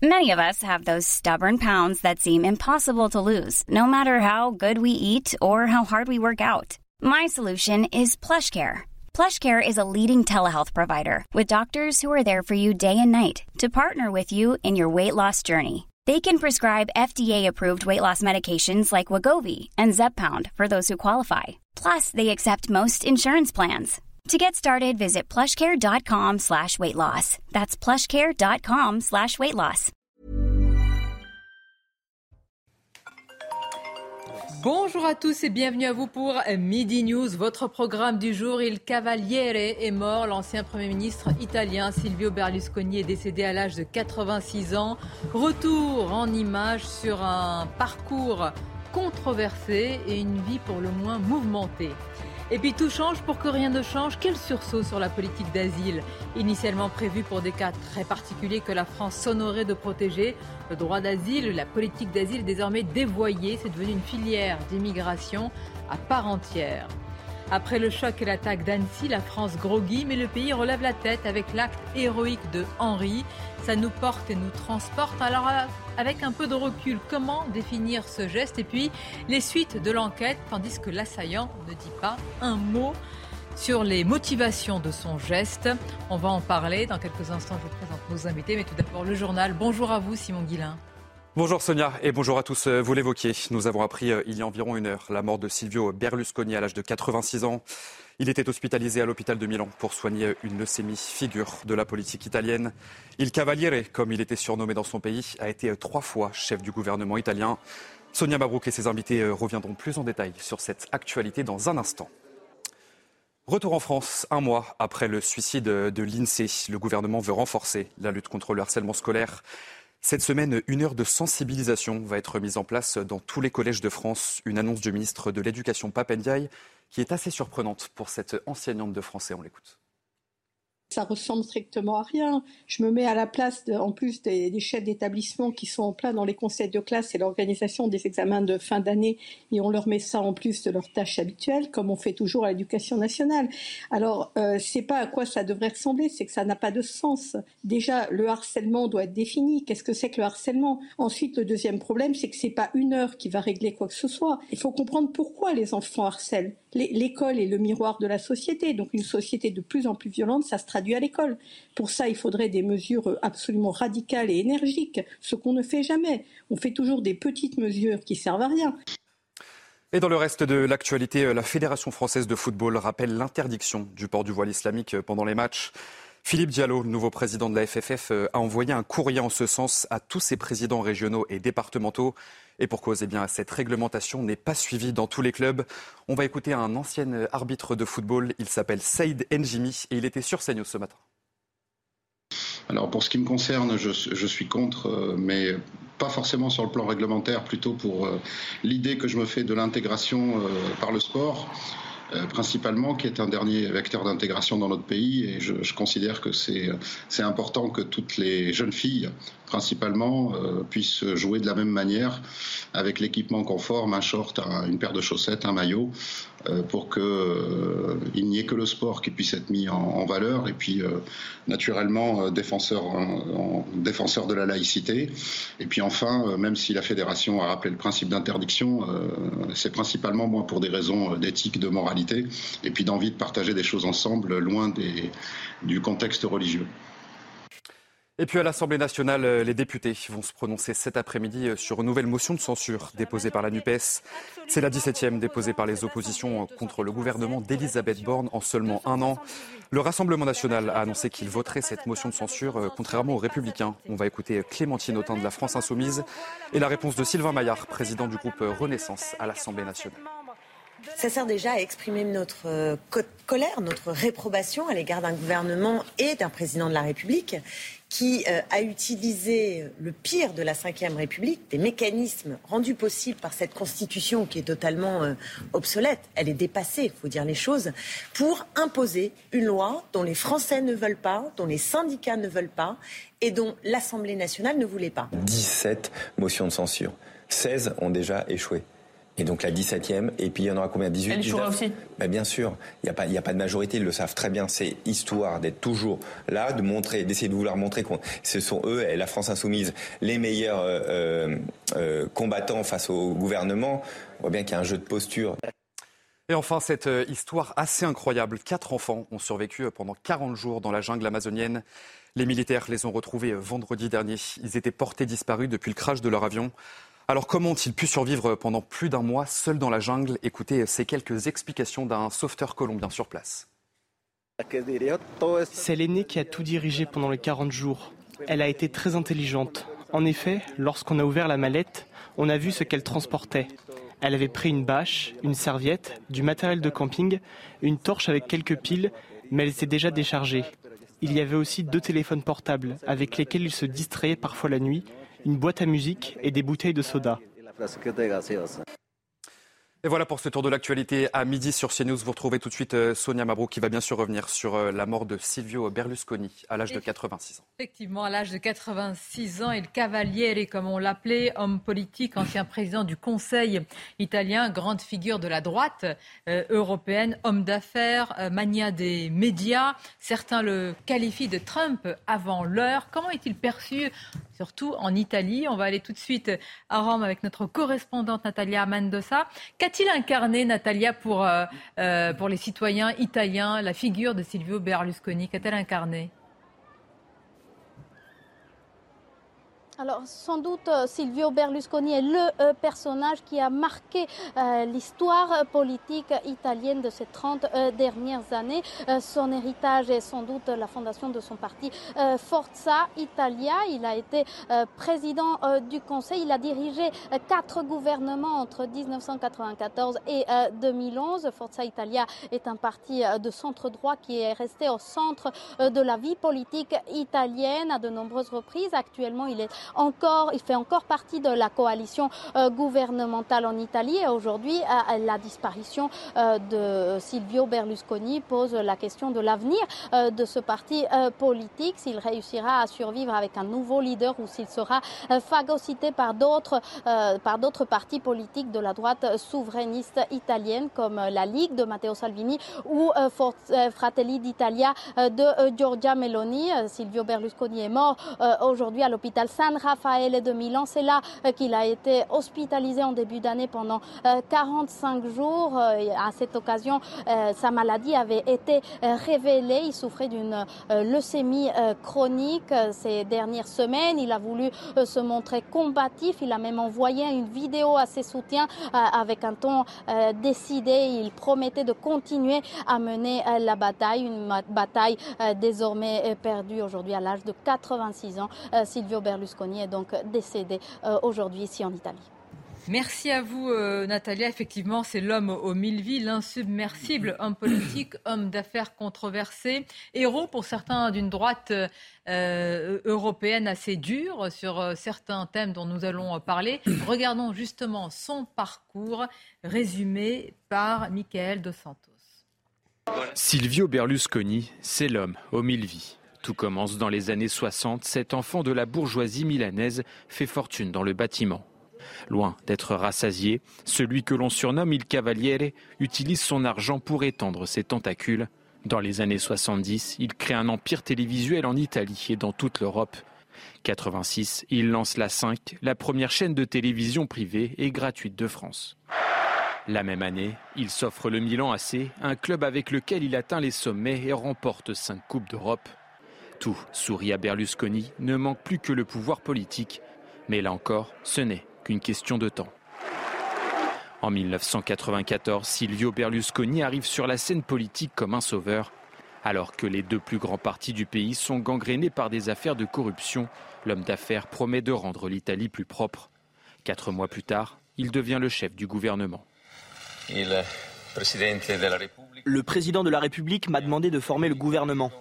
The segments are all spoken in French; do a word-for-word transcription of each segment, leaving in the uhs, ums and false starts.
Many of us have those stubborn pounds that seem impossible to lose, no matter how good we eat or how hard we work out. My solution is PlushCare. PlushCare is a leading telehealth provider with doctors who are there for you day and night to partner with you in your weight loss journey. They can prescribe F D A-approved weight loss medications like Wegovy and Zepbound for those who qualify. Plus, they accept most insurance plans. To get started, visit plushcare.com slash weight loss. That's plushcare.com slash weight loss. Bonjour à tous et bienvenue à vous pour Midi News, votre programme du jour. Il Cavaliere est mort, l'ancien Premier ministre italien Silvio Berlusconi est décédé à l'âge de quatre-vingt-six ans. Retour en images sur un parcours controversé et une vie pour le moins mouvementée. Et puis tout change pour que rien ne change. Quel sursaut sur la politique d'asile, initialement prévu pour des cas très particuliers que la France s'honorait de protéger. Le droit d'asile, la politique d'asile est désormais dévoyée. C'est devenu une filière d'immigration à part entière. Après le choc et l'attaque d'Annecy, la France groggy, mais le pays relève la tête avec l'acte héroïque de Henri. Ça nous porte et nous transporte. Alors, avec un peu de recul, comment définir ce geste? Et puis, les suites de l'enquête, tandis que l'assaillant ne dit pas un mot sur les motivations de son geste. On va en parler. Dans quelques instants, je vous présente nos invités. Mais tout d'abord, le journal. Bonjour à vous, Simon Guillain. Bonjour Sonia et bonjour à tous. Vous l'évoquiez, nous avons appris il y a environ une heure la mort de Silvio Berlusconi à l'âge de quatre-vingt-six ans. Il était hospitalisé à l'hôpital de Milan pour soigner une leucémie, figure de la politique italienne. Il Cavaliere, comme il était surnommé dans son pays, a été trois fois chef du gouvernement italien. Sonia Mabrouk et ses invités reviendront plus en détail sur cette actualité dans un instant. Retour en France, un mois après le suicide de l'INSEE. Le gouvernement veut renforcer la lutte contre le harcèlement scolaire. Cette semaine, une heure de sensibilisation va être mise en place dans tous les collèges de France. Une annonce du ministre de l'Éducation, Pape Ndiaye, qui est assez surprenante pour cette enseignante de français. On l'écoute. Ça ressemble strictement à rien. Je me mets à la place, de, en plus des, des chefs d'établissement qui sont en plein dans les conseils de classe et l'organisation des examens de fin d'année, et on leur met ça en plus de leurs tâches habituelles, comme on fait toujours à l'éducation nationale. Alors, euh, c'est pas à quoi ça devrait ressembler, c'est que ça n'a pas de sens. Déjà, le harcèlement doit être défini. Qu'est-ce que c'est que le harcèlement? Ensuite, le deuxième problème, c'est que c'est pas une heure qui va régler quoi que ce soit. Il faut comprendre pourquoi les enfants harcèlent. L'école est le miroir de la société, donc une société de plus en plus violente, ça se traduit à l'école. Pour ça, il faudrait des mesures absolument radicales et énergiques, ce qu'on ne fait jamais. On fait toujours des petites mesures qui servent à rien. Et dans le reste de l'actualité, la Fédération française de football rappelle l'interdiction du port du voile islamique pendant les matchs. Philippe Diallo, le nouveau président de la F F F, a envoyé un courrier en ce sens à tous ses présidents régionaux et départementaux. Et pour cause, eh bien, cette réglementation n'est pas suivie dans tous les clubs. On va écouter un ancien arbitre de football. Il s'appelle Saïd Njimi et il était sur CNews ce matin. Alors pour ce qui me concerne, je, je suis contre, mais pas forcément sur le plan réglementaire, plutôt pour euh, l'idée que je me fais de l'intégration euh, par le sport. Euh, principalement, qui est un dernier vecteur d'intégration dans notre pays. Et je, je considère que c'est, c'est important que toutes les jeunes filles, principalement, euh, puissent jouer de la même manière, avec l'équipement conforme, un short, un, une paire de chaussettes, un maillot, euh, pour qu'il euh, n'y ait que le sport qui puisse être mis en, en valeur. Et puis, euh, naturellement, euh, défenseur, en, en, défenseur de la laïcité. Et puis enfin, euh, même si la fédération a rappelé le principe d'interdiction, euh, c'est principalement, moi, pour des raisons d'éthique, de moralité, et puis d'envie de partager des choses ensemble, loin des, du contexte religieux. Et puis à l'Assemblée nationale, les députés vont se prononcer cet après-midi sur une nouvelle motion de censure déposée par la NUPES. C'est la dix-septième déposée par les oppositions contre le gouvernement d'Elisabeth Borne en seulement un an. Le Rassemblement national a annoncé qu'il voterait cette motion de censure, contrairement aux Républicains. On va écouter Clémentine Autain de la France Insoumise et la réponse de Sylvain Maillard, président du groupe Renaissance à l'Assemblée nationale. Ça sert déjà à exprimer notre euh, co- colère, notre réprobation à l'égard d'un gouvernement et d'un président de la République qui euh, a utilisé le pire de la cinquième République, des mécanismes rendus possibles par cette Constitution qui est totalement euh, obsolète, elle est dépassée, il faut dire les choses, pour imposer une loi dont les Français ne veulent pas, dont les syndicats ne veulent pas et dont l'Assemblée nationale ne voulait pas. dix-sept motions de censure, seize ont déjà échoué. Et donc la dix-septième, et puis il y en aura combien, dix-huit, Elle jouera aussi. Ben bien sûr, il n'y a pas, il n'y a pas de majorité, ils le savent très bien. C'est histoire d'être toujours là, de montrer, d'essayer de vouloir montrer que ce sont eux, et la France insoumise, les meilleurs euh, euh, combattants face au gouvernement. On voit bien qu'il y a un jeu de posture. Et enfin, cette histoire assez incroyable. Quatre enfants ont survécu pendant quarante jours dans la jungle amazonienne. Les militaires les ont retrouvés vendredi dernier. Ils étaient portés disparus depuis le crash de leur avion. Alors comment ont-ils pu survivre pendant plus d'un mois seuls dans la jungle? Écoutez ces quelques explications d'un sauveteur colombien sur place. C'est l'aînée qui a tout dirigé pendant les quarante jours. Elle a été très intelligente. En effet, lorsqu'on a ouvert la mallette, on a vu ce qu'elle transportait. Elle avait pris une bâche, une serviette, du matériel de camping, une torche avec quelques piles, mais elle était déjà déchargée. Il y avait aussi deux téléphones portables avec lesquels ils se distrayaient parfois la nuit, une boîte à musique et des bouteilles de soda. Et voilà pour ce tour de l'actualité à midi sur CNews. Vous retrouvez tout de suite Sonia Mabrouk qui va bien sûr revenir sur la mort de Silvio Berlusconi à l'âge de quatre-vingt-six ans. Effectivement, à l'âge de quatre-vingt-six ans, il Cavaliere, comme on l'appelait, homme politique, ancien président du Conseil italien, grande figure de la droite euh, européenne, homme d'affaires, euh, mania des médias. Certains le qualifient de Trump avant l'heure. Comment est-il perçu, surtout en Italie? On va aller tout de suite à Rome avec notre correspondante Natalia Mendoza. Qu'a-t-il incarné, Natalia, pour, euh, euh, pour les citoyens italiens, la figure de Silvio Berlusconi? Qu'a-t-elle incarné? Alors, sans doute, Silvio Berlusconi est le euh, personnage qui a marqué euh, l'histoire politique italienne de ces trente euh, dernières années. Euh, son héritage est sans doute la fondation de son parti euh, Forza Italia. Il a été euh, président euh, du Conseil. Il a dirigé euh, quatre gouvernements entre dix-neuf cent quatre-vingt-quatorze et euh, deux mille onze. Forza Italia est un parti euh, de centre-droit qui est resté au centre euh, de la vie politique italienne à de nombreuses reprises. Actuellement, il est Encore, il fait encore partie de la coalition euh, gouvernementale en Italie et aujourd'hui, euh, la disparition euh, de Silvio Berlusconi pose la question de l'avenir euh, de ce parti euh, politique, s'il réussira à survivre avec un nouveau leader ou s'il sera euh, phagocyté par d'autres euh, par d'autres partis politiques de la droite souverainiste italienne comme euh, la Ligue de Matteo Salvini ou euh, euh, Fratelli d'Italia euh, de euh, Giorgia Meloni. Euh, Silvio Berlusconi est mort euh, aujourd'hui à l'hôpital San Raffaele de Milan. C'est là euh, qu'il a été hospitalisé en début d'année pendant euh, quarante-cinq jours. Euh, à cette occasion, euh, sa maladie avait été euh, révélée. Il souffrait d'une euh, leucémie euh, chronique euh, ces dernières semaines. Il a voulu euh, se montrer combatif. Il a même envoyé une vidéo à ses soutiens euh, avec un ton euh, décidé. Il promettait de continuer à mener euh, la bataille, une bataille euh, désormais euh, perdue aujourd'hui à l'âge de quatre-vingt-six ans. Euh, Silvio Berlusconi est donc décédé euh, aujourd'hui ici en Italie. Merci à vous, euh, Natalia. Effectivement, c'est l'homme aux mille vies, l'insubmersible, homme politique, homme d'affaires controversé, héros pour certains d'une droite euh, européenne assez dure sur euh, certains thèmes dont nous allons parler. Regardons justement son parcours résumé par Michael Dos Santos. Silvio Berlusconi, c'est l'homme aux mille vies. Tout commence dans les années soixante. Cet enfant de la bourgeoisie milanaise fait fortune dans le bâtiment. Loin d'être rassasié, celui que l'on surnomme Il Cavaliere utilise son argent pour étendre ses tentacules. Dans les années soixante-dix, il crée un empire télévisuel en Italie et dans toute l'Europe. quatre-vingt-six, il lance la cinq, la première chaîne de télévision privée et gratuite de France. La même année, il s'offre le Milan A C, un club avec lequel il atteint les sommets et remporte cinq Coupes d'Europe. Tout sourit à Berlusconi, ne manque plus que le pouvoir politique. Mais là encore, ce n'est qu'une question de temps. En mille neuf cent quatre-vingt-quatorze, Silvio Berlusconi arrive sur la scène politique comme un sauveur. Alors que les deux plus grands partis du pays sont gangrénés par des affaires de corruption, l'homme d'affaires promet de rendre l'Italie plus propre. Quatre mois plus tard, il devient le chef du gouvernement. Le président de la République m'a demandé de former le gouvernement.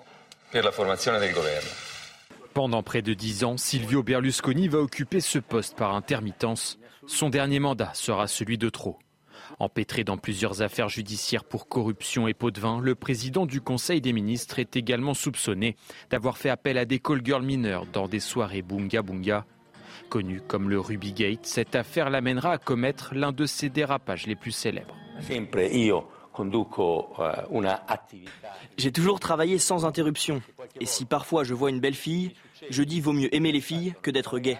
Pendant près de dix ans, Silvio Berlusconi va occuper ce poste par intermittence. Son dernier mandat sera celui de trop. Empêtré dans plusieurs affaires judiciaires pour corruption et pot de vin, le président du Conseil des ministres est également soupçonné d'avoir fait appel à des call girls mineures dans des soirées bunga bunga. Connu comme le Rubygate, cette affaire l'amènera à commettre l'un de ses dérapages les plus célèbres. J'ai toujours travaillé sans interruption. Et si parfois je vois une belle fille, je dis vaut mieux aimer les filles que d'être gay.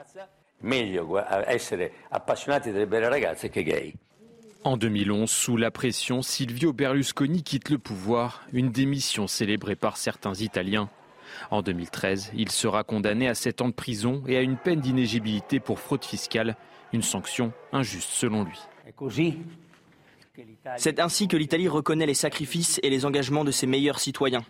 En deux mille onze, sous la pression, Silvio Berlusconi quitte le pouvoir, une démission célébrée par certains Italiens. En deux mille treize, il sera condamné à sept ans de prison et à une peine d'inéligibilité pour fraude fiscale, une sanction injuste selon lui. C'est ainsi que l'Italie reconnaît les sacrifices et les engagements de ses meilleurs citoyens.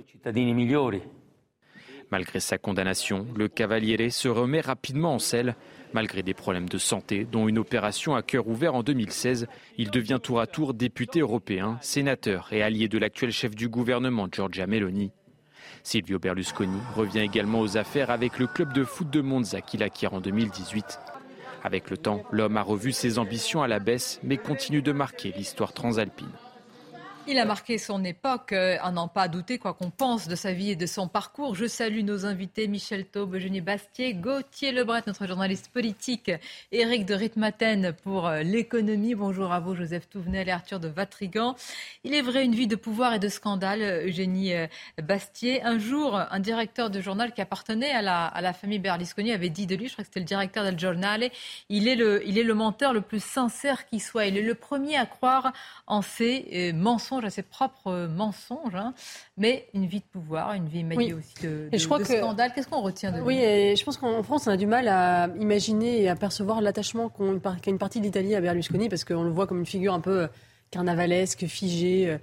Malgré sa condamnation, le Cavaliere se remet rapidement en selle. Malgré des problèmes de santé, dont une opération à cœur ouvert en deux mille seize, il devient tour à tour député européen, sénateur et allié de l'actuel chef du gouvernement, Giorgia Meloni. Silvio Berlusconi revient également aux affaires avec le club de foot de Monza qu'il acquiert en deux mille dix-huit. Avec le temps, l'homme a revu ses ambitions à la baisse, mais continue de marquer l'histoire transalpine. Il a marqué son époque, à n'en pas douter, quoi qu'on pense de sa vie et de son parcours. Je salue nos invités, Michel Taube, Eugénie Bastier, Gauthier Lebret, notre journaliste politique, Éric de Ritmaten pour l'économie. Bonjour à vous, Joseph Touvenel et Arthur de Vatrigan. Il est vrai, une vie de pouvoir et de scandale, Eugénie Bastier. Un jour, un directeur de journal qui appartenait à la, à la famille Berlusconi avait dit de lui, je crois que c'était le directeur d'El Giornale, il est le, il est le menteur le plus sincère qui soit. Il est le premier à croire en ses euh, mensonges, à ses propres mensonges, hein, mais une vie de pouvoir, une vie émaillée oui. aussi de, de, et je crois de que, scandale. Qu'est-ce qu'on retient de lui ? Oui, et je pense qu'en France, on a du mal à imaginer et à percevoir l'attachement qu'ont, qu'a une partie de l'Italie à Berlusconi, parce qu'on le voit comme une figure un peu carnavalesque, figée,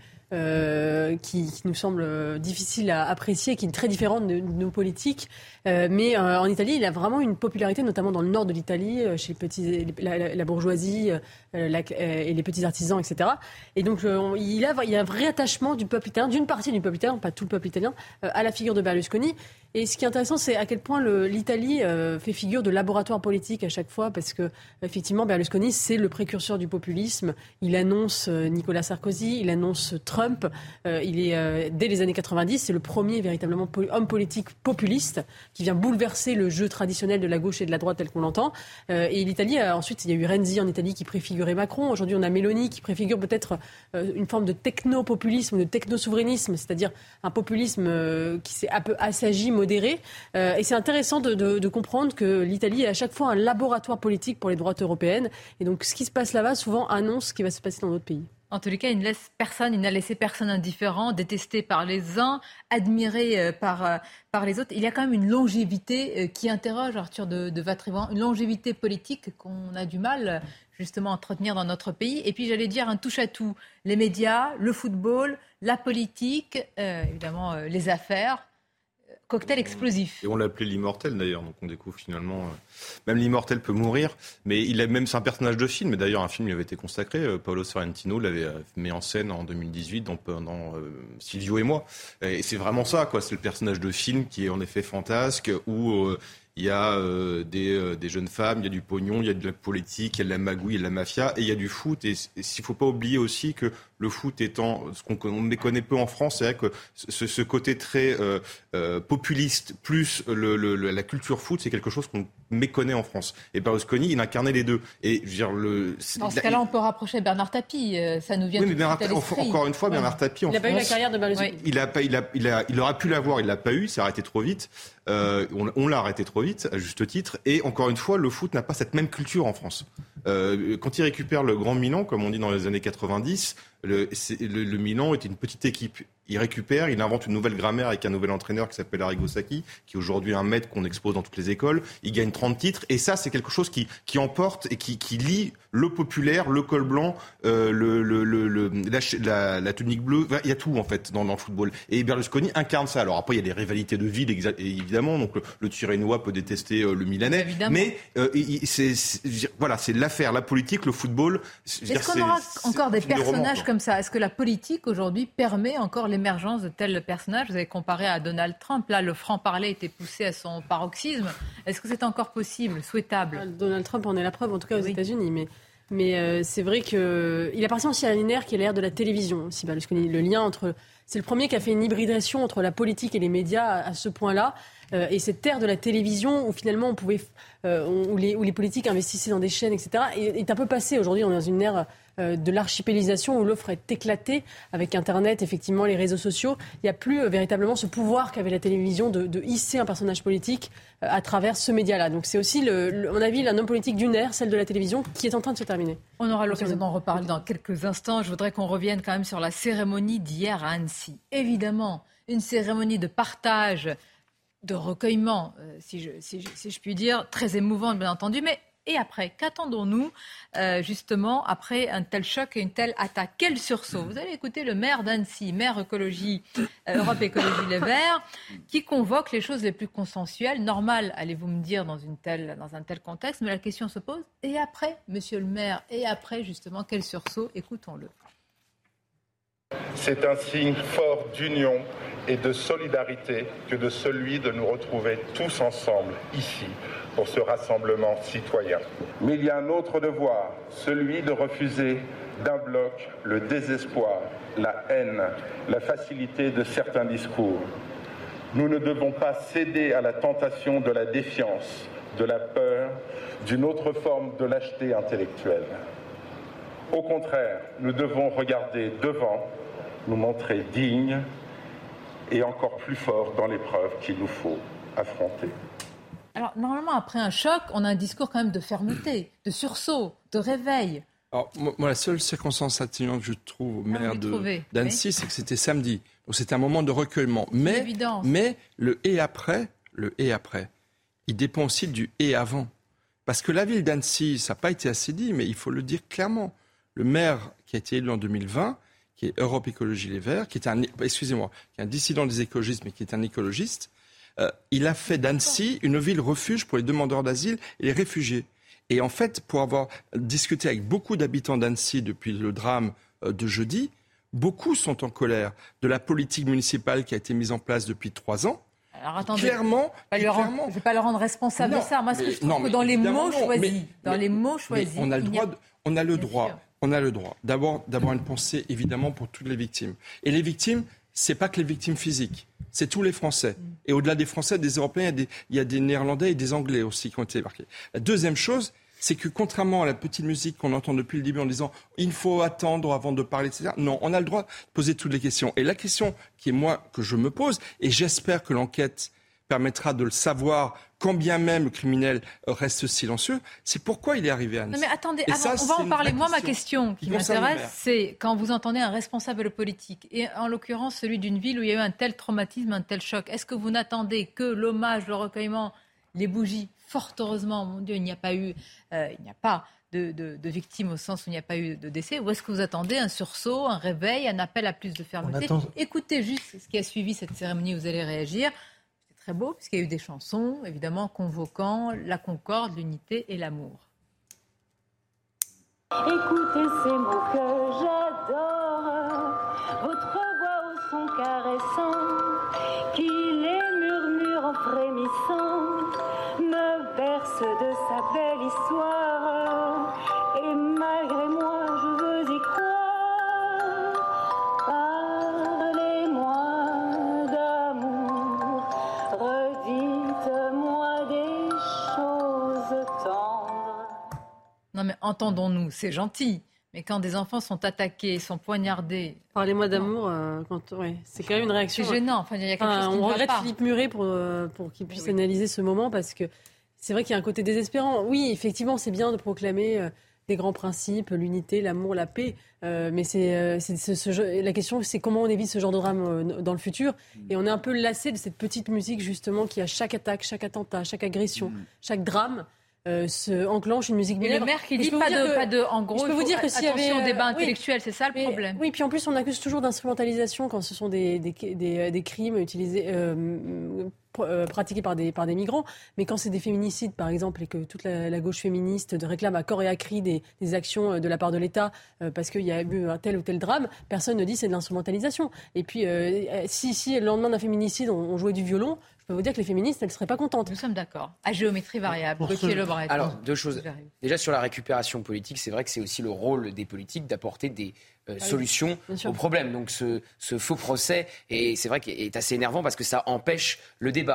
euh, qui, qui nous semble difficile à apprécier, qui est très différente de, de nos politiques. Euh, mais euh, en Italie, il a vraiment une popularité, notamment dans le nord de l'Italie, euh, chez les petits, la, la, la bourgeoisie euh, la, euh, et les petits artisans, et cetera. Et donc, euh, il, a, il y a un vrai attachement du peuple italien, d'une partie du peuple italien, pas tout le peuple italien, euh, à la figure de Berlusconi. Et ce qui est intéressant, c'est à quel point le, l'Italie euh, fait figure de laboratoire politique à chaque fois, parce que effectivement, Berlusconi, c'est le précurseur du populisme. Il annonce euh, Nicolas Sarkozy, il annonce Trump. Euh, il est euh, dès les années quatre-vingt-dix, c'est le premier véritablement po- homme politique populiste qui vient bouleverser le jeu traditionnel de la gauche et de la droite tel qu'on l'entend. Euh, et l'Italie, euh, ensuite, il y a eu Renzi en Italie qui préfigurait Macron. Aujourd'hui, on a Meloni qui préfigure peut-être euh, une forme de techno-populisme, de techno-souverainisme, c'est-à-dire un populisme euh, qui s'est un peu assagi, modéré. Euh, et c'est intéressant de, de, de comprendre que l'Italie est à chaque fois un laboratoire politique pour les droites européennes. Et donc, ce qui se passe là-bas, souvent, annonce ce qui va se passer dans d'autres pays. En tous les cas, il ne laisse personne, il n'a laissé personne indifférent, détesté par les uns, admiré par, par les autres. Il y a quand même une longévité qui interroge, Arthur de, de Vatrigan, une longévité politique qu'on a du mal justement à entretenir dans notre pays. Et puis, j'allais dire un touche-à-tout. Les médias, le football, la politique, euh, évidemment euh, les affaires. Cocktail explosif. Et on l'appelait l'immortel d'ailleurs, donc on découvre finalement, euh, même l'immortel peut mourir, mais il a même c'est un personnage de film, et d'ailleurs un film lui avait été consacré, euh, Paolo Sorrentino l'avait euh, mis en scène en deux mille dix-huit dans, dans euh, Silvio et moi, et c'est vraiment ça, quoi, c'est le personnage de film qui est en effet fantasque, où euh, il y a euh, des, euh, des jeunes femmes, il y a du pognon, il y a de la politique, il y a de la magouille, il y a de la mafia, et il y a du foot. Et, et il ne faut pas oublier aussi que le foot étant, ce qu'on on méconnaît peu en France, c'est vrai que ce, ce côté très euh, euh, populiste, plus le, le, le, la culture foot, c'est quelque chose qu'on méconnaît en France. Et Berlusconi, il incarnait les deux. Et je veux dire, le, dans ce cas-là, on peut rapprocher Bernard Tapie. Ça nous vient oui, tout mais Bernard, de suite à l'esprit. Encore une fois, ouais. Bernard Tapie en il France... Il n'a pas eu la carrière de Berlusconi. Oui. Il, a pas, il, a, il, a, il aurait pu l'avoir, il ne l'a pas eu, il s'est arrêté trop vite. Euh, on, on l'a arrêté trop vite, à juste titre. Et encore une fois, le foot n'a pas cette même culture en France. Euh, quand il récupère le Grand Milan, comme on dit dans les années quatre-vingt-dix, le, le, le Milan était une petite équipe. Il récupère, il invente une nouvelle grammaire avec un nouvel entraîneur qui s'appelle Arrigo Sacchi, qui est aujourd'hui un maître qu'on expose dans toutes les écoles. Il gagne trente titres. Et ça, c'est quelque chose qui, qui emporte et qui, qui lie le populaire, le col blanc, euh, le, le, le, le, la, la, la tunique bleue. Il y a tout, en fait, dans, dans le football. Et Berlusconi incarne ça. Alors après, il y a des rivalités de ville, exa- évidemment. Donc le, le Turinois peut détester euh, le Milanais. Évidemment. Mais euh, il, c'est, c'est, voilà, c'est l'affaire, la politique, le football. Est-ce dire, qu'on aura c'est, encore c'est des personnages roman, comme ça ? Est-ce que la politique, aujourd'hui, permet encore l'émergence de tels personnages? Vous avez comparé à Donald Trump. Là, le franc-parler était poussé à son paroxysme. Est-ce que c'est encore possible, souhaitable? Donald Trump en est la preuve, en tout cas aux oui. États-Unis. Mais, mais euh, c'est vrai qu'il appartient aussi à un linéaire qui est l'ère de la télévision. Aussi, Berlusconi, le lien entre... C'est le premier qui a fait une hybridation entre la politique et les médias à, à ce point-là. euh, et cette ère de la télévision où finalement on pouvait, euh, où, les, où les politiques investissaient dans des chaînes, et cetera, est, est un peu passé. Aujourd'hui, on est dans une ère euh, de l'archipélisation où l'offre est éclatée avec Internet, effectivement, les réseaux sociaux. Il n'y a plus euh, véritablement ce pouvoir qu'avait la télévision de, de hisser un personnage politique euh, à travers ce média-là. Donc c'est aussi, le, le, à mon avis, un homme politique d'une ère, celle de la télévision, qui est en train de se terminer. On aura l'occasion d'en reparler dans quelques instants. Je voudrais qu'on revienne quand même sur la cérémonie d'hier à Annecy. Évidemment, une cérémonie de partage, de recueillement, euh, si, je, si, je, si je puis dire, très émouvante bien entendu, mais et après, qu'attendons-nous euh, justement après un tel choc et une telle attaque? Quel sursaut? Vous allez écouter le maire d'Annecy, maire écologie, euh, Europe Écologie Les Verts, qui convoque les choses les plus consensuelles, normales, allez-vous me dire, dans, une telle, dans un tel contexte, mais la question se pose, et après, monsieur le maire, et après justement, quel sursaut? Écoutons-le. C'est un signe fort d'union et de solidarité que de celui de nous retrouver tous ensemble ici pour ce rassemblement citoyen. Mais il y a un autre devoir, celui de refuser d'un bloc le désespoir, la haine, la facilité de certains discours. Nous ne devons pas céder à la tentation de la défiance, de la peur, d'une autre forme de lâcheté intellectuelle. Au contraire, nous devons regarder devant, nous montrer dignes et encore plus forts dans l'épreuve qu'il nous faut affronter. Alors, normalement, après un choc, on a un discours quand même de fermeté, de sursaut, de réveil. Alors, moi, la seule circonstance atténuante que je trouve au maire de, d'Annecy, oui. c'est que c'était samedi. Donc, c'était un moment de recueillement. Mais, mais le « et après », le « et après », il dépend aussi du « et avant ». Parce que la ville d'Annecy, ça n'a pas été assez dit, mais il faut le dire clairement. Le maire qui a été élu en deux mille vingt, qui est Europe Écologie Les Verts, qui est un, excusez-moi, qui est un dissident des écologistes, mais qui est un écologiste, euh, il a fait d'Annecy une ville refuge pour les demandeurs d'asile et les réfugiés. Et en fait, pour avoir discuté avec beaucoup d'habitants d'Annecy depuis le drame euh, de jeudi, beaucoup sont en colère de la politique municipale qui a été mise en place depuis trois ans. Alors attendez, clairement, je ne clairement... vais pas le rendre responsable non, de ça. Moi, ce que je trouve non, que dans les mots non, choisis, mais, dans mais, les mots choisis, on a le droit, de, on a le droit. Sûr. On a le droit d'abord d'avoir une pensée, évidemment, pour toutes les victimes. Et les victimes, c'est pas que les victimes physiques, c'est tous les Français. Mm. Et au-delà des Français, des Européens, il y, a des, il y a des Néerlandais et des Anglais aussi qui ont été marqués. La deuxième chose, c'est que contrairement à la petite musique qu'on entend depuis le début en disant « il faut attendre avant de parler », et cetera, non, on a le droit de poser toutes les questions. Et la question qui est moi, que je me pose, et j'espère que l'enquête permettra de le savoir, quand bien même le criminel reste silencieux, c'est pourquoi il est arrivé à Annecy. Non mais attendez, avant, ça, on va en parler. Moi, ma question qui, qui m'intéresse, c'est quand vous entendez un responsable politique, et en l'occurrence celui d'une ville où il y a eu un tel traumatisme, un tel choc, est-ce que vous n'attendez que l'hommage, le recueillement, les bougies? Fort heureusement, mon Dieu, il n'y a pas eu, euh, il n'y a pas de, de, de victimes au sens où il n'y a pas eu de décès. Ou est-ce que vous attendez un sursaut, un réveil, un appel à plus de fermeté? Attend... Écoutez juste ce qui a suivi cette cérémonie, vous allez réagir. Très beau, puisqu'il y a eu des chansons, évidemment, convoquant la concorde, l'unité et l'amour. Écoutez ces mots que j'adore, votre voix au son caressant, qui les murmure en frémissant, me verse de sa belle histoire, et malgré moi, je veux y croire. Non mais entendons-nous, c'est gentil. Mais quand des enfants sont attaqués, sont poignardés... Parlez-moi d'amour, euh, quand, ouais, c'est quand même une réaction... C'est gênant, enfin, il y a quelque enfin, chose qui on ne regrette va pas. Philippe Muret pour, euh, pour qu'il puisse oui. analyser ce moment, parce que c'est vrai qu'il y a un côté désespérant. Oui, effectivement, c'est bien de proclamer euh, des grands principes, l'unité, l'amour, la paix, euh, mais c'est, euh, c'est, c'est ce jeu, la question, c'est comment on évite ce genre de drame euh, dans le futur. Et on est un peu lassé de cette petite musique, justement, qui à chaque attaque, chaque attentat, chaque agression, mmh. chaque drame... Euh, se enclenche une musique funèbre. Et le maire qui dit pas de, que, pas de, en gros, je peux vous dire que s'il y avait attention au débat intellectuel, oui, c'est ça le mais, problème. Oui, puis en plus on accuse toujours d'instrumentalisation quand ce sont des des des, des crimes utilisés, euh, euh, pratiqués par des par des migrants, mais quand c'est des féminicides par exemple et que toute la, la gauche féministe réclame à corps et à cri des, des actions de la part de l'État euh, parce qu'il y a eu un tel ou tel drame, personne ne dit c'est de l'instrumentalisation. Et puis euh, si si le lendemain d'un féminicide on, on jouait du violon, je peux vous dire que les féministes, elles ne seraient pas contentes. Nous sommes d'accord. À géométrie variable. Ce... Alors, deux choses. Déjà, sur la récupération politique, c'est vrai que c'est aussi le rôle des politiques d'apporter des euh, ah, solutions aux problèmes. Donc, ce, ce faux procès, et c'est vrai qu'il est assez énervant parce que ça empêche le débat.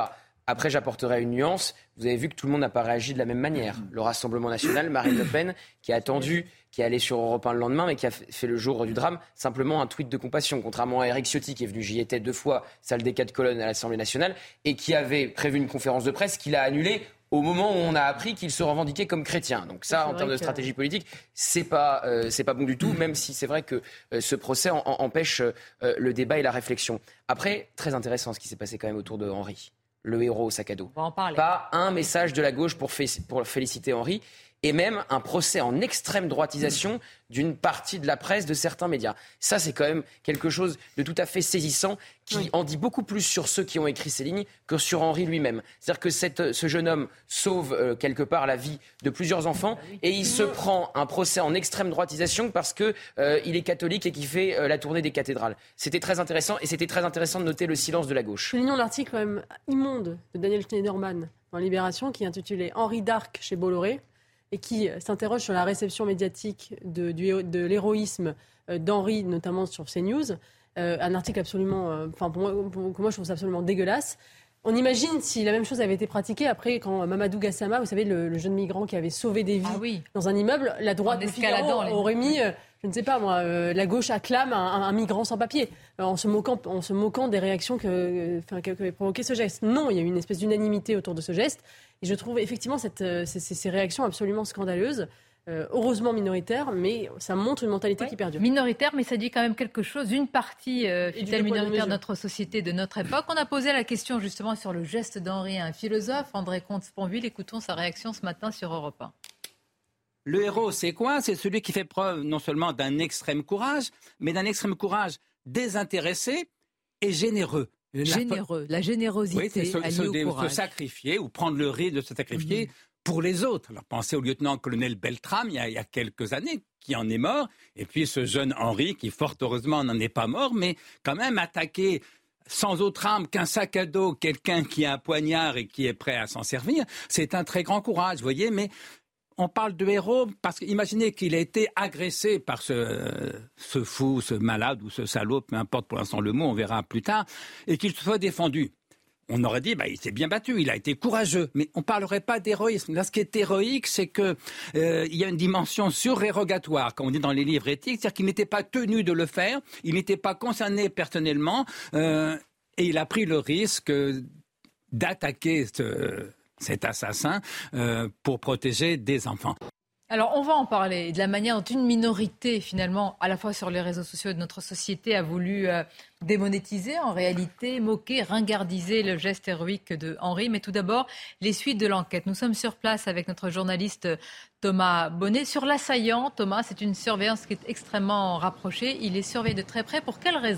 Après, j'apporterai une nuance. Vous avez vu que tout le monde n'a pas réagi de la même manière. Le Rassemblement national, Marine Le Pen, qui a attendu, qui est allée sur Europe un le lendemain, mais qui a fait le jour du drame, simplement un tweet de compassion, contrairement à Éric Ciotti, qui est venu, j'y étais deux fois, salle des quatre colonnes à l'Assemblée nationale, et qui avait prévu une conférence de presse qu'il a annulée au moment où on a appris qu'il se revendiquait comme chrétien. Donc ça, en termes de stratégie politique, c'est pas, euh, c'est pas bon du tout, même si c'est vrai que euh, ce procès en, en, empêche euh, le débat et la réflexion. Après, très intéressant ce qui s'est passé quand même autour de Henri, le héros au sac à dos. On va en parler. Pas un message de la gauche pour, fé- pour féliciter Henri, et même un procès en extrême droitisation d'une partie de la presse, de certains médias. Ça, c'est quand même quelque chose de tout à fait saisissant qui oui. en dit beaucoup plus sur ceux qui ont écrit ces lignes que sur Henri lui-même. C'est-à-dire que cette, ce jeune homme sauve euh, quelque part la vie de plusieurs enfants et il se prend un procès en extrême droitisation parce qu'il euh, est catholique et qu'il fait euh, la tournée des cathédrales. C'était très intéressant et c'était très intéressant de noter le silence de la gauche. Soulignons l'article quand même immonde de Daniel Schneiderman dans Libération qui est intitulé « Henri d'Arc chez Bolloré ». Et qui s'interroge sur la réception médiatique de, du, de l'héroïsme d'Henri, notamment sur CNews. Euh, un article absolument... Euh, enfin, pour moi, pour, pour moi, je trouve ça absolument dégueulasse. On imagine si la même chose avait été pratiquée après quand Mamadou Gassama, vous savez, le, le jeune migrant qui avait sauvé des vies ah oui. dans un immeuble, la droite du Figaro aurait mis, euh, je ne sais pas moi, euh, la gauche acclame un, un migrant sans papier, euh, en, se moquant, en se moquant des réactions que, enfin, qu'avait provoqué ce geste. Non, il y a eu une espèce d'unanimité autour de ce geste. Et je trouve effectivement cette, ces, ces réactions absolument scandaleuses. Euh, heureusement minoritaire, mais ça montre une mentalité ouais. qui perdure. Minoritaire, mais ça dit quand même quelque chose. Une partie euh, fidèle minoritaire de notre société, de notre époque. On a posé la question justement sur le geste d'Henri à un philosophe, André Comte-Sponville. Écoutons sa réaction ce matin sur Europe un. Le héros, c'est quoi ? C'est celui qui fait preuve non seulement d'un extrême courage, mais d'un extrême courage désintéressé et généreux. Généreux, la, la générosité oui, c'est se, alliée se, au courage. Se sacrifier ou prendre le risque de se sacrifier mmh. pour les autres. Alors pensez au lieutenant-colonel Beltrame, il y, a, il y a quelques années, qui en est mort, et puis ce jeune Henri, qui fort heureusement n'en est pas mort, mais quand même attaqué sans autre arme qu'un sac à dos, quelqu'un qui a un poignard et qui est prêt à s'en servir, c'est un très grand courage, vous voyez, mais... On parle de héros parce qu'imaginez qu'il a été agressé par ce, ce fou, ce malade ou ce salaud, peu importe pour l'instant le mot, on verra plus tard, et qu'il soit défendu. On aurait dit, bah, il s'est bien battu, il a été courageux, mais on ne parlerait pas d'héroïsme. Là, ce qui est héroïque, c'est qu'il euh, y a une dimension surérogatoire, comme on dit dans les livres éthiques, c'est-à-dire qu'il n'était pas tenu de le faire, il n'était pas concerné personnellement, euh, et il a pris le risque d'attaquer ce... cet assassin, euh, pour protéger des enfants. Alors, on va en parler de la manière dont une minorité, finalement, à la fois sur les réseaux sociaux de notre société, a voulu euh, démonétiser, en réalité, moquer, ringardiser le geste héroïque de Henri. Mais tout d'abord, les suites de l'enquête. Nous sommes sur place avec notre journaliste Thomas Bonnet. Sur l'assaillant, Thomas, c'est une surveillance qui est extrêmement rapprochée. Il est surveillé de très près. Pour quelles raisons ?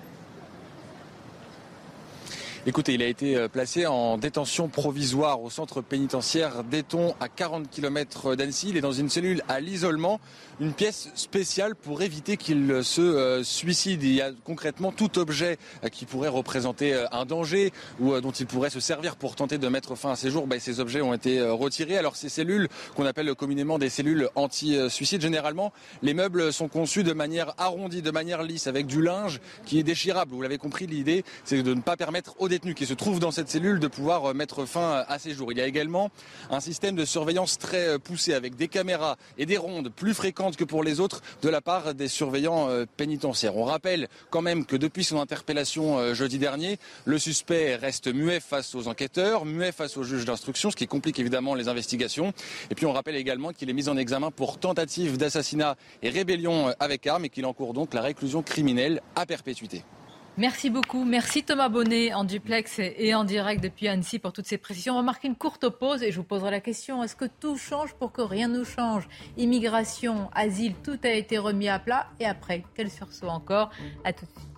Écoutez, il a été placé en détention provisoire au centre pénitentiaire d'Éton, à quarante kilomètres d'Annecy. Il est dans une cellule à l'isolement, une pièce spéciale pour éviter qu'il se suicide. Il y a concrètement tout objet qui pourrait représenter un danger ou dont il pourrait se servir pour tenter de mettre fin à ses jours. Ben, ces objets ont été retirés. Alors ces cellules, qu'on appelle communément des cellules anti-suicide, généralement, les meubles sont conçus de manière arrondie, de manière lisse, avec du linge qui est déchirable. Vous l'avez compris, l'idée, c'est de ne pas permettre aux détenus qui se trouvent dans cette cellule de pouvoir mettre fin à ses jours. Il y a également un système de surveillance très poussé avec des caméras et des rondes plus fréquentes que pour les autres de la part des surveillants pénitentiaires. On rappelle quand même que depuis son interpellation jeudi dernier, le suspect reste muet face aux enquêteurs, muet face aux juges d'instruction, ce qui complique évidemment les investigations. Et puis on rappelle également qu'il est mis en examen pour tentative d'assassinat et rébellion avec arme et qu'il encourt donc la réclusion criminelle à perpétuité. Merci beaucoup. Merci Thomas Bonnet en duplex et en direct depuis Annecy pour toutes ces précisions. On va marquer une courte pause et je vous poserai la question. Est-ce que tout change pour que rien ne change ? Immigration, asile, tout a été remis à plat. Et après, quel sursaut encore ? À tout de suite.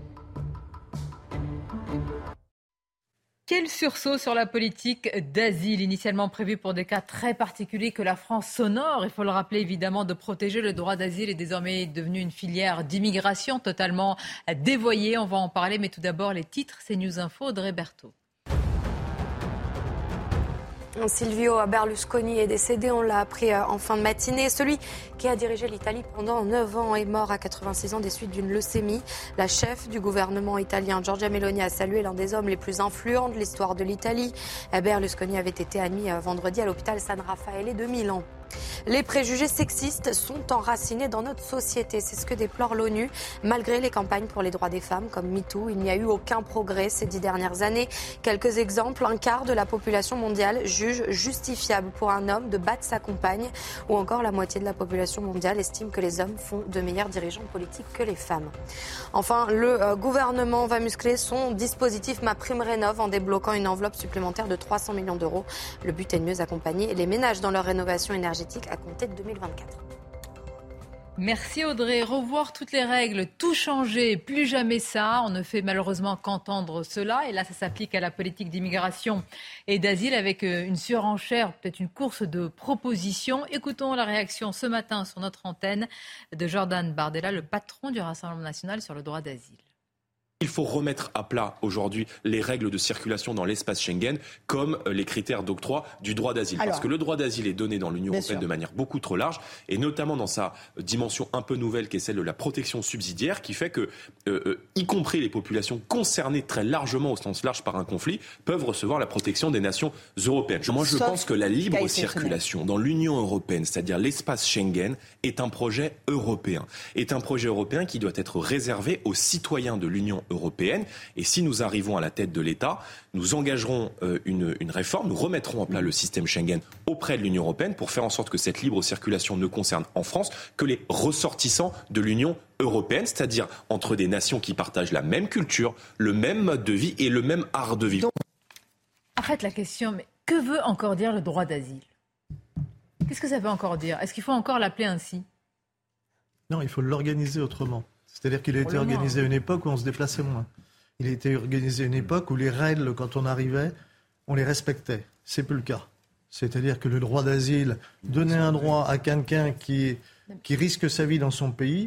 Quel sursaut sur la politique d'asile, initialement prévu pour des cas très particuliers que la France s'honore. Il faut le rappeler évidemment, de protéger le droit d'asile est désormais devenu une filière d'immigration totalement dévoyée. On va en parler, mais tout d'abord les titres, c'est News Info, Audrey Berthaud. Silvio Berlusconi est décédé, on l'a appris en fin de matinée. Celui qui a dirigé l'Italie pendant neuf ans est mort à quatre-vingt-six ans des suites d'une leucémie. La chef du gouvernement italien, Giorgia Meloni, a salué l'un des hommes les plus influents de l'histoire de l'Italie. Berlusconi avait été admis vendredi à l'hôpital San Raffaele de Milan. Les préjugés sexistes sont enracinés dans notre société, c'est ce que déplore l'ONU. Malgré les campagnes pour les droits des femmes comme MeToo, il n'y a eu aucun progrès ces dix dernières années. Quelques exemples, un quart de la population mondiale juge justifiable pour un homme de battre sa compagne, ou encore la moitié de la population mondiale estime que les hommes font de meilleurs dirigeants politiques que les femmes. Enfin, le euh, gouvernement va muscler son dispositif MaPrimeRénov' en débloquant une enveloppe supplémentaire de trois cents millions d'euros. Le but est de mieux accompagner les ménages dans leur rénovation énergétique à compter de deux mille vingt-quatre. Merci Audrey. Revoir toutes les règles, tout changer, plus jamais ça. On ne fait malheureusement qu'entendre cela. Et là, ça s'applique à la politique d'immigration et d'asile avec une surenchère, peut-être une course de propositions. Écoutons la réaction ce matin sur notre antenne de Jordan Bardella, le patron du Rassemblement national sur le droit d'asile. Il faut remettre à plat aujourd'hui les règles de circulation dans l'espace Schengen comme les critères d'octroi du droit d'asile. Alors, parce que le droit d'asile est donné dans l'Union européenne sûr. de manière beaucoup trop large et notamment dans sa dimension un peu nouvelle qui est celle de la protection subsidiaire qui fait que, euh, y compris les populations concernées très largement au sens large par un conflit, peuvent recevoir la protection des nations européennes. Moi, je Sauf pense que la libre circulation dans l'Union européenne, c'est-à-dire l'espace Schengen, est un projet européen. Est un projet européen qui doit être réservé aux citoyens de l'Union européenne. européenne. Et si nous arrivons à la tête de l'État, nous engagerons euh, une, une réforme, nous remettrons en place le système Schengen auprès de l'Union européenne pour faire en sorte que cette libre circulation ne concerne en France que les ressortissants de l'Union européenne, c'est-à-dire entre des nations qui partagent la même culture, le même mode de vie et le même art de vivre. En fait, la question, mais que veut encore dire le droit d'asile ? Qu'est-ce que ça veut encore dire ? Est-ce qu'il faut encore l'appeler ainsi ? Non, il faut l'organiser autrement. C'est-à-dire qu'il a été organisé à une époque où on se déplaçait moins. Il a été organisé à une époque où les règles, quand on arrivait, on les respectait. C'est plus le cas. C'est-à-dire que le droit d'asile, donner un droit à quelqu'un qui, qui risque sa vie dans son pays,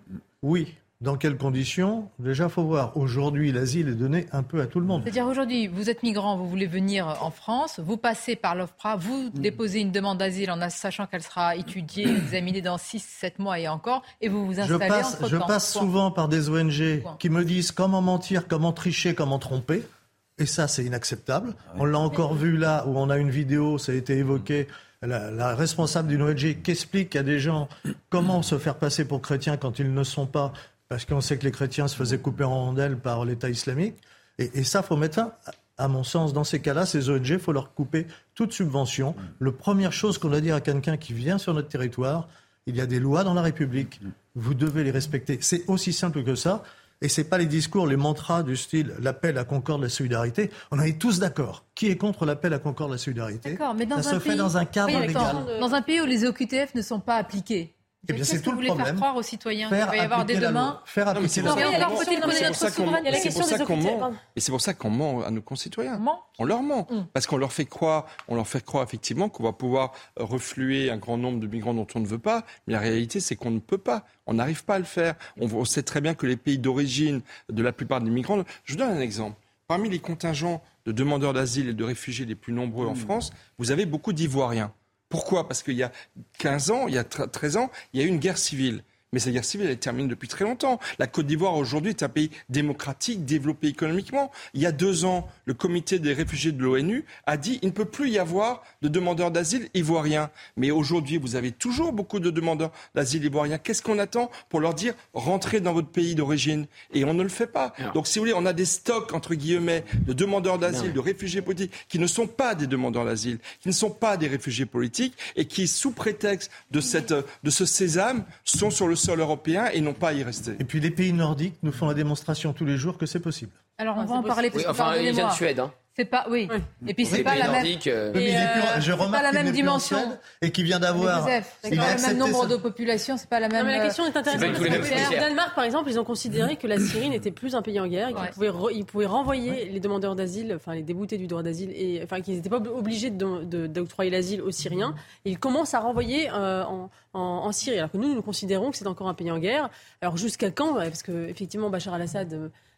oui. Dans quelles conditions ? Déjà, il faut voir. Aujourd'hui, l'asile est donné un peu à tout le monde. C'est-à-dire aujourd'hui, vous êtes migrant, vous voulez venir en France, vous passez par l'OFPRA, vous déposez une demande d'asile en sachant qu'elle sera étudiée, examinée dans six sept mois et encore, et vous vous installez je passe, entre-temps. Je passe Point. souvent par des O N G Point. qui me disent comment mentir, comment tricher, comment tromper. Et ça, c'est inacceptable. On l'a encore vu là, où on a une vidéo, ça a été évoqué. La, la responsable d'une O N G qui explique à des gens comment se faire passer pour chrétiens quand ils ne sont pas, parce qu'on sait que les chrétiens se faisaient couper en rondelles par l'État islamique. Et, et ça, il faut mettre fin. À mon sens, dans ces cas-là, ces O N G, il faut leur couper toute subvention. La première chose qu'on doit dire à quelqu'un qui vient sur notre territoire, il y a des lois dans la République, vous devez les respecter. C'est aussi simple que ça. Et ce n'est pas les discours, les mantras du style l'appel à concorde, la solidarité. On est tous d'accord. Qui est contre l'appel à concorde, la solidarité ? D'accord, mais dans ça un se pays... fait dans un cadre oui, légal. Dans un pays où les O Q T F ne sont pas appliqués. Eh bien, Qu'est-ce c'est que tout vous le voulez problème. faire croire aux citoyens Faire qu'il va y avoir dès demain Faire appliquer la loi. Alors, faut-il connaître notre souveraineté ? Il y a la question des O Q T F. Et c'est pour ça qu'on ment à nos concitoyens. On ment On leur ment. Mm. Parce qu'on leur fait croire, on leur fait croire effectivement qu'on va pouvoir refluer un grand nombre de migrants dont on ne veut pas. Mais la réalité, c'est qu'on ne peut pas. On n'arrive pas à le faire. On, on sait très bien que les pays d'origine de la plupart des migrants... Je vous donne un exemple. Parmi les contingents de demandeurs d'asile et de réfugiés les plus nombreux en France, vous avez beaucoup d'Ivoiriens. Pourquoi ? Parce qu'il y a quinze ans, il y a treize ans, il y a eu une guerre civile. Mais cette guerre civile, elle est terminée depuis très longtemps. La Côte d'Ivoire, aujourd'hui, est un pays démocratique, développé économiquement. Il y a deux ans, le comité des réfugiés de l'ONU a dit qu'il ne peut plus y avoir de demandeurs d'asile ivoiriens. Mais aujourd'hui, vous avez toujours beaucoup de demandeurs d'asile ivoiriens. Qu'est-ce qu'on attend pour leur dire « rentrez dans votre pays d'origine » ? Et on ne le fait pas. Alors. Donc, si vous voulez, on a des stocks, entre guillemets, de demandeurs d'asile, de réfugiés politiques, qui ne sont pas des demandeurs d'asile, qui ne sont pas des réfugiés politiques, et qui, sous prétexte de, cette, de ce sésame, sont sur le sol européen et non pas à y rester. Et puis les pays nordiques nous font la démonstration tous les jours que c'est possible. Alors on ah, va en parler. Oui, enfin, il vient de Suède. Hein. C'est pas, oui. oui. Et puis c'est oui, pas la même. Euh... Et, euh, je remarque pas la même dimension. Et qui vient d'avoir. C'est pas le même nombre de populations, c'est pas la même. Non, mais la question est intéressante. Au Danemark, par exemple, ils ont considéré que la Syrie n'était plus un pays en guerre et qu'ils ouais. pouvaient, re, ils pouvaient renvoyer ouais. les demandeurs d'asile, enfin les déboutés du droit d'asile, et enfin qu'ils n'étaient pas obligés de, de, d'octroyer l'asile aux Syriens. Et ils commencent à renvoyer euh, en, en, en Syrie, alors que nous, nous considérons que c'est encore un pays en guerre. Alors jusqu'à quand ? Parce que effectivement, Bachar al-Assad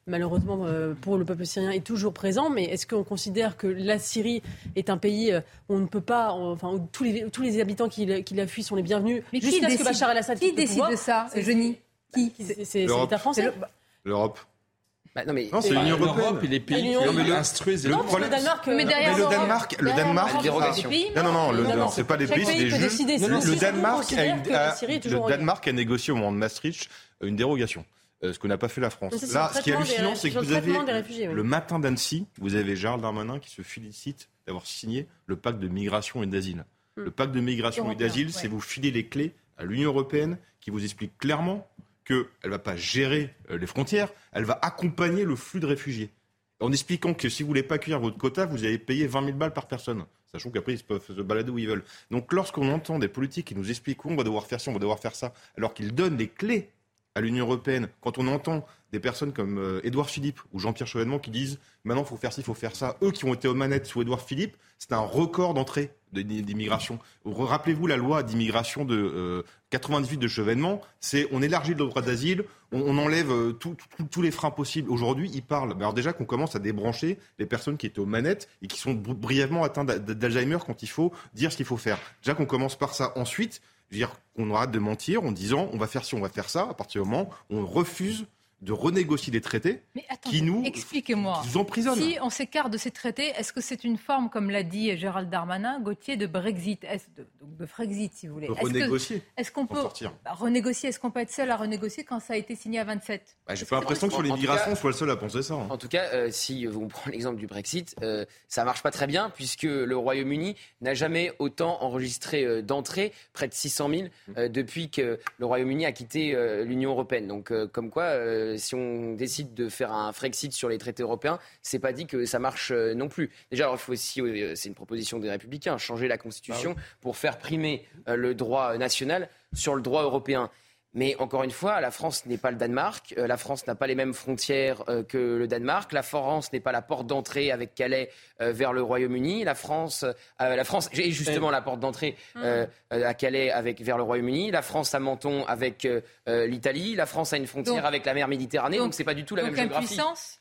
malheureusement euh, pour le peuple syrien, est toujours présent. Mais est-ce qu'on considère que la Syrie est un pays où on ne peut pas, enfin, où tous les, tous les habitants qui, qui la fuient sont les bienvenus, mais jusqu'à qui ce que Bachar el-Assad qui décide pouvoir, de ça, Eugénie? Qui C'est, c'est l'État français. Le... L'Europe. Bah non, mais non, c'est l'Union européenne. L'Europe et les pays qui instruisent. Le problème, le Danemark, mais derrière le Danemark, le Danemark, dérogation. Non, non, non, le, non, c'est pas des pays, c'est des jeux. Le Danemark a, une, a, le Danemark a négocié au moment de Maastricht une dérogation. Ce que n'a pas fait la France. Ça, là, ce qui est hallucinant, c'est que vous avez réfugiés, oui. le matin d'Annecy, vous avez Gérald Darmanin qui se félicite d'avoir signé le pacte de migration et d'asile. Mm. Le pacte de migration Européen, et d'asile, ouais. c'est vous filer les clés à l'Union européenne qui vous explique clairement qu'elle ne va pas gérer les frontières, elle va accompagner le flux de réfugiés. En expliquant que si vous ne voulez pas accueillir votre quota, vous allez payer vingt mille balles par personne. Sachant qu'après, ils peuvent se balader où ils veulent. Donc lorsqu'on entend des politiques qui nous expliquent qu'on va devoir faire ci, on va devoir faire ça, alors qu'ils donnent les clés à l'Union européenne, quand on entend des personnes comme euh, Édouard Philippe ou Jean-Pierre Chevènement qui disent « maintenant, il faut faire ci, il faut faire ça », eux qui ont été aux manettes sous Édouard Philippe, c'est un record d'entrée d'immigration. Rappelez-vous la loi d'immigration de euh, quatre-vingt-dix-huit de Chevènement, c'est on élargit le droit d'asile, on, on enlève euh, tous tout les freins possibles. Aujourd'hui, ils parlent. Alors déjà qu'on commence à débrancher les personnes qui étaient aux manettes et qui sont brièvement atteintes d'Alzheimer quand il faut dire ce qu'il faut faire. Déjà qu'on commence par ça. Ensuite, je veux dire qu'on arrête de mentir en disant on va faire ci, on va faire ça. À partir du moment où on refuse de renégocier des traités Mais attendez, qui nous, expliquez-moi. Qui nous emprisonnent. Si on s'écarte de ces traités, est-ce que c'est une forme, comme l'a dit Gérald Darmanin, Gauthier, de Brexit, est-ce de, de Frexit, si vous voulez. De est-ce renégocier. Que, est-ce qu'on peut bah, renégocier Est-ce qu'on peut être seul à renégocier quand ça a été signé à vingt-sept? bah, J'ai pas l'impression que sur l'immigration, on soit le seul à penser ça. Hein. En tout cas, euh, si on prend l'exemple du Brexit, euh, ça marche pas très bien puisque le Royaume-Uni n'a jamais autant enregistré euh, d'entrées, près de six cent mille, euh, depuis que le Royaume-Uni a quitté euh, l'Union européenne. Donc, euh, comme quoi, euh, si on décide de faire un Frexit sur les traités européens, c'est pas dit que ça marche euh, non plus. Déjà, alors, il faut aussi, euh, c'est une proposition des Républicains, changer la Constitution ah oui. pour faire primer euh, le droit national sur le droit européen. Mais encore une fois, la France n'est pas le Danemark, euh, la France n'a pas les mêmes frontières euh, que le Danemark, la France n'est pas la porte d'entrée avec Calais euh, vers le Royaume-Uni, la France, euh, la France est justement la porte d'entrée euh, euh, à Calais avec, vers le Royaume-Uni, la France à Menton avec euh, l'Italie, la France a une frontière donc, avec la mer Méditerranée, donc, donc c'est pas du tout la même géographie.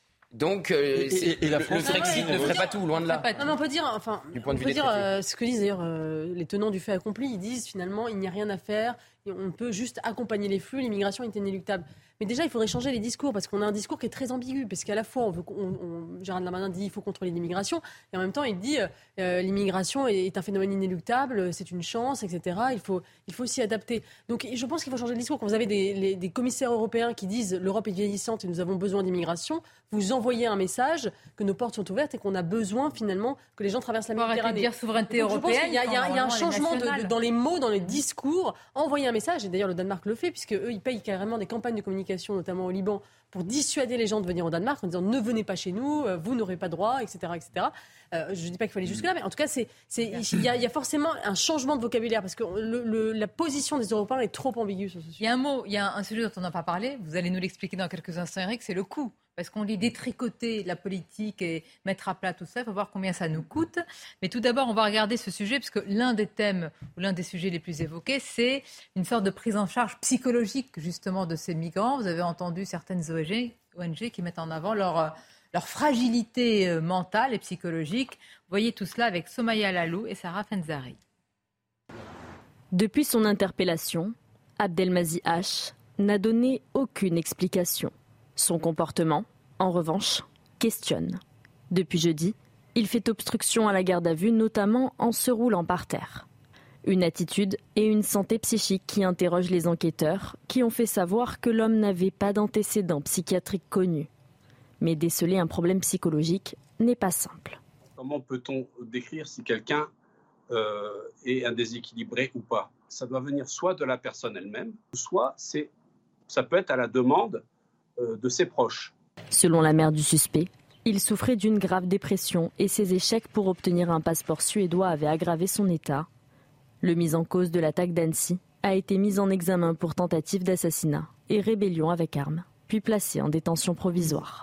Donc, euh, et, et, et la France, le Brexit ne ferait pas tout, loin de là. Non, mais on peut dire, enfin, on peut dire euh, ce que disent d'ailleurs euh, les tenants du fait accompli. Ils disent finalement, il n'y a rien à faire. Et on peut juste accompagner les flux. L'immigration est inéluctable. Mais déjà, il faudrait changer les discours parce qu'on a un discours qui est très ambigu. Parce qu'à la fois, on veut, on, on, Gérald Darmanin dit il faut contrôler l'immigration, et en même temps, il dit euh, l'immigration est, est un phénomène inéluctable, c'est une chance, et cetera. Il faut, il faut s'y adapter. Donc, je pense qu'il faut changer le discours. Quand vous avez des, les, des commissaires européens qui disent l'Europe est vieillissante et nous avons besoin d'immigration, vous envoyez un message que nos portes sont ouvertes et qu'on a besoin finalement que les gens traversent la Méditerranée. Dire souveraineté Donc, européenne. Il y a, il y a, il y a un changement de, de, dans les mots, dans les discours. Envoyer un message, et d'ailleurs le Danemark le fait, puisque eux, ils payent carrément des campagnes de communication, notamment au Liban, pour dissuader les gens de venir au Danemark en disant ne venez pas chez nous, vous n'aurez pas droit, et cetera, et cetera. Euh, je ne dis pas qu'il faut aller jusque-là, mais en tout cas, c'est, c'est, il, y a, il y a forcément un changement de vocabulaire parce que le, le, la position des Européens est trop ambiguë sur ce sujet. Il y a un mot, il y a un sujet dont on n'a pas parlé, vous allez nous l'expliquer dans quelques instants, Eric, c'est le coût. Parce qu'on dit détricoter la politique et mettre à plat tout ça, il faut voir combien ça nous coûte. Mais tout d'abord, on va regarder ce sujet, parce que l'un des thèmes, ou l'un des sujets les plus évoqués, c'est une sorte de prise en charge psychologique, justement, de ces migrants. Vous avez entendu certaines O N G qui mettent en avant leur, leur fragilité mentale et psychologique. Vous voyez tout cela avec Somaya Lalou et Sarah Fenzari. Depuis son interpellation, Abdelmazi H n'a donné aucune explication. Son comportement, en revanche, questionne. Depuis jeudi, il fait obstruction à la garde à vue, notamment en se roulant par terre. Une attitude et une santé psychique qui interrogent les enquêteurs, qui ont fait savoir que l'homme n'avait pas d'antécédents psychiatriques connus. Mais déceler un problème psychologique n'est pas simple. Comment peut-on décrire si quelqu'un euh, est un déséquilibré ou pas? Ça doit venir soit de la personne elle-même, soit c'est, ça peut être à la demande de ses proches. Selon la mère du suspect, il souffrait d'une grave dépression et ses échecs pour obtenir un passeport suédois avaient aggravé son état. Le mis en cause de l'attaque d'Annecy a été mis en examen pour tentative d'assassinat et rébellion avec arme, puis placé en détention provisoire.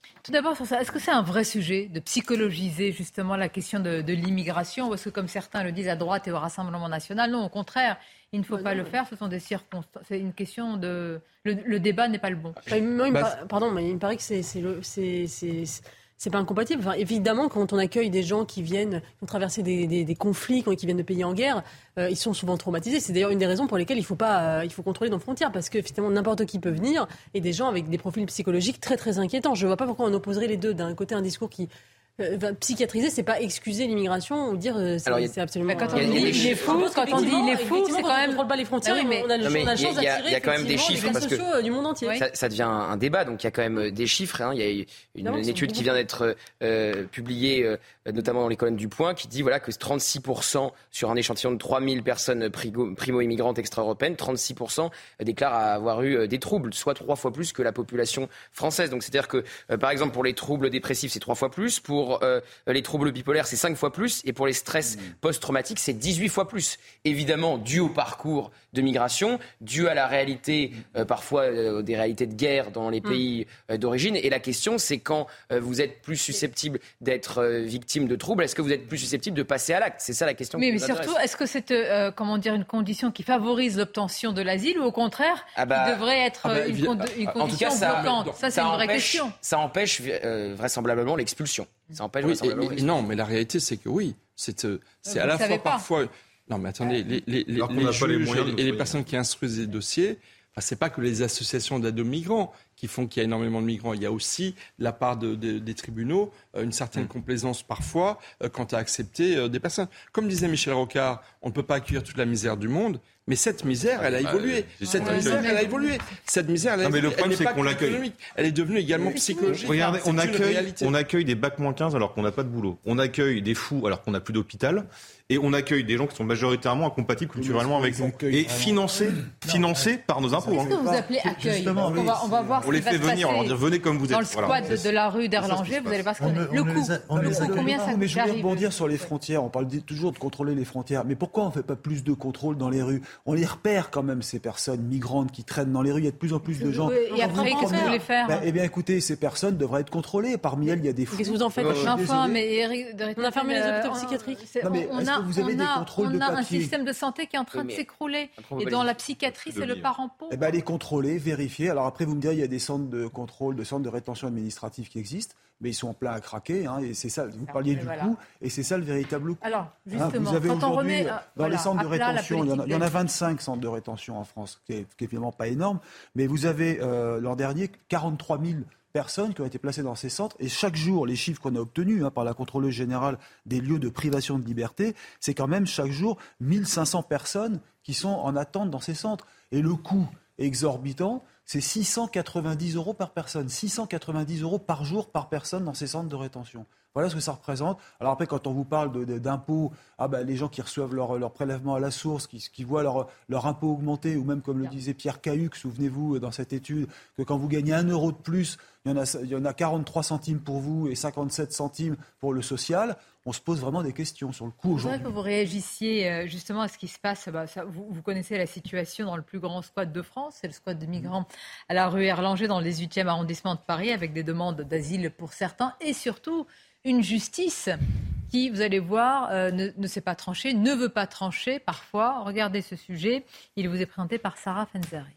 Tout d'abord sur ça, est-ce que c'est un vrai sujet de psychologiser justement la question de, de l'immigration? Parce que comme certains le disent à droite et au Rassemblement national, non, au contraire, il ne faut ouais, pas non, le ouais. faire, ce sont des circonstances. C'est une question de... Le, le débat n'est pas le bon. Bah, moi, bah, par... Pardon, mais il me paraît que c'est... c'est, le... c'est, c'est... C'est pas incompatible. Enfin, évidemment, quand on accueille des gens qui viennent, qui ont traversé des, des, des conflits, qui viennent de pays en guerre, euh, ils sont souvent traumatisés. C'est d'ailleurs une des raisons pour lesquelles il faut pas, euh, il faut contrôler nos frontières, parce que finalement n'importe qui peut venir et des gens avec des profils psychologiques très très inquiétants. Je vois pas pourquoi on opposerait les deux. D'un côté, un discours qui Euh, psychiatriser, c'est pas excuser l'immigration ou dire euh, c'est, a, c'est absolument. Quand on dit il est fou, quand on dit il est fou, c'est quand même. On ne contrôle pas les frontières. Ah oui, mais on a, non, mais on a la chance d'attirer. Il y a quand même des chiffres parce que du monde entier. Ça, ça devient un débat. Donc il y a quand même des chiffres. Hein. Il y a une, non, une étude qui vient d'être euh, publiée, euh, notamment dans les colonnes du Point, qui dit voilà que trente-six pour cent sur un échantillon de trois mille personnes primo-immigrantes extra-européennes, trente-six pour cent déclarent avoir eu des troubles, soit trois fois plus que la population française. Donc c'est-à-dire que, euh, par exemple, pour les troubles dépressifs, c'est trois fois plus. Pour euh, les troubles bipolaires, c'est cinq fois plus. Et pour les stress mmh. post-traumatiques, c'est dix-huit fois plus. Évidemment, dû au parcours de migration, dû à la réalité, euh, parfois euh, des réalités de guerre dans les pays mmh. euh, d'origine. Et la question, c'est quand euh, vous êtes plus susceptible d'être euh, victime de troubles, est-ce que vous êtes plus susceptible de passer à l'acte? C'est ça la question. Mais, mais surtout, est-ce que c'est euh, comment dire, une condition qui favorise l'obtention de l'asile ou au contraire, ah bah, qui devrait être ah bah, une, con- une condition en tout cas, ça, bloquante? Ça, c'est ça une vraie empêche, question. Ça empêche euh, vraisemblablement l'expulsion. Ça empêche oui, vraisemblablement et, et, non, mais la réalité, c'est que oui, c'est, euh, c'est à la fois pas. parfois. Non, mais attendez, les, les, les, les juges les et, et les personnes qui instruisent les dossiers, enfin, c'est pas que les associations d'aide aux migrants qui font qu'il y a énormément de migrants. Il y a aussi, de la part de, de, des tribunaux, une certaine mmh. complaisance parfois euh, quant à accepter euh, des personnes. Comme disait Michel Rocard, on ne peut pas accueillir toute la misère du monde, mais cette misère, elle a évolué. Ah, cette ouais, misère, elle a évolué. Cette misère, elle, a, non, mais le problème, elle n'est pas économique. Elle est devenue également psychologique. Regardez, on accueille, on accueille des bac moins quinze alors qu'on n'a pas de boulot. On accueille des fous alors qu'on n'a plus d'hôpital. Et on accueille des gens qui sont majoritairement incompatibles culturellement avec nous. Et financés, financés par nos impôts. Qu'est-ce que vous appelez accueil? on, va, on va voir on les fait venir, on leur dit venez comme vous êtes. Dans le squat voilà. de, de la rue d'Erlanger, vous allez voir ce qu'on est. Le coût, le coût combien ça coûte? Mais je voulais rebondir sur les frontières. On parle toujours de contrôler les frontières. Mais pourquoi on ne fait pas plus de contrôles dans les rues? On les repère quand même, ces personnes migrantes qui traînent dans les rues. Il y a de plus en plus de gens. Et après, qu'est-ce que vous voulez faire? Eh bien, écoutez, ces personnes devraient être contrôlées. Parmi elles, il y a des fous. Qu'est-ce que vous en faites? Enfin, mais on a fermé les hôpitaux psychiatriques. On a, vous avez des contrôles on a un système de santé qui est en train oui, de s'écrouler. Et dans la psychiatrie, c'est le parent pauvre. Eh ben, les contrôler, vérifier. Alors après, vous me direz, il y a des centres de contrôle, des centres de rétention administrative qui existent, mais ils sont en plein à craquer. Hein, et c'est ça, vous parliez du voilà. coût, et c'est ça le véritable coût. Alors, justement, hein, vous avez quand aujourd'hui, on remet, euh, dans voilà, les centres de rétention, il y, en a, il y en a vingt-cinq centres de rétention en France, qui est, qui est évidemment pas énorme, mais vous avez, euh, l'an dernier, quarante-trois mille personnes qui ont été placées dans ces centres. Et chaque jour, les chiffres qu'on a obtenus hein, par la contrôleuse générale des lieux de privation de liberté, c'est quand même chaque jour mille cinq cents personnes qui sont en attente dans ces centres. Et le coût exorbitant, c'est six cent quatre-vingt-dix euros par personne. six cent quatre-vingt-dix euros par jour par personne dans ces centres de rétention. Voilà ce que ça représente. Alors après, quand on vous parle de, de, d'impôts, ah ben, les gens qui reçoivent leur, leur prélèvement à la source, qui, qui voient leur, leur impôt augmenter, ou même comme le disait Pierre Cahuc, souvenez-vous dans cette étude, que quand vous gagnez un euro de plus, il y en a, il y en a quarante-trois centimes pour vous et cinquante-sept centimes pour le social. On se pose vraiment des questions sur le coût aujourd'hui. Je voudrais que vous réagissiez justement à ce qui se passe. Bah, ça, vous, vous connaissez la situation dans le plus grand squat de France, c'est le squat de migrants à la rue Erlanger dans le dix-huitième arrondissement de Paris, avec des demandes d'asile pour certains et surtout une justice qui, vous allez voir, euh, ne, ne sait pas trancher, ne veut pas trancher parfois. Regardez ce sujet, il vous est présenté par Sarah Fenzari.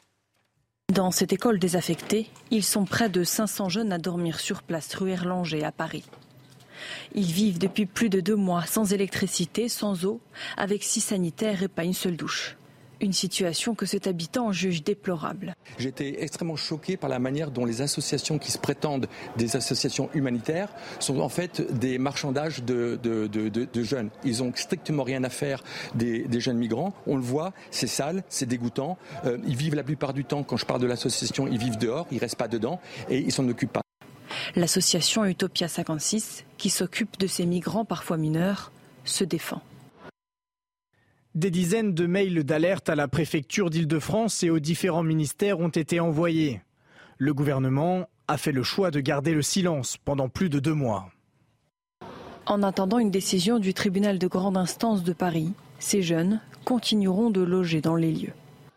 Dans cette école désaffectée, ils sont près de cinq cents jeunes à dormir sur place rue Erlanger à Paris. Ils vivent depuis plus de deux mois sans électricité, sans eau, avec six sanitaires et pas une seule douche. Une situation que cet habitant juge déplorable. J'étais extrêmement choqué par la manière dont les associations qui se prétendent des associations humanitaires sont en fait des marchandages de, de, de, de, de jeunes. Ils n'ont strictement rien à faire des, des jeunes migrants. On le voit, c'est sale, c'est dégoûtant. Euh, ils vivent la plupart du temps, quand je parle de l'association, ils vivent dehors, ils ne restent pas dedans et ils s'en occupent pas. L'association Utopia cinquante-six, qui s'occupe de ces migrants parfois mineurs, se défend. Des dizaines de mails d'alerte à la préfecture d'Île-de-France et aux différents ministères ont été envoyés. Le gouvernement a fait le choix de garder le silence pendant plus de deux mois. En attendant une décision du tribunal de grande instance de Paris, ces jeunes continueront de loger dans les lieux.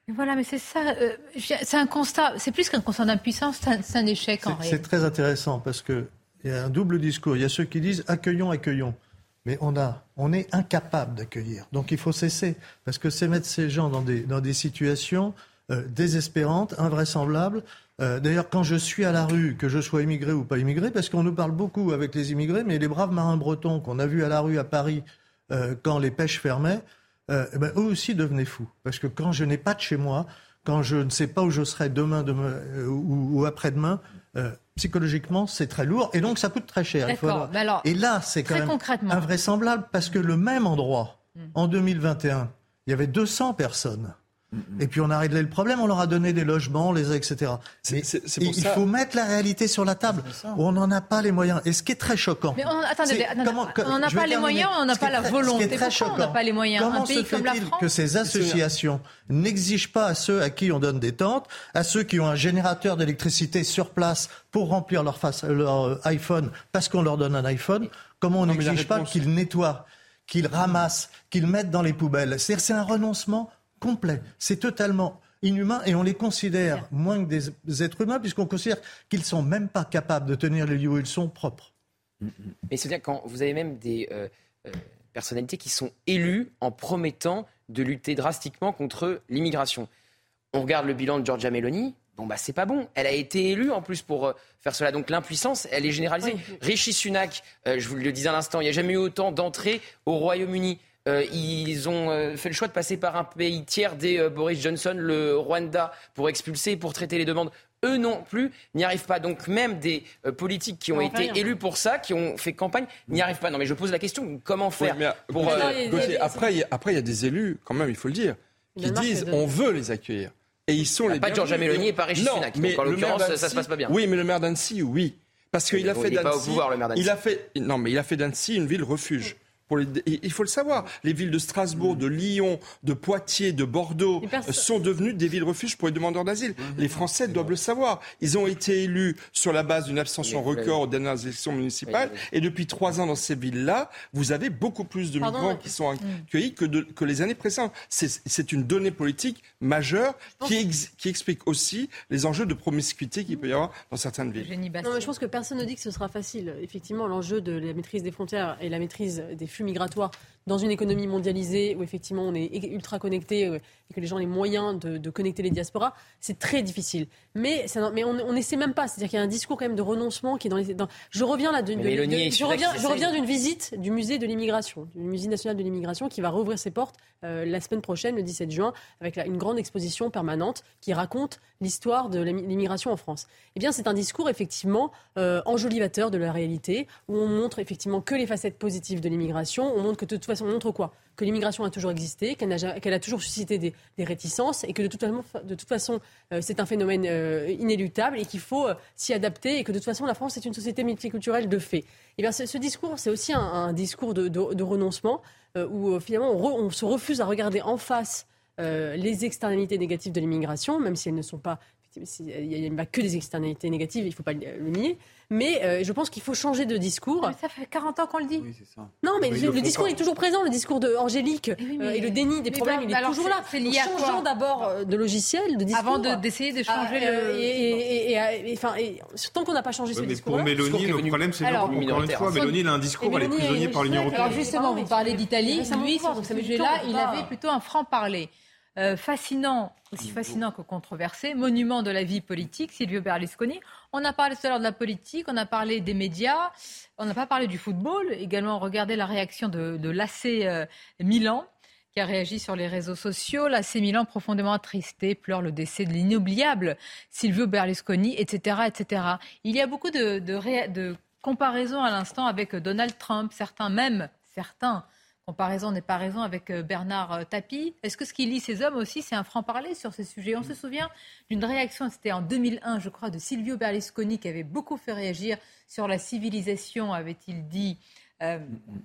Voilà, mais c'est ça, euh, c'est un constat, c'est plus qu'un constat d'impuissance, c'est un, c'est un échec c'est, en réalité. C'est très intéressant parce qu'il y a un double discours. Il y a ceux qui disent accueillons, accueillons. Mais on, a, on est incapable d'accueillir. Donc il faut cesser. Parce que c'est mettre ces gens dans des, dans des situations euh, désespérantes, invraisemblables. Euh, d'ailleurs, quand je suis à la rue, que je sois immigré ou pas immigré, parce qu'on nous parle beaucoup avec les immigrés, mais les braves marins bretons qu'on a vus à la rue à Paris euh, quand les pêches fermaient, Euh, eh ben, eux aussi devenaient fous. Parce que quand je n'ai pas de chez moi, quand je ne sais pas où je serai demain, demain euh, ou, ou après-demain, euh, psychologiquement, c'est très lourd. Et donc, ça coûte très cher. D'accord. Il faut Mais alors, et là, c'est quand même invraisemblable parce que le même endroit, mmh. en deux mille vingt et un, il y avait deux cents personnes. Et puis on a réglé le problème, on leur a donné des logements, les et cetera. C'est, c'est, c'est pour il ça... faut mettre la réalité sur la table. On n'en a pas les moyens. Et ce qui est très choquant... Mais on, attendez, attendez comment, on n'en a pas les moyens, on n'a pas la volonté. Pourquoi choquant, on n'a pas les moyens? Comment Un pays se fait-il comme la France, que ces associations n'exigent pas à ceux à qui on donne des tentes, à ceux qui ont un générateur d'électricité sur place pour remplir leur, face, leur iPhone parce qu'on leur donne un iPhone, comment on n'exige réponse... pas qu'ils nettoient, qu'ils ramassent, qu'ils mettent dans les poubelles? C'est-à-dire c'est un renoncement complet. C'est totalement inhumain et on les considère moins que des êtres humains puisqu'on considère qu'ils ne sont même pas capables de tenir les lieux où ils sont propres. Mais c'est-à-dire quand vous avez même des euh, euh, personnalités qui sont élues en promettant de lutter drastiquement contre l'immigration. On regarde le bilan de Giorgia Meloni. Bon, bah, c'est pas bon. Elle a été élue, en plus, pour euh, faire cela. Donc, l'impuissance, elle est généralisée. Oui. Rishi Sunak, euh, je vous le disais à l'instant, il n'y a jamais eu autant d'entrées au Royaume-Uni. Euh, ils ont euh, fait le choix de passer par un pays tiers dès euh, Boris Johnson, le Rwanda, pour expulser, pour traiter les demandes. Eux non plus n'y arrivent pas. Donc même des euh, politiques qui ont non, été rien. élus pour ça, qui ont fait campagne, n'y arrivent pas. Non mais je pose la question, comment faire oui, mais, pour, euh, Gauthier, Après, il y a des élus, quand même, il faut le dire, qui disent on veut les accueillir. Et ils sont les pas de Giorgia Meloni et pas Rishi Sunak. Donc en l'occurrence, ça se passe pas bien. Oui, mais le maire d'Annecy, oui. Parce qu'il a fait d'Annecy... pas au pouvoir, le maire d'Annecy. Il a fait, non, mais il a fait d'Annecy une ville refuge. Pour les, il faut le savoir, les villes de Strasbourg, de Lyon, de Poitiers, de Bordeaux perso- sont devenues des villes refuges pour les demandeurs d'asile. Mmh, les Français doivent le savoir. Ils ont été élus sur la base d'une abstention oui, record aux dernières élections municipales. Oui, oui. Et depuis trois ans dans ces villes-là, vous avez beaucoup plus de Pardon, migrants qui sont accueillis mmh. que, de, que les années précédentes. C'est, c'est une donnée politique majeure qui, ex, qui explique aussi les enjeux de promiscuité qu'il peut y avoir dans certaines villes. Non, mais je pense que personne ne dit que ce sera facile. Effectivement, l'enjeu de la maîtrise des frontières et la maîtrise des flux migratoires dans une économie mondialisée où effectivement on est ultra connecté et que les gens ont les moyens de, de connecter les diasporas, c'est très difficile. Mais, ça, mais on n'essaie même pas. C'est-à-dire qu'il y a un discours quand même de renoncement qui est dans les... Dans, je reviens là de, de, de, de je, reviens, je reviens d'une visite du musée de l'immigration, du musée national de l'immigration qui va rouvrir ses portes euh, la semaine prochaine, le dix-sept juin, avec là, une grande exposition permanente qui raconte l'histoire de l'immigration en France. Eh bien, c'est un discours effectivement euh, enjolivateur de la réalité où on montre effectivement que les facettes positives de l'immigration. On montre que de toute façon, on montre quoi ? Que l'immigration a toujours existé, qu'elle, n'a, qu'elle a toujours suscité des, des réticences et que de toute façon, de toute façon euh, c'est un phénomène euh, inéluctable et qu'il faut euh, s'y adapter et que de toute façon la France est une société multiculturelle de fait. Et bien ce, ce discours, c'est aussi un, un discours de, de, de renoncement euh, où euh, finalement on, re, on se refuse à regarder en face euh, les externalités négatives de l'immigration, même si elles ne sont pas... Il n'y a, a que des externalités négatives, il ne faut pas le nier. Mais euh, je pense qu'il faut changer de discours. Mais ça fait quarante ans qu'on le dit. Oui, c'est ça. Non, mais oui, le, le le discours pas. est toujours présent. Le discours d'Angélique oui, euh, et le déni des problèmes, bah, il est alors toujours là. C'est lié à changeons d'abord de logiciel, de discours. Avant de, d'essayer de changer ah, le... Et, et, et, et, enfin, et, tant qu'on n'a pas changé oui, ce mais discours-là... Pour Meloni, le problème, c'est alors, encore une fois, Meloni, il a un discours, elle est prisonnière par l'Union européenne. Alors justement, vous parlez d'Italie. Lui, sur ce sujet-là, il avait plutôt un franc-parler. Euh, fascinant, aussi fascinant que controversé, monument de la vie politique, Silvio Berlusconi. On a parlé tout à l'heure de la politique, on a parlé des médias, on n'a pas parlé du football. Également, regardez la réaction de, de l'A C euh, Milan, qui a réagi sur les réseaux sociaux. L'A C Milan, profondément attristé, pleure le décès de l'inoubliable Silvio Berlusconi, et cetera, et cetera. Il y a beaucoup de, de, ré, de comparaisons à l'instant avec Donald Trump, certains même, certains, comparaison n'est pas raison avec Bernard Tapie. Est-ce que ce qui lie ces hommes aussi, c'est un franc-parler sur ces sujets ? On se souvient d'une réaction, c'était en deux mille un, je crois, de Silvio Berlusconi, qui avait beaucoup fait réagir sur la civilisation, avait-il dit, euh,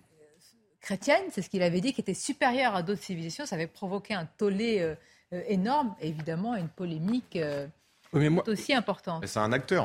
chrétienne. C'est ce qu'il avait dit, qui était supérieure à d'autres civilisations. Ça avait provoqué un tollé euh, euh, énorme, et évidemment une polémique euh, oui, moi, aussi importante. C'est un acteur.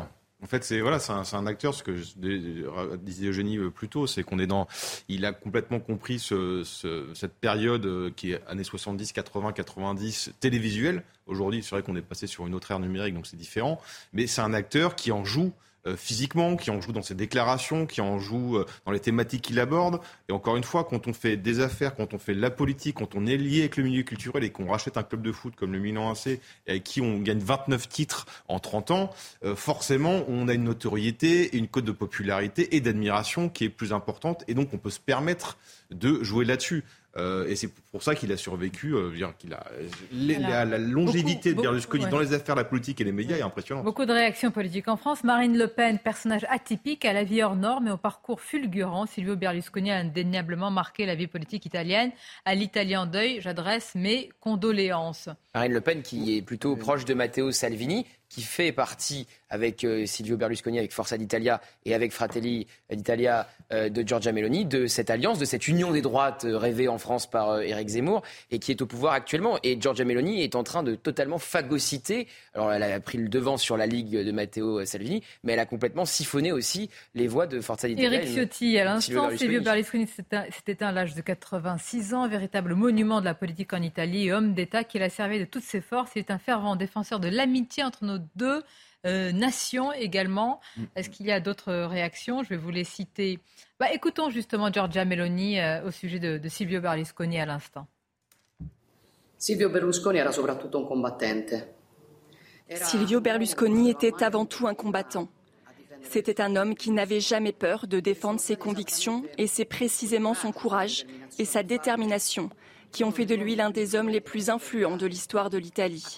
En fait, c'est voilà, c'est un, c'est un acteur. Ce que je disait Eugénie plus tôt, c'est qu'on est dans. Il a complètement compris ce, ce, cette période qui est années soixante-dix, quatre-vingts, quatre-vingt-dix télévisuelle. Aujourd'hui, c'est vrai qu'on est passé sur une autre ère numérique, donc c'est différent. Mais c'est un acteur qui en joue. Euh, physiquement, qui en joue dans ses déclarations, qui en joue euh, dans les thématiques qu'il aborde. Et encore une fois, quand on fait des affaires, quand on fait de la politique, quand on est lié avec le milieu culturel et qu'on rachète un club de foot comme le Milan A C, et avec qui on gagne vingt-neuf titres en trente ans, euh, forcément, on a une notoriété et une cote de popularité et d'admiration qui est plus importante. Et donc, on peut se permettre de jouer là-dessus. Euh, et c'est pour ça qu'il a survécu, euh, dire qu'il a les, la, la longévité beaucoup, de Berlusconi beaucoup, ouais. dans les affaires, la politique et les médias est impressionnante. Beaucoup de réactions politiques en France. Marine Le Pen, personnage atypique à la vie hors norme et au parcours fulgurant. Silvio Berlusconi a indéniablement marqué la vie politique italienne. À l'Italie en deuil, j'adresse mes condoléances. Marine Le Pen qui est plutôt proche de Matteo Salvini, qui fait partie avec euh, Silvio Berlusconi, avec Forza d'Italia et avec Fratelli d'Italia euh, de Giorgia Meloni, de cette alliance, de cette union des droites euh, rêvée en France par euh, Éric Zemmour et qui est au pouvoir actuellement. Et Giorgia Meloni est en train de totalement phagocyter, alors elle a pris le devant sur la ligue de Matteo Salvini, mais elle a complètement siphonné aussi les voix de Forza d'Italia. Éric Ciotti, à l'instant, Silvio Berlusconi s'est éteint à l'âge de quatre-vingt-six ans, véritable monument de la politique en Italie et homme d'État qui l'a servi de toutes ses forces. Il est un fervent défenseur de l'amitié entre nos deux euh, nations également. Est-ce qu'il y a d'autres réactions ? Je vais vous les citer. Bah, écoutons justement Giorgia Meloni euh, au sujet de, de Silvio Berlusconi à l'instant. Silvio Berlusconi era soprattutto un combattente. Silvio Berlusconi était avant tout un combattant. C'était un homme qui n'avait jamais peur de défendre ses convictions et c'est précisément son courage et sa détermination qui ont fait de lui l'un des hommes les plus influents de l'histoire de l'Italie.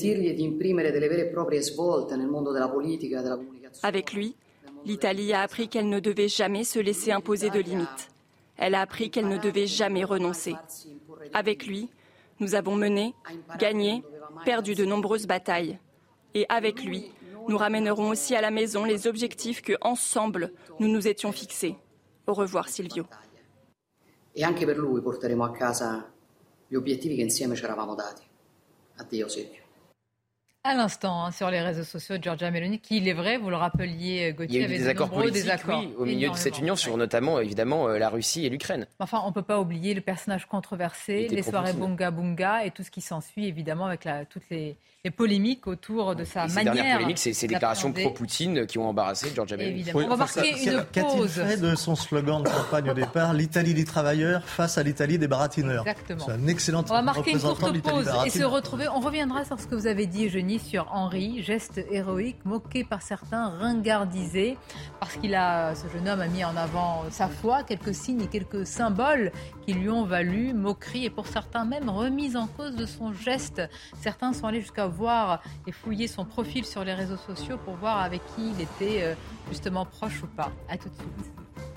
Avec lui, l'Italie a appris qu'elle ne devait jamais se laisser imposer de limites. Elle a appris qu'elle ne devait jamais renoncer. Avec lui, nous avons mené, gagné, perdu de nombreuses batailles. Et avec lui, nous ramènerons aussi à la maison les objectifs que, ensemble, nous nous étions fixés. Au revoir, Silvio. E anche per lui porteremo a casa gli obiettivi che insieme ci eravamo dati. Addio Silvio. À l'instant, hein, sur les réseaux sociaux, Giorgia Meloni, qui, il est vrai, vous le rappeliez, Gauthier, il y a eu des accords politiques, désaccords, oui, au milieu de cette union sur notamment, évidemment, euh, la Russie et l'Ukraine. Enfin, on ne peut pas oublier le personnage controversé, les soirées bunga bunga et tout ce qui s'ensuit, évidemment, avec la, toutes les, les polémiques autour de sa et manière. Ces dernières polémiques, c'est ces déclarations pro-Poutine qui ont embarrassé Giorgia Meloni. Évidemment. Oui, on va marquer ça, une qu'a-t-il pause. fait de son slogan de campagne au départ, l'Italie des travailleurs face à l'Italie des baratineurs? Exactement. C'est un excellent On va marquer une courte pause et se baratineurs. retrouver. On reviendra sur ce que vous avez dit, Eugénie, sur Henri. Geste héroïque, moqué par certains, ringardisé, parce qu'il a, ce jeune homme a mis en avant sa foi, quelques signes et quelques symboles qui lui ont valu moquerie et pour certains même remise en cause de son geste. Certains sont allés jusqu'à voir et fouiller son profil sur les réseaux sociaux pour voir avec qui il était justement proche ou pas. À tout de suite.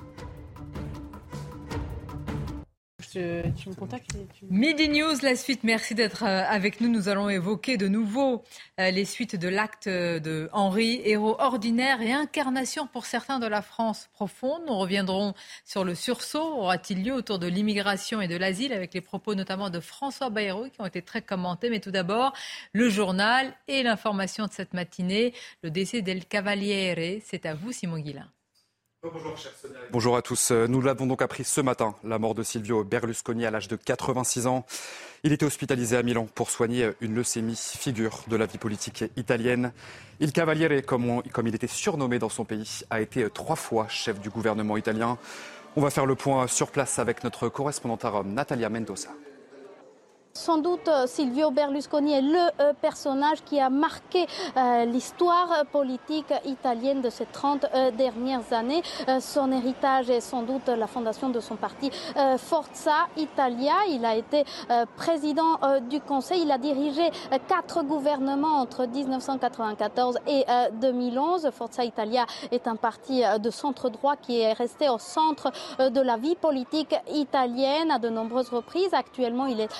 Tu me contactes tu... Midi News, la suite. Merci d'être avec nous. Nous allons évoquer de nouveau les suites de l'acte de Henri, héros ordinaire et incarnation pour certains de la France profonde. Nous reviendrons sur le sursaut. Aura-t-il lieu autour de l'immigration et de l'asile avec les propos notamment de François Bayrou qui ont été très commentés. Mais tout d'abord, le journal et l'information de cette matinée. Le décès d'El Cavaliere. C'est à vous, Simon Guillain. Bonjour, cher Sonia. Bonjour à tous. Nous l'avons donc appris ce matin, la mort de Silvio Berlusconi à l'âge de quatre-vingt-six ans. Il était hospitalisé à Milan pour soigner une leucémie, figure de la vie politique italienne. Il Cavaliere, comme, on, comme il était surnommé dans son pays, a été trois fois chef du gouvernement italien. On va faire le point sur place avec notre correspondante à Rome, Natalia Mendoza. Sans doute, Silvio Berlusconi est le euh, personnage qui a marqué euh, l'histoire politique italienne de ces trente euh, dernières années. Euh, son héritage est sans doute la fondation de son parti euh, Forza Italia. Il a été euh, président euh, du Conseil. Il a dirigé euh, quatre gouvernements entre dix-neuf cent quatre-vingt-quatorze et euh, deux mille onze. Forza Italia est un parti euh, de centre-droit qui est resté au centre euh, de la vie politique italienne à de nombreuses reprises. Actuellement, il est encore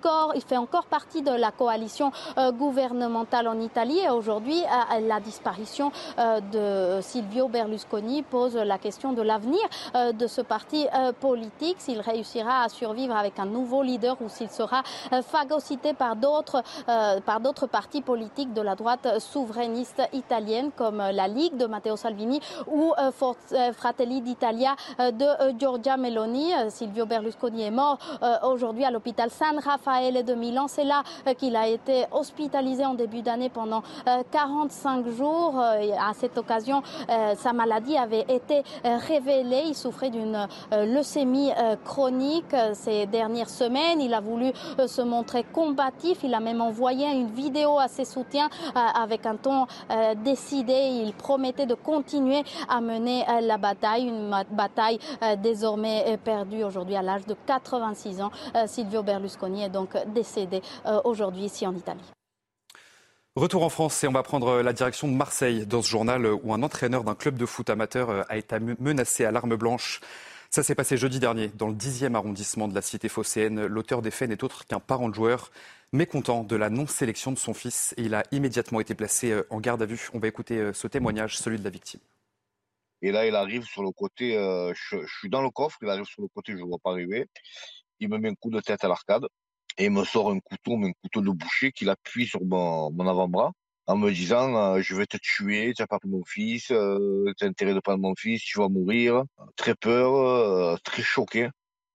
encore, il fait encore partie de la coalition euh, gouvernementale en Italie. Et aujourd'hui, euh, la disparition euh, de Silvio Berlusconi pose la question de l'avenir euh, de ce parti euh, politique, s'il réussira à survivre avec un nouveau leader ou s'il sera euh, phagocyté par d'autres euh, par d'autres partis politiques de la droite souverainiste italienne comme la Ligue de Matteo Salvini ou euh, Fratelli d'Italia euh, de euh, Giorgia Meloni. Euh, Silvio Berlusconi est mort euh, aujourd'hui à l'hôpital San Raffaele de Milan. C'est là euh, qu'il a été hospitalisé en début d'année pendant euh, quarante-cinq jours. Euh, à cette occasion, euh, sa maladie avait été euh, révélée. Il souffrait d'une euh, leucémie euh, chronique euh, ces dernières semaines. Il a voulu euh, se montrer combatif. Il a même envoyé une vidéo à ses soutiens euh, avec un ton euh, décidé. Il promettait de continuer à mener euh, la bataille, une bataille euh, désormais euh, perdue aujourd'hui à l'âge de quatre-vingt-six ans. Euh, Silvio Berlusconi est donc décédé euh, aujourd'hui ici en Italie. Retour en France et on va prendre la direction de Marseille dans ce journal où un entraîneur d'un club de foot amateur a été menacé à l'arme blanche. Ça s'est passé jeudi dernier dans le dixième arrondissement de la cité phocéenne. L'auteur des faits n'est autre qu'un parent de joueur mécontent de la non-sélection de son fils et il a immédiatement été placé en garde à vue. On va écouter ce témoignage, celui de la victime. Et là, il arrive sur le côté, euh, je, je suis dans le coffre, il arrive sur le côté, je ne le vois pas arriver. Il me met un coup de tête à l'arcade et il me sort un couteau, mais un couteau de boucher qu'il appuie sur mon, mon avant-bras en me disant euh, je vais te tuer, tu n'as pas pris mon fils, euh, tu as intérêt de prendre mon fils, tu vas mourir. Très peur, euh, très choqué.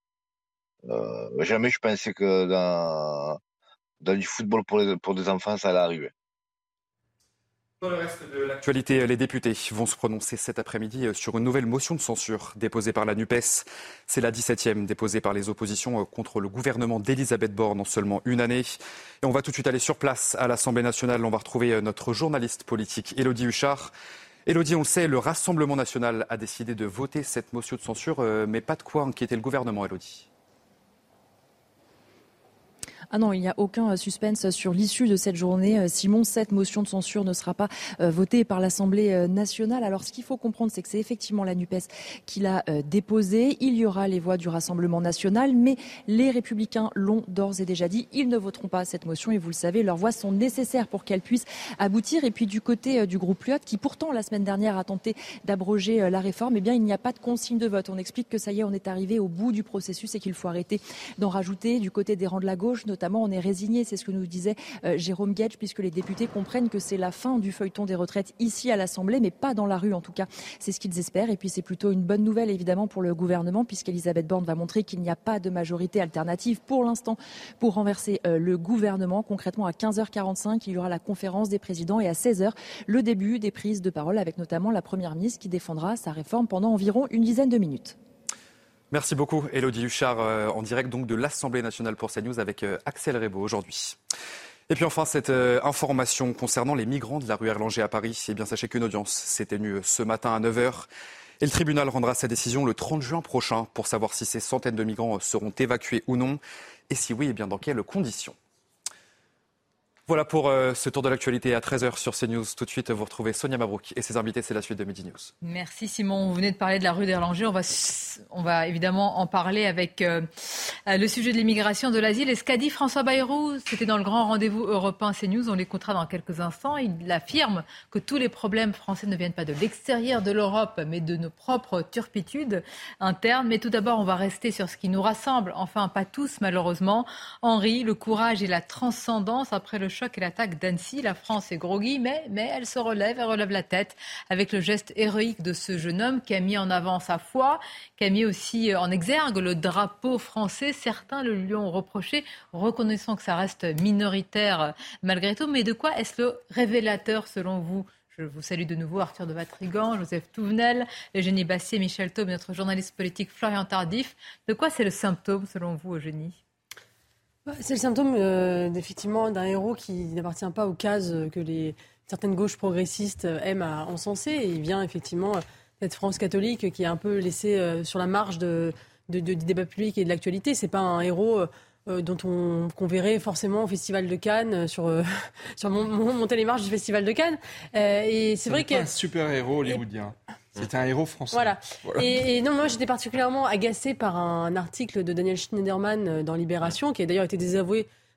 Euh, jamais je pensais que dans, dans du football pour, les, pour des enfants, ça allait arriver. Dans le reste de l'actualité, les députés vont se prononcer cet après-midi sur une nouvelle motion de censure déposée par la NUPES. C'est la dix-septième déposée par les oppositions contre le gouvernement d'Elisabeth Borne en seulement une année. Et on va tout de suite aller sur place à l'Assemblée nationale. On va retrouver notre journaliste politique Élodie Huchard. Élodie, on le sait, le Rassemblement national a décidé de voter cette motion de censure, mais pas de quoi inquiéter le gouvernement, Élodie. Ah non, il n'y a aucun suspense sur l'issue de cette journée. Simon, cette motion de censure ne sera pas euh, votée par l'Assemblée nationale. Alors, ce qu'il faut comprendre, c'est que c'est effectivement la NUPES qui l'a euh, déposée. Il y aura les voix du Rassemblement national, mais les Républicains l'ont d'ores et déjà dit. Ils ne voteront pas cette motion et vous le savez, leurs voix sont nécessaires pour qu'elle puisse aboutir. Et puis, du côté euh, du groupe Lyot, qui pourtant, la semaine dernière, a tenté d'abroger euh, la réforme, eh bien, il n'y a pas de consigne de vote. On explique que ça y est, on est arrivé au bout du processus et qu'il faut arrêter d'en rajouter. Du côté des rangs de la gauche, notamment, on est résigné, c'est ce que nous disait euh, Jérôme Guedj, puisque les députés comprennent que c'est la fin du feuilleton des retraites ici à l'Assemblée, mais pas dans la rue en tout cas. C'est ce qu'ils espèrent. Et puis c'est plutôt une bonne nouvelle évidemment pour le gouvernement, puisqu'Elisabeth Borne va montrer qu'il n'y a pas de majorité alternative pour l'instant pour renverser euh, le gouvernement. Concrètement, à quinze heures quarante-cinq, il y aura la conférence des présidents et à seize heures, le début des prises de parole avec notamment la Première ministre qui défendra sa réforme pendant environ une dizaine de minutes. Merci beaucoup, Élodie Huchard, euh, en direct donc de l'Assemblée nationale pour CNews avec euh, Axel Rebaud aujourd'hui. Et puis enfin, cette euh, information concernant les migrants de la rue Erlanger à Paris. Eh bien, sachez qu'une audience s'est tenue ce matin à neuf heures. Et le tribunal rendra sa décision le trente juin prochain pour savoir si ces centaines de migrants seront évacués ou non. Et si oui, eh bien, dans quelles conditions. Voilà pour euh, ce tour de l'actualité à treize heures sur CNews. Tout de suite, vous retrouvez Sonia Mabrouk et ses invités. C'est la suite de Midi News. Merci Simon. Vous venez de parler de la rue d'Erlanger. On va, on va évidemment en parler avec euh, le sujet de l'immigration, de l'asile. Et ce qu'a dit François Bayrou, c'était dans le grand rendez-vous européen CNews. On l'écoutera dans quelques instants. Il affirme que tous les problèmes français ne viennent pas de l'extérieur de l'Europe, mais de nos propres turpitudes internes. Mais tout d'abord, on va rester sur ce qui nous rassemble. Enfin, pas tous malheureusement. Henri, le courage et la transcendance après le choc et l'attaque d'Annecy. La France est groggy, mais, mais elle se relève, elle relève la tête avec le geste héroïque de ce jeune homme qui a mis en avant sa foi, qui a mis aussi en exergue le drapeau français. Certains le lui ont reproché, reconnaissant que ça reste minoritaire malgré tout. Mais de quoi est-ce le révélateur selon vous ? Je vous salue de nouveau, Arthur de Vatrigan, Joseph Touvenel, Eugénie Bassier, Michel Taube, notre journaliste politique Florian Tardif. De quoi c'est le symptôme selon vous, Eugénie ? C'est le symptôme euh, effectivement d'un héros qui n'appartient pas aux cases que les, certaines gauches progressistes aiment à encenser. Et il vient effectivement cette France catholique qui est un peu laissée euh, sur la marge de, de, de, du débat public et de l'actualité. C'est pas un héros euh, dont on qu'on verrait forcément au Festival de Cannes, sur, euh, sur mon, mon, monter les marches du Festival de Cannes. Euh, et c'est, c'est vrai que un super héros hollywoodien. Et... C'est un héros français. Voilà. voilà. Et, et non, moi j'étais particulièrement agacée par un article de Daniel Schneiderman dans Libération, qui a d'ailleurs été désavoué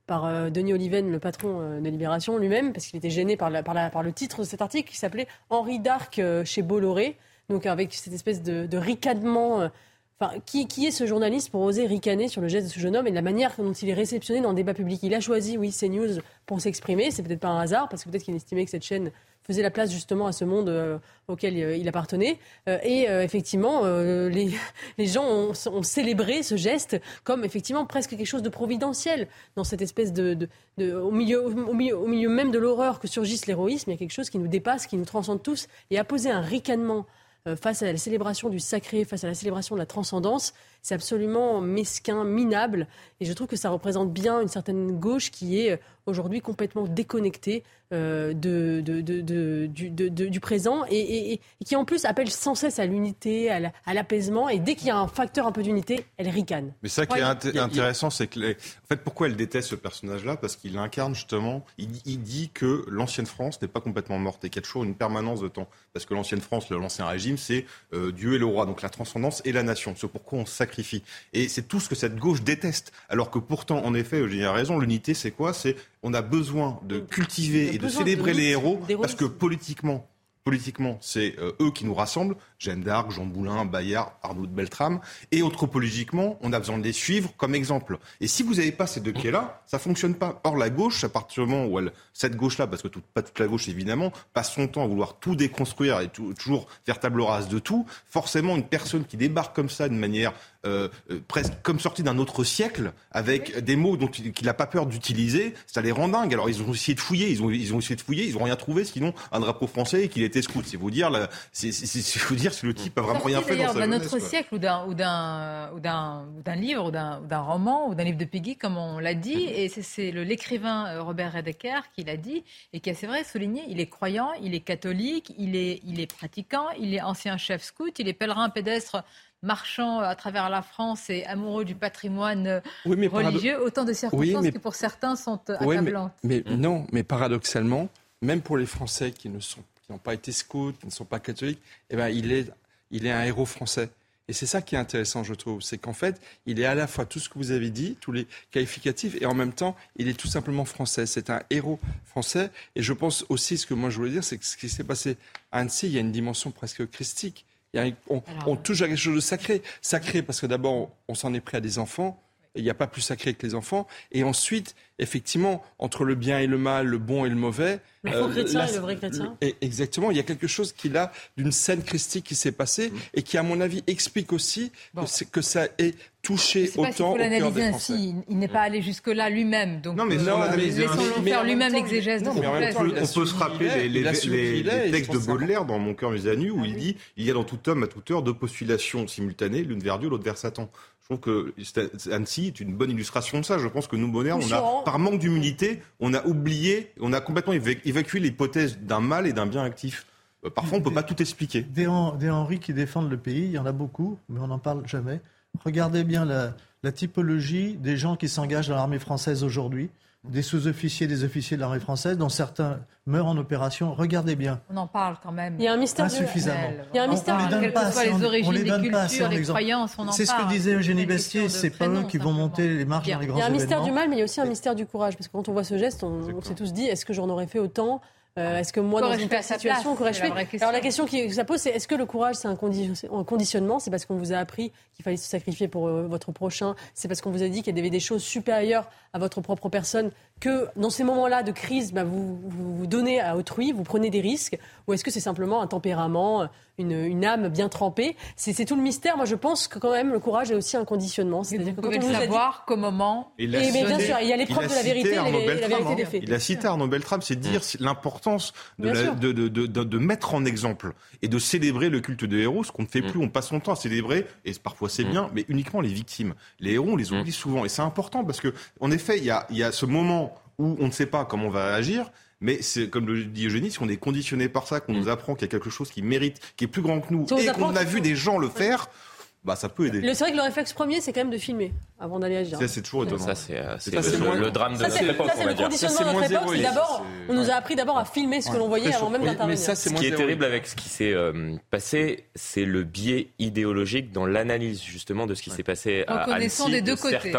par euh, Denis Oliven, le patron euh, de Libération lui-même, parce qu'il était gêné par, la, par, la, par le titre de cet article qui s'appelait « Henri d'Arc euh, chez Bolloré », donc avec cette espèce de, de ricanement. Euh, Enfin, qui, qui est ce journaliste pour oser ricaner sur le geste de ce jeune homme et de la manière dont il est réceptionné dans le débat public? Il a choisi, oui, CNews pour s'exprimer. C'est peut-être pas un hasard, parce que peut-être qu'il estimait que cette chaîne faisait la place justement à ce monde euh, auquel euh, il appartenait. Euh, et euh, effectivement, euh, les, les gens ont, ont célébré ce geste comme effectivement presque quelque chose de providentiel. Dans cette espèce de... de, de au, milieu, au, milieu, au milieu même de l'horreur que surgisse l'héroïsme, il y a quelque chose qui nous dépasse, qui nous transcende tous. Et apposer un ricanement face à la célébration du sacré, face à la célébration de la transcendance, c'est absolument mesquin, minable. Et je trouve que ça représente bien une certaine gauche qui est aujourd'hui complètement déconnectée euh, de, de, de, de, du, de, de, du présent et, et, et qui en plus appelle sans cesse à l'unité, à, la, à l'apaisement. Et dès qu'il y a un facteur un peu d'unité, elle ricane. Mais ça qui est int- intéressant, c'est que les... en fait, pourquoi elle déteste ce personnage-là? Parce qu'il incarne justement, il, il dit que l'ancienne France n'est pas complètement morte et qu'il y a toujours une permanence de temps. Parce que l'ancienne France, l'ancien régime, c'est euh, Dieu et le roi, donc la transcendance et la nation. C'est pourquoi on se sacrifie. Et c'est tout ce que cette gauche déteste. Alors que pourtant, en effet, Eugénie a raison, l'unité, c'est quoi? C'est on a besoin de cultiver et de célébrer de les héros parce que politiquement, politiquement, c'est euh, eux qui nous rassemblent. Jeanne d'Arc, Jean Boulin, Bayard, Arnaud de Beltrame. Et anthropologiquement, on a besoin de les suivre comme exemple. Et si vous n'avez pas ces deux pieds-là, ça ne fonctionne pas. Or, la gauche, à partir du moment où elle, cette gauche-là, parce que tout, pas toute la gauche évidemment, passe son temps à vouloir tout déconstruire et tout, toujours faire table rase de tout, forcément, une personne qui débarque comme ça d'une manière euh, euh, presque comme sortie d'un autre siècle, avec oui. des mots dont il, qu'il n'a pas peur d'utiliser, ça les rend dingues. Alors, ils ont essayé de fouiller, ils ont, ils ont essayé de fouiller, ils n'ont rien trouvé, sinon un drapeau français et qu'il était scout. C'est vous dire, là, c'est, c'est, c'est, c'est vous dire si le type a vraiment rien fait dans sa d'un jeunesse. D'un autre siècle ou d'un, ou, d'un, ou, d'un, ou d'un livre, ou d'un, ou d'un roman, ou d'un livre de Peggy, comme on l'a dit. Et c'est, c'est le, l'écrivain Robert Redeker qui l'a dit et qui a, c'est vrai, souligné, il est croyant, il est catholique, il est, il est pratiquant, il est ancien chef scout, il est pèlerin pédestre marchant à travers la France et amoureux du patrimoine oui, religieux. Parado... Autant de circonstances oui, mais... qui, pour certains, sont accablantes. Oui, mais, mais non, mais paradoxalement, même pour les Français qui ne sont qui n'ont pas été scouts, qui ne sont pas catholiques, eh ben, il est, il est un héros français. Et c'est ça qui est intéressant, je trouve. C'est qu'en fait, il est à la fois tout ce que vous avez dit, tous les qualificatifs, et en même temps, il est tout simplement français. C'est un héros français. Et je pense aussi, ce que moi je voulais dire, c'est que ce qui s'est passé à Annecy, il y a une dimension presque christique. Il y a une, on, Alors, on touche à quelque chose de sacré. Sacré parce que d'abord, on, on s'en est pris à des enfants. Il n'y a pas plus sacré que les enfants. Et ensuite, effectivement, entre le bien et le mal, le bon et le mauvais... Le faux euh, chrétien la, et le vrai chrétien. Et exactement. Il y a quelque chose qui, là, d'une scène christique qui s'est passée mmh. et qui, à mon avis, explique aussi bon. que, c'est, que ça ait touché autant au cœur des Français. Ainsi. Il n'est pas allé jusque-là lui-même. Donc, non, mais non, laissons-le faire lui-même l'exégèse de son texte. On peut se rappeler les, les, les, les textes de Baudelaire dans Mon cœur, mes à nu, où ah, il oui. dit « Il y a dans tout homme, à toute heure, deux postulations simultanées, l'une vers Dieu, l'autre vers Satan ». Je trouve que Annecy est une bonne illustration de ça. Je pense que nous, modernes, on a, par manque d'humilité, on a oublié, on a complètement évacué l'hypothèse d'un mal et d'un bien actif. Parfois, on ne peut pas tout expliquer. Des, des Henri qui défendent le pays, il y en a beaucoup, mais on n'en parle jamais. Regardez bien la, la typologie des gens qui s'engagent dans l'armée française aujourd'hui. Des sous-officiers, des officiers de l'armée française, dont certains meurent en opération. Regardez bien. On en parle quand même. Il y a un mystère insuffisamment. Du... Il y a un mystère. On, on les donne pas. Les origines, on les donne les pas. Cultures, les croyances, on en c'est parle. ce que disait Eugénie Bastier. C'est pas eux qui vont monter les marches dans les grands événements. Il y a un mystère du mal, mais il y a aussi un mystère du courage. Parce que quand on voit ce geste, on, on s'est tous dit, est-ce que j'en aurais fait autant? Euh, est-ce que moi, dans une telle situation, qu'aurais-je fait? Alors la question qui ça pose, c'est est-ce que le courage, c'est un, condi- un conditionnement? C'est parce qu'on vous a appris qu'il fallait se sacrifier pour euh, votre prochain? C'est parce qu'on vous a dit qu'il y avait des choses supérieures à votre propre personne que dans ces moments-là de crise, bah, vous, vous vous donnez à autrui, vous prenez des risques? Ou est-ce que c'est simplement un tempérament, une, une âme bien trempée? c'est, c'est tout le mystère. Moi, je pense que quand même, le courage est aussi un conditionnement. C'est-à-dire vous que pouvez quand on le savoir dit... qu'au moment... Et, et mais bien sûr, il y a l'épreuve de la vérité et la vérité des faits. Il a cité Arnaud Beltrame, c'est dire mmh. l'importance de, la, de, de, de, de, de mettre en exemple et de célébrer le culte des héros, ce qu'on ne fait mmh. plus. On passe son temps à célébrer, et parfois c'est mmh. bien, mais uniquement les victimes. Les héros, on les oublie mmh. souvent. Et c'est important parce que, en effet, il y a, il y a ce moment où on ne sait pas comment on va réagir. Mais c'est comme le dit Eugénie, si on est conditionné par ça, qu'on mmh. nous apprend qu'il y a quelque chose qui mérite, qui est plus grand que nous, et qu'on a vu des gens le faire, bah ça peut aider. Le, c'est vrai que le réflexe premier, c'est quand même de filmer avant d'aller agir. Ça, c'est toujours étonnant. Ça, c'est, euh, c'est, ça, c'est le, le drame de ça, notre époque, on va dire. Ça, c'est le conditionnement de notre époque. C'est d'abord, on nous a appris d'abord à filmer ce que l'on voyait avant même d'intervenir. Ça, c'est ce qui est terrible avec ce qui s'est euh, passé, c'est le biais idéologique dans l'analyse justement de ce qui s'est passé à Annecy. En connaissant des deux côtés.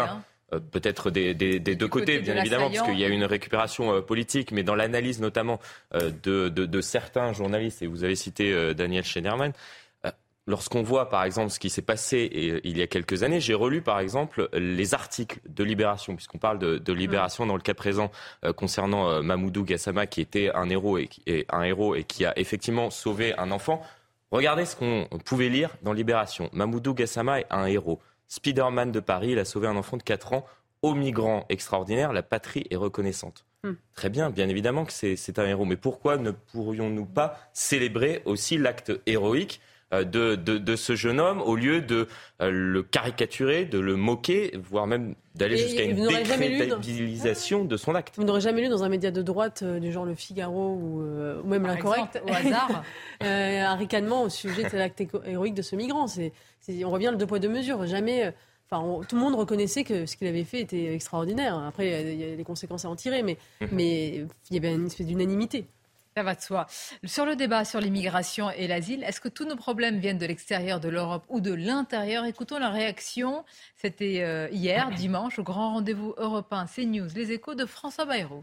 Euh, peut-être des, des, des deux côtés, côté bien évidemment, parce qu'il y a une récupération euh, politique, mais dans l'analyse notamment euh, de, de, de certains journalistes, et vous avez cité euh, Daniel Schneiderman, euh, lorsqu'on voit par exemple ce qui s'est passé et, il y a quelques années, j'ai relu par exemple les articles de Libération, puisqu'on parle de, de Libération mmh. dans le cas présent euh, concernant euh, Mamoudou Gassama, qui était un héros et, et, un héros et qui a effectivement sauvé un enfant. Regardez ce qu'on pouvait lire dans Libération. Mamoudou Gassama est un héros. Spider-Man de Paris, il a sauvé un enfant de quatre ans. Aux migrants extraordinaires, la patrie est reconnaissante. Mm. Très bien, bien évidemment que c'est, c'est un héros. Mais pourquoi ne pourrions-nous pas célébrer aussi l'acte héroïque euh, de, de, de ce jeune homme, au lieu de euh, le caricaturer, de le moquer, voire même d'aller et, jusqu'à et une décrédibilisation dans... de son acte. Vous n'aurez jamais lu dans un média de droite euh, du genre Le Figaro ou, euh, ou même Par L'Incorrect, exemple, au hasard, euh, un ricanement au sujet de l'acte héroïque de ce migrant. C'est, c'est, on revient le deux poids deux mesures. Jamais... Euh, Enfin, on, tout le monde reconnaissait que ce qu'il avait fait était extraordinaire. Après, il y a des conséquences à en tirer, mais, mmh. mais il y avait une espèce d'unanimité. Ça va de soi. Sur le débat sur l'immigration et l'asile, est-ce que tous nos problèmes viennent de l'extérieur de l'Europe ou de l'intérieur ? Écoutons la réaction. C'était euh, hier, dimanche, au grand rendez-vous européen CNews, Les Échos de François Bayrou.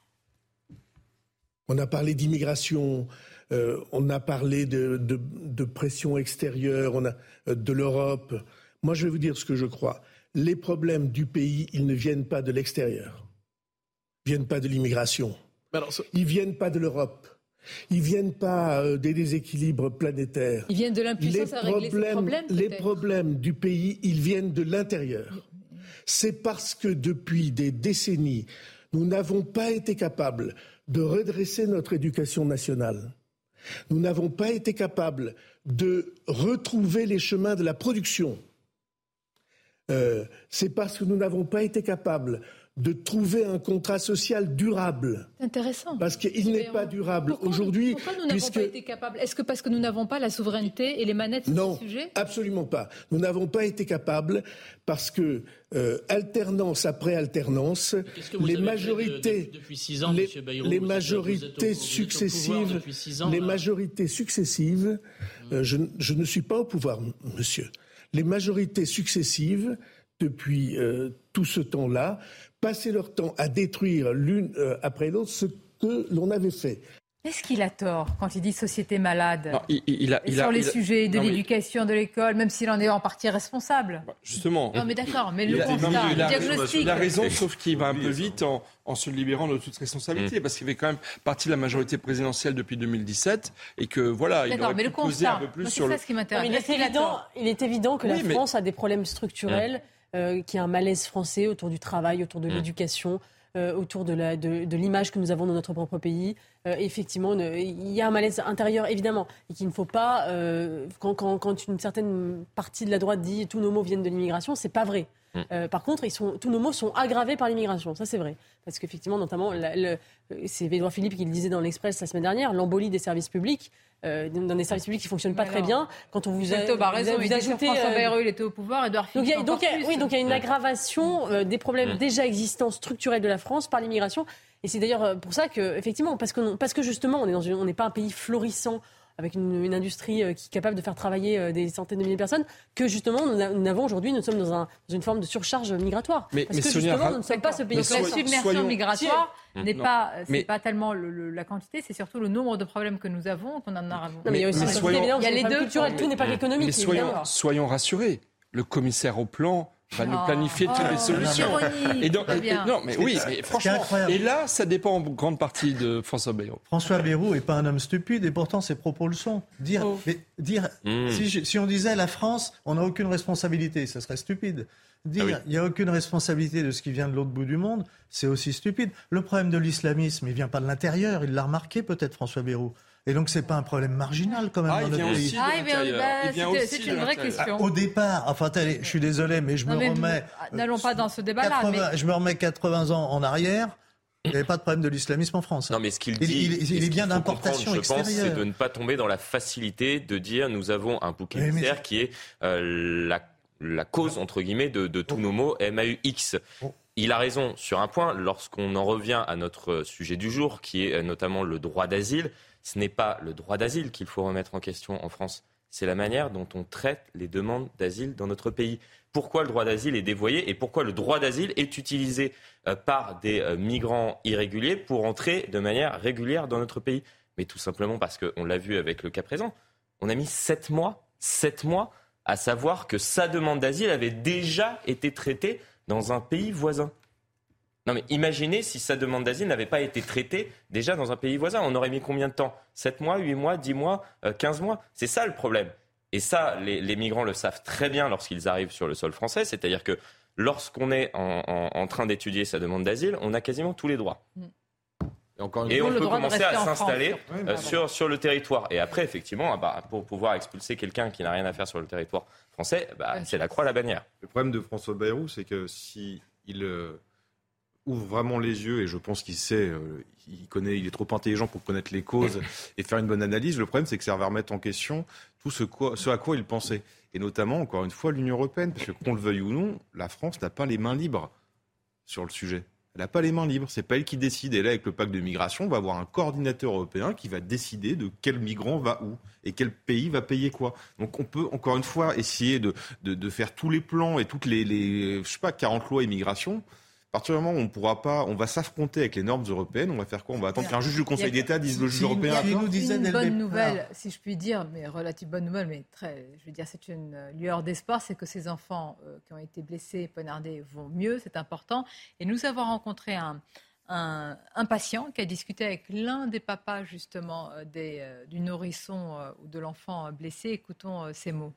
On a parlé d'immigration, euh, on a parlé de, de, de pression extérieure, on a, euh, de l'Europe. Moi, je vais vous dire ce que je crois. Les problèmes du pays, ils ne viennent pas de l'extérieur. Ils ne viennent pas de l'immigration. Alors, ce... Ils ne viennent pas de l'Europe. Ils ne viennent pas euh, des déséquilibres planétaires. Ils viennent de l'impuissance à régler ces problèmes, les problèmes du pays, ils viennent de l'intérieur. C'est parce que depuis des décennies, nous n'avons pas été capables de redresser notre éducation nationale. Nous n'avons pas été capables de retrouver les chemins de la production. Euh, c'est parce que nous n'avons pas été capables de trouver un contrat social durable. C'est intéressant. Parce qu'il n'est pas durable pourquoi, aujourd'hui. Pourquoi nous n'avons puisque... pas été capables ? Est-ce que parce que nous n'avons pas la souveraineté et les manettes sur non, ce sujet ? Non, absolument pas. Nous n'avons pas été capables parce que, euh, alternance après alternance, les majorités, de, depuis six ans, les, M. Bayrou, les vous majorités êtes au, successives, ans, les là. majorités successives, euh, je, je ne suis pas au pouvoir, monsieur. Les majorités successives, depuis euh, tout ce temps-là, passer leur temps à détruire l'une euh, après l'autre ce que l'on avait fait. Est-ce qu'il a tort quand il dit société malade non, il, il a, il sur a, les il a, sujets de non, l'éducation, de l'école, même s'il en est en partie responsable? Justement. Non mais d'accord, mais il le a, constat, non, le il a, diagnostic... Il a raison, sauf qu'il va un peu vite en, en se libérant de toute responsabilité, mmh. parce qu'il fait quand même partie de la majorité présidentielle depuis deux mille dix-sept, et que voilà, il aurait mais pu le constat, poser un peu plus sur ça le... ce qui m'intéresse. Il est, évident, il est évident que oui, la France mais... a des problèmes structurels, mmh. euh, qu'il y a un malaise français autour du travail, autour de mmh. l'éducation, Euh, autour de, la, de, de l'image que nous avons dans notre propre pays. Euh, effectivement, ne, il y a un malaise intérieur, évidemment, et qu'il ne faut pas, euh, quand, quand, quand une certaine partie de la droite dit « tous nos maux viennent de l'immigration », c'est pas vrai. Euh, par contre, ils sont, tous nos maux sont aggravés par l'immigration, ça c'est vrai. Parce qu'effectivement, notamment, la, le, c'est Édouard Philippe qui le disait dans l'Express la semaine dernière, l'embolie des services publics, euh, dans des services publics qui ne fonctionnent pas alors, très bien. Quand on vous, a, vous, a, raison, vous, vous ajoutez... François Bayrou, il était au pouvoir, Édouard Philippe donc, donc, encore plus. Oui, donc il y a une aggravation euh, des problèmes mmh. déjà existants structurels de la France par l'immigration. Et c'est d'ailleurs pour ça que, effectivement, parce que, parce que justement, on est dans une, on n'est pas un pays florissant, avec une, une industrie euh, qui est capable de faire travailler euh, des centaines de milliers de personnes, que justement nous, nous avons aujourd'hui, nous sommes dans, un, dans une forme de surcharge migratoire. Mais, Parce mais que Sonia, justement, nous ne sommes pas ce pays. Donc la submersion soyons... migratoire n'est non. pas, c'est mais... pas tellement le, le, la quantité, c'est surtout le nombre de problèmes que nous avons qu'on en a. Non, mais il y a aussi mais soyons... évidemment, il y a les deux. Culturel, tout n'est pas économique. Mais soyons, soyons rassurés, le commissaire au plan va nous planifier oh, toutes les solutions. Ironie, et donc, et, et, non, mais oui, mais franchement. Et là, ça dépend en grande partie de François Bayrou. François Bayrou n'est pas un homme stupide et pourtant ses propos le sont. Dire, oh. mais, dire mmh. si, si on disait la France, on n'a aucune responsabilité, ça serait stupide. Dire il ah oui. n'y a aucune responsabilité de ce qui vient de l'autre bout du monde, c'est aussi stupide. Le problème de l'islamisme, il ne vient pas de l'intérieur, il l'a remarqué peut-être François Bayrou. Et donc, ce n'est pas un problème marginal, quand même, ah, dans notre pays. Ah, il vient, bah, il vient c'est, aussi c'est une vraie question. Au départ, enfin, attendez, je suis désolé, mais je non, me mais remets... Nous, n'allons pas dans ce débat-là, quatre-vingts, mais... Je me remets quatre-vingts ans en arrière, il n'y avait pas de problème de l'islamisme en France. Non, mais ce qu'il dit, il, il, il est bien d'importation extérieure. Je pense, c'est de ne pas tomber dans la facilité de dire nous avons un bouc émissaire mais... qui est euh, la, la cause, entre guillemets, de, de tous oh. nos maux, M A U X. Oh. Il a raison sur un point, lorsqu'on en revient à notre sujet du jour, qui est notamment le droit d'asile. Ce n'est pas le droit d'asile qu'il faut remettre en question en France, c'est la manière dont on traite les demandes d'asile dans notre pays. Pourquoi le droit d'asile est dévoyé et pourquoi le droit d'asile est utilisé euh, par des euh, migrants irréguliers pour entrer de manière régulière dans notre pays? Mais tout simplement parce qu'on l'a vu avec le cas présent. On a mis sept mois, sept mois à savoir que sa demande d'asile avait déjà été traitée dans un pays voisin. Non mais imaginez si sa demande d'asile n'avait pas été traitée déjà dans un pays voisin. On aurait mis combien de temps? sept mois, huit mois, dix mois, euh, quinze mois? C'est ça le problème. Et ça, les, les migrants le savent très bien lorsqu'ils arrivent sur le sol français. C'est-à-dire que lorsqu'on est en, en, en train d'étudier sa demande d'asile, on a quasiment tous les droits. Mmh. Et, encore une et on peut commencer à s'installer euh, sur, sur le territoire. Et après, effectivement, bah, pour pouvoir expulser quelqu'un qui n'a rien à faire sur le territoire français, bah, c'est la croix à la bannière. Le problème de François Bayrou, c'est que s'il euh, ouvre vraiment les yeux, et je pense qu'il sait, euh, il, connaît, il est trop intelligent pour connaître les causes et faire une bonne analyse, le problème, c'est que ça va remettre en question tout ce, quoi, ce à quoi il pensait. Et notamment, encore une fois, l'Union européenne. Parce que qu'on le veuille ou non, la France n'a pas les mains libres sur le sujet. Elle n'a pas les mains libres, c'est pas elle qui décide. Et là, avec le pacte de migration, on va avoir un coordinateur européen qui va décider de quel migrant va où et quel pays va payer quoi. Donc on peut, encore une fois, essayer de, de, de faire tous les plans et toutes les, les je sais pas, quarante lois immigration. À partir du moment où on pourra pas, on va s'affronter avec les normes européennes, on va faire quoi? On va attendre qu'un juge du Conseil d'État dise le juge européen. Il y a une bonne nouvelle, si je puis dire, mais relative bonne nouvelle, mais très, je veux dire, c'est une lueur d'espoir, c'est que ces enfants euh, qui ont été blessés, poignardés, vont mieux, c'est important. Et nous avons rencontré un, un, un patient qui a discuté avec l'un des papas, justement, des, euh, du nourrisson euh, ou de l'enfant blessé. Écoutons euh, ces mots.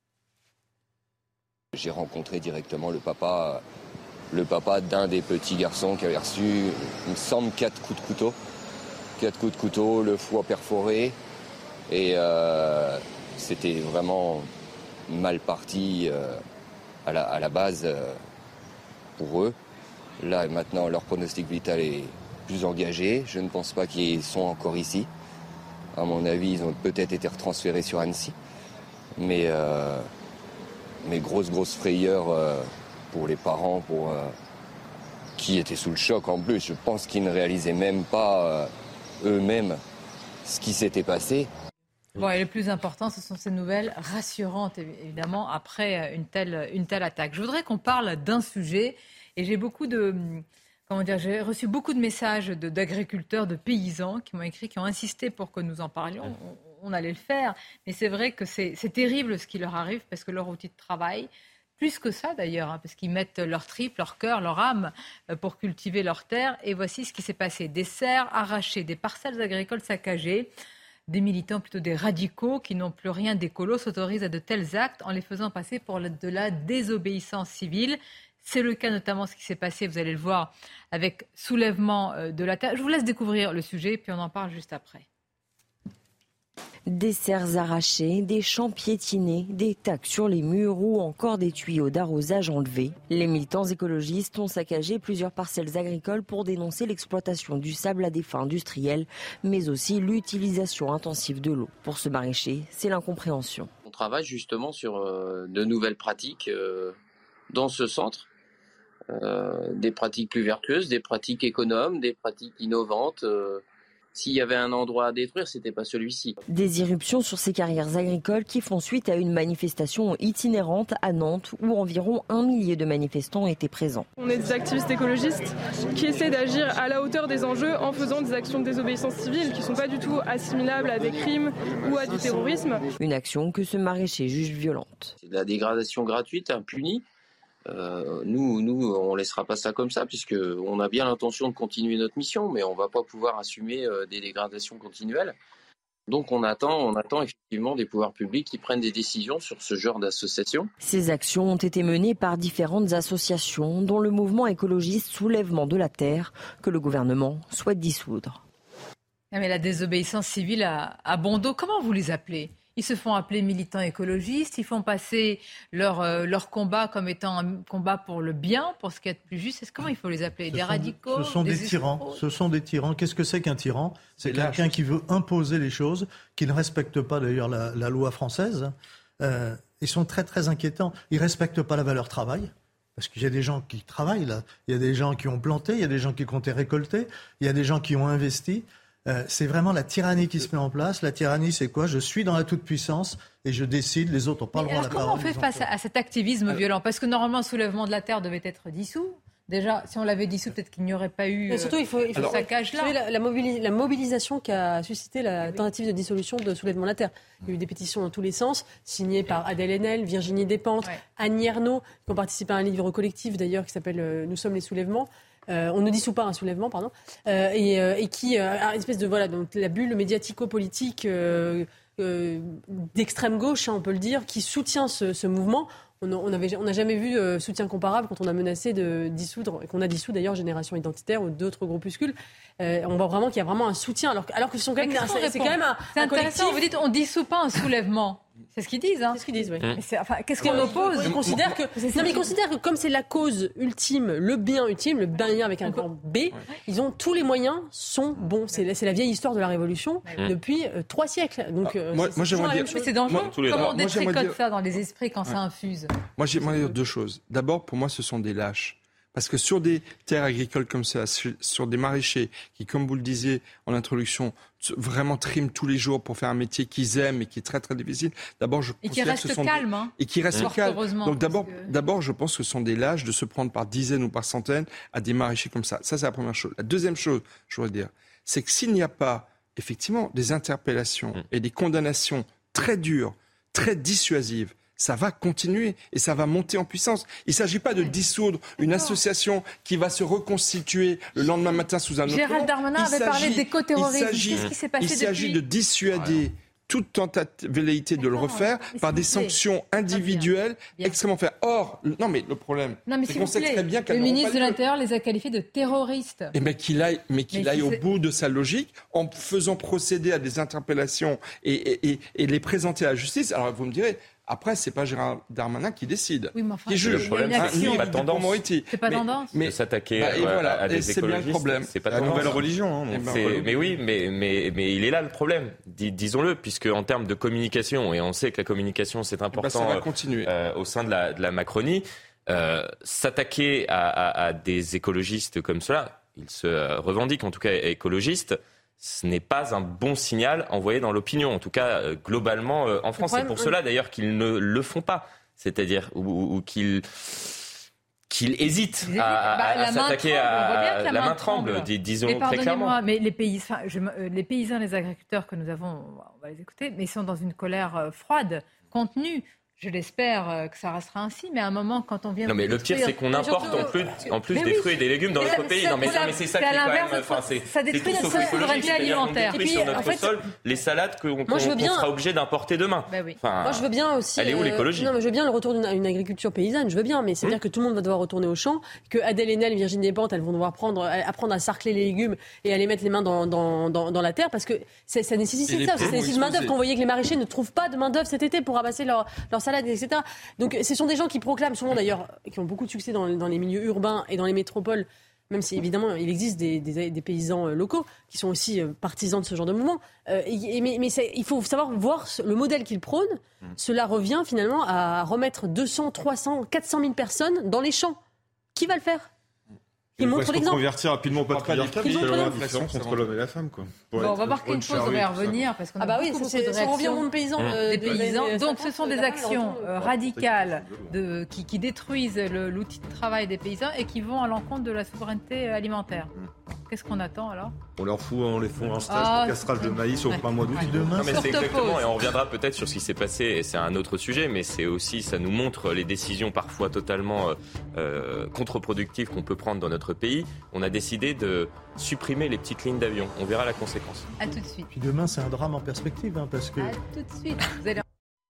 J'ai rencontré directement le papa... Le papa d'un des petits garçons qui avait reçu, il me semble, quatre coups de couteau. Quatre coups de couteau, le foie perforé. Et euh, c'était vraiment mal parti euh, à, la, à la base euh, pour eux. Là, maintenant, leur pronostic vital est plus engagé. Je ne pense pas qu'ils sont encore ici. À mon avis, ils ont peut-être été retransférés sur Annecy. Mais, euh, mais grosse, grosse frayeur... Euh, pour les parents, pour euh, qui étaient sous le choc en plus. Je pense qu'ils ne réalisaient même pas euh, eux-mêmes ce qui s'était passé. Bon, et le plus important, ce sont ces nouvelles rassurantes, évidemment, après une telle, une telle attaque. Je voudrais qu'on parle d'un sujet, et j'ai beaucoup de... Comment dire, j'ai reçu beaucoup de messages de, d'agriculteurs, de paysans qui m'ont écrit, qui ont insisté pour que nous en parlions. On, on allait le faire, mais c'est vrai que c'est, c'est terrible ce qui leur arrive, parce que leur outil de travail... Plus que ça d'ailleurs, hein, parce qu'ils mettent leur tripes, leur cœur, leur âme euh, pour cultiver leur terre. Et voici ce qui s'est passé. Des serres arrachées, des parcelles agricoles saccagées. Des militants, plutôt des radicaux, qui n'ont plus rien d'écolo, s'autorisent à de tels actes en les faisant passer pour de la désobéissance civile. C'est le cas notamment ce qui s'est passé, vous allez le voir, avec soulèvement de la terre. Je vous laisse découvrir le sujet, puis on en parle juste après. Des serres arrachées, des champs piétinés, des tacs sur les murs ou encore des tuyaux d'arrosage enlevés. Les militants écologistes ont saccagé plusieurs parcelles agricoles pour dénoncer l'exploitation du sable à des fins industrielles, mais aussi l'utilisation intensive de l'eau. Pour ce maraîcher, c'est l'incompréhension. On travaille justement sur euh, de nouvelles pratiques euh, dans ce centre. Euh, des pratiques plus vertueuses, des pratiques économes, des pratiques innovantes. Euh, S'il y avait un endroit à détruire, c'était pas celui-ci. Des irruptions sur ces carrières agricoles qui font suite à une manifestation itinérante à Nantes où environ un millier de manifestants étaient présents. On est des activistes écologistes qui essaient d'agir à la hauteur des enjeux en faisant des actions de désobéissance civile qui ne sont pas du tout assimilables à des crimes ou à du terrorisme. Une action que ce maraîcher juge violente. C'est de la dégradation gratuite, impunie. Euh, nous, nous, on laissera pas ça comme ça, puisque on a bien l'intention de continuer notre mission, mais on va pas pouvoir assumer euh, des dégradations continuelles. Donc, on attend, on attend effectivement des pouvoirs publics qui prennent des décisions sur ce genre d'associations. Ces actions ont été menées par différentes associations, dont le mouvement écologiste Soulèvement de la Terre, que le gouvernement souhaite dissoudre. Ah mais la désobéissance civile à, à bon dos, comment vous les appelez ? Ils se font appeler militants écologistes, ils font passer leur, euh, leur combat comme étant un combat pour le bien, pour ce qui est de plus juste. Est-ce comment il faut les appeler ? Des radicaux ? Ce sont des, des tyrans. Ce sont des tyrans. Qu'est-ce que c'est qu'un tyran ? C'est quelqu'un qui veut imposer les choses, qui ne respecte pas d'ailleurs la, la loi française. Euh, ils sont très très inquiétants. Ils ne respectent pas la valeur travail. Parce qu'il y a des gens qui travaillent là. Il y a des gens qui ont planté, il y a des gens qui comptaient récolter, il y a des gens qui ont investi. Euh, c'est vraiment la tyrannie qui se met en place. La tyrannie, c'est quoi ? Je suis dans la toute-puissance et je décide, les autres n'ont pas le droit à la parole. Comment on fait face à cet activisme alors, violent ? Parce que normalement, le soulèvement de la Terre devait être dissous. Déjà, si on l'avait dissous, peut-être qu'il n'y aurait pas eu mais surtout, il faut, il faut ce saccage-là. La, la, mobilis- la mobilisation qui a suscité la tentative de dissolution de soulèvement de la Terre. Il y a eu des pétitions dans tous les sens, signées par Adèle Haenel, Virginie Despentes, ouais. Annie Ernaux, qui ont participé à un livre collectif d'ailleurs qui s'appelle euh, « Nous sommes les soulèvements ». Euh, on ne dissout pas un soulèvement, pardon, euh, et, euh, et qui euh, a une espèce de voilà, donc la bulle médiatico-politique euh, euh, d'extrême gauche, hein, on peut le dire, qui soutient ce, ce mouvement. On n'a on jamais vu euh, soutien comparable quand on a menacé de dissoudre, et qu'on a dissous d'ailleurs Génération Identitaire ou d'autres groupuscules. Euh, on voit vraiment qu'il y a vraiment un soutien, alors, alors que ce sont quand même, c'est, c'est quand même un, c'est un intéressant. Collectif. Vous dites on dissout pas un soulèvement. C'est ce qu'ils disent. Hein. C'est ce qu'ils disent, oui. Mmh. C'est, enfin, qu'est-ce qu'on oppose ? Ils considèrent que, non, mais ils considèrent que comme c'est la cause ultime, le bien ultime, le bien avec un grand B, ouais. ils ont tous les moyens sont bons. C'est, c'est la vieille histoire de la Révolution mmh. depuis euh, trois siècles. Donc, euh, moi, c'est, moi, c'est j'aimerais dire, mais c'est dangereux. Moi, Comment on détricote dire... ça dans les esprits quand ouais. ça infuse ? Moi, j'aimerais dire deux choses. D'abord, pour moi, ce sont des lâches. Parce que sur des terres agricoles comme ça, sur des maraîchers qui, comme vous le disiez en introduction, vraiment triment tous les jours pour faire un métier qu'ils aiment et qui est très très difficile. D'abord, je et qui reste calme, des... hein. et qui reste calme. Donc d'abord, que... d'abord, je pense que ce sont des lâches de se prendre par dizaines ou par centaines à des maraîchers comme ça. Ça, c'est la première chose. La deuxième chose, je voudrais dire, c'est que s'il n'y a pas effectivement des interpellations mmh. et des condamnations très dures, très dissuasives, ça va continuer et ça va monter en puissance. Il ne s'agit pas de dissoudre une association qui va se reconstituer le lendemain matin sous un autre nom. Gérald Darmanin avait parlé d'éco-terrorisme. Qu'est-ce qui s'est passé depuis ? Il s'agit de dissuader toute tentativité de le refaire par des sanctions individuelles bien. extrêmement fermes. Or, non mais le problème, non, mais c'est qu'on sait très bien qu'elles le n'auront ministre pas de l'Intérieur les a qualifiés de terroristes. Et ben qu'il aille, mais qu'il mais aille au c'est... bout de sa logique en faisant procéder à des interpellations et, et, et, et les présenter à la justice. Alors vous me direz. Après, c'est pas Gérald Darmanin qui décide, oui, mais enfin, qui juge. Le problème, c'est, c'est pas tendance. C'est pas mais, tendance. Mais s'attaquer bah, à, voilà, à des c'est écologistes, bien le problème. C'est pas la tendance. nouvelle religion. Hein, c'est, mais oui, mais, mais, mais il est là le problème. Dis, disons-le, puisque en termes de communication, et on sait que la communication c'est important bah, ça va continuer. Euh, au sein de la, de la Macronie, euh, s'attaquer à, à, à des écologistes comme cela, ils se revendiquent en tout cas écologistes. Ce n'est pas un bon signal envoyé dans l'opinion, en tout cas euh, globalement euh, en France. C'est pour cela d'ailleurs qu'ils ne le font pas, c'est-à-dire ou, ou, ou qu'ils, qu'ils hésitent à, à, bah, à s'attaquer tremble, à la, la main tremble, tremble. Dis, disons mais très clairement. Mais les, pays, enfin, je, les paysans, les agriculteurs que nous avons, on va les écouter, mais ils sont dans une colère euh, froide, contenue. Je l'espère que ça restera ainsi, mais à un moment, quand on vient... Non, mais le pire, c'est qu'on importe en plus, en plus des oui. fruits et des légumes dans mais notre pays. Non, mais, ça, mais c'est ça qui est quand même... Enfin, c'est, ça détruit notre souveraineté alimentaire. On détruit sur notre en fait, sol les salades qu'on, qu'on, qu'on bien... sera obligé d'importer demain. Bah oui. Enfin, moi, je veux bien aussi... Elle est où l'écologie ? Non, mais je veux bien le retour d'une une agriculture paysanne, je veux bien, mais c'est-à-dire hum. que tout le monde va devoir retourner au champ, que Adèle Haenel et Virginie Despentes, elles vont devoir prendre, apprendre à sarcler les légumes et à les mettre les mains dans, dans, dans, dans la terre, parce que ça, ça nécessite ça, ça nécessite main-d'œuvre. Quand on voyait que les maraîchers ne trouvent pas de main-d'œuvre cet été pour ramasser leurs leur salades, et cetera. Donc ce sont des gens qui proclament souvent d'ailleurs, qui ont beaucoup de succès dans, dans les milieux urbains et dans les métropoles, même si évidemment il existe des, des, des paysans locaux qui sont aussi partisans de ce genre de mouvement. Euh, et, mais mais il faut savoir voir le modèle qu'ils prônent. Mmh. Cela revient finalement à remettre deux cents, trois cents, quatre cent mille personnes dans les champs. Qui va le faire ? Il montre l'exemple. Convertir rapidement au patriarcat, c'est la différence entre l'homme et la femme, quoi. Bon, on va marquer une pause, on va y revenir parce qu'on a ah bah beaucoup, oui, beaucoup de réactions. On revient au monde paysan, euh, des paysans. Des, Donc, ce sont des actions euh, radicales de, qui, qui détruisent le, l'outil de travail des paysans et qui vont à l'encontre de la souveraineté alimentaire. Qu'est-ce qu'on attend alors ? On leur fout, on les fout un stage ah, pour castrage de maïs au plein mois d'août. Non, mais c'est exactement, et on reviendra peut-être sur ce qui s'est passé, et c'est un autre sujet, mais c'est aussi, ça nous montre les décisions parfois totalement euh, contre-productives qu'on peut prendre dans notre pays. On a décidé de supprimer les petites lignes d'avion. On verra la conséquence. À tout de suite. Puis demain, c'est un drame en perspective, hein, parce que... À tout de suite. Vous allez...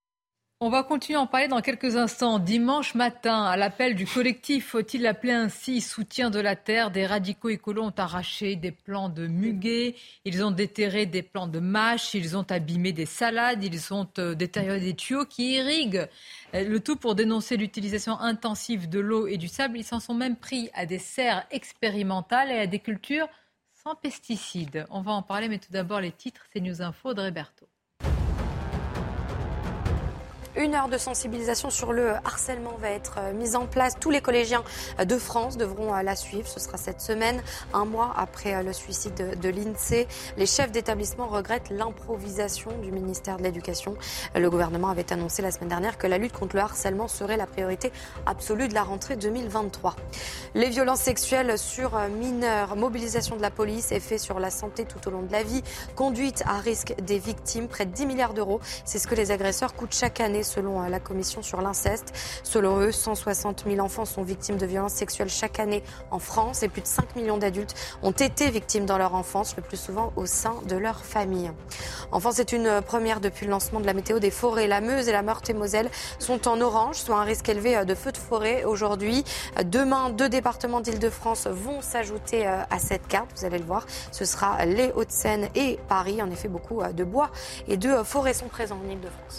On va continuer à en parler dans quelques instants. Dimanche matin, à l'appel du collectif, faut-il l'appeler ainsi, soutien de la terre, des radicaux écolos ont arraché des plants de muguet, ils ont déterré des plants de mâche, ils ont abîmé des salades, ils ont euh, détérioré des tuyaux qui irriguent. Le tout pour dénoncer l'utilisation intensive de l'eau et du sable. Ils s'en sont même pris à des serres expérimentales et à des cultures sans pesticides. On va en parler, mais tout d'abord les titres, c'est News Info, Audrey Berthaud. Une heure de sensibilisation sur le harcèlement va être mise en place. Tous les collégiens de France devront la suivre. Ce sera cette semaine, un mois après le suicide de l'INSEE. Les chefs d'établissement regrettent l'improvisation du ministère de l'Éducation. Le gouvernement avait annoncé la semaine dernière que la lutte contre le harcèlement serait la priorité absolue de la rentrée deux mille vingt-trois. Les violences sexuelles sur mineurs, mobilisation de la police, effet sur la santé tout au long de la vie, conduite à risque des victimes, près de dix milliards d'euros. C'est ce que les agresseurs coûtent chaque année selon la Commission sur l'inceste. Selon eux, cent soixante mille enfants sont victimes de violences sexuelles chaque année en France et plus de cinq millions d'adultes ont été victimes dans leur enfance, le plus souvent au sein de leur famille. Enfin, c'est une première depuis le lancement de la météo des forêts. La Meuse et la Meurthe-et-Moselle sont en orange, soit un risque élevé de feux de forêt aujourd'hui. Demain, deux départements d'Île-de-France vont s'ajouter à cette carte. Vous allez le voir, ce sera les Hauts-de-Seine et Paris. En effet, beaucoup de bois et de forêts sont présents en Île-de-France.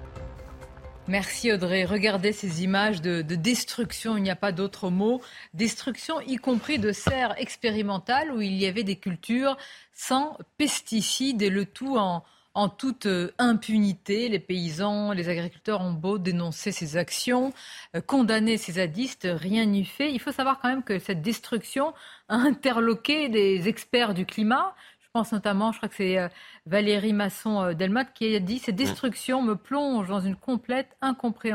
Merci Audrey. Regardez ces images de, de destruction, il n'y a pas d'autre mot. Destruction y compris de serres expérimentales où il y avait des cultures sans pesticides et le tout en, en toute impunité. Les paysans, les agriculteurs ont beau dénoncer ces actions, euh, condamner ces zadistes, rien n'y fait. Il faut savoir quand même que cette destruction a interloqué des experts du climat. Je pense notamment, je crois que c'est Valérie Masson-Delmotte qui a dit « Ces destructions me plongent dans une complète incompréhension »,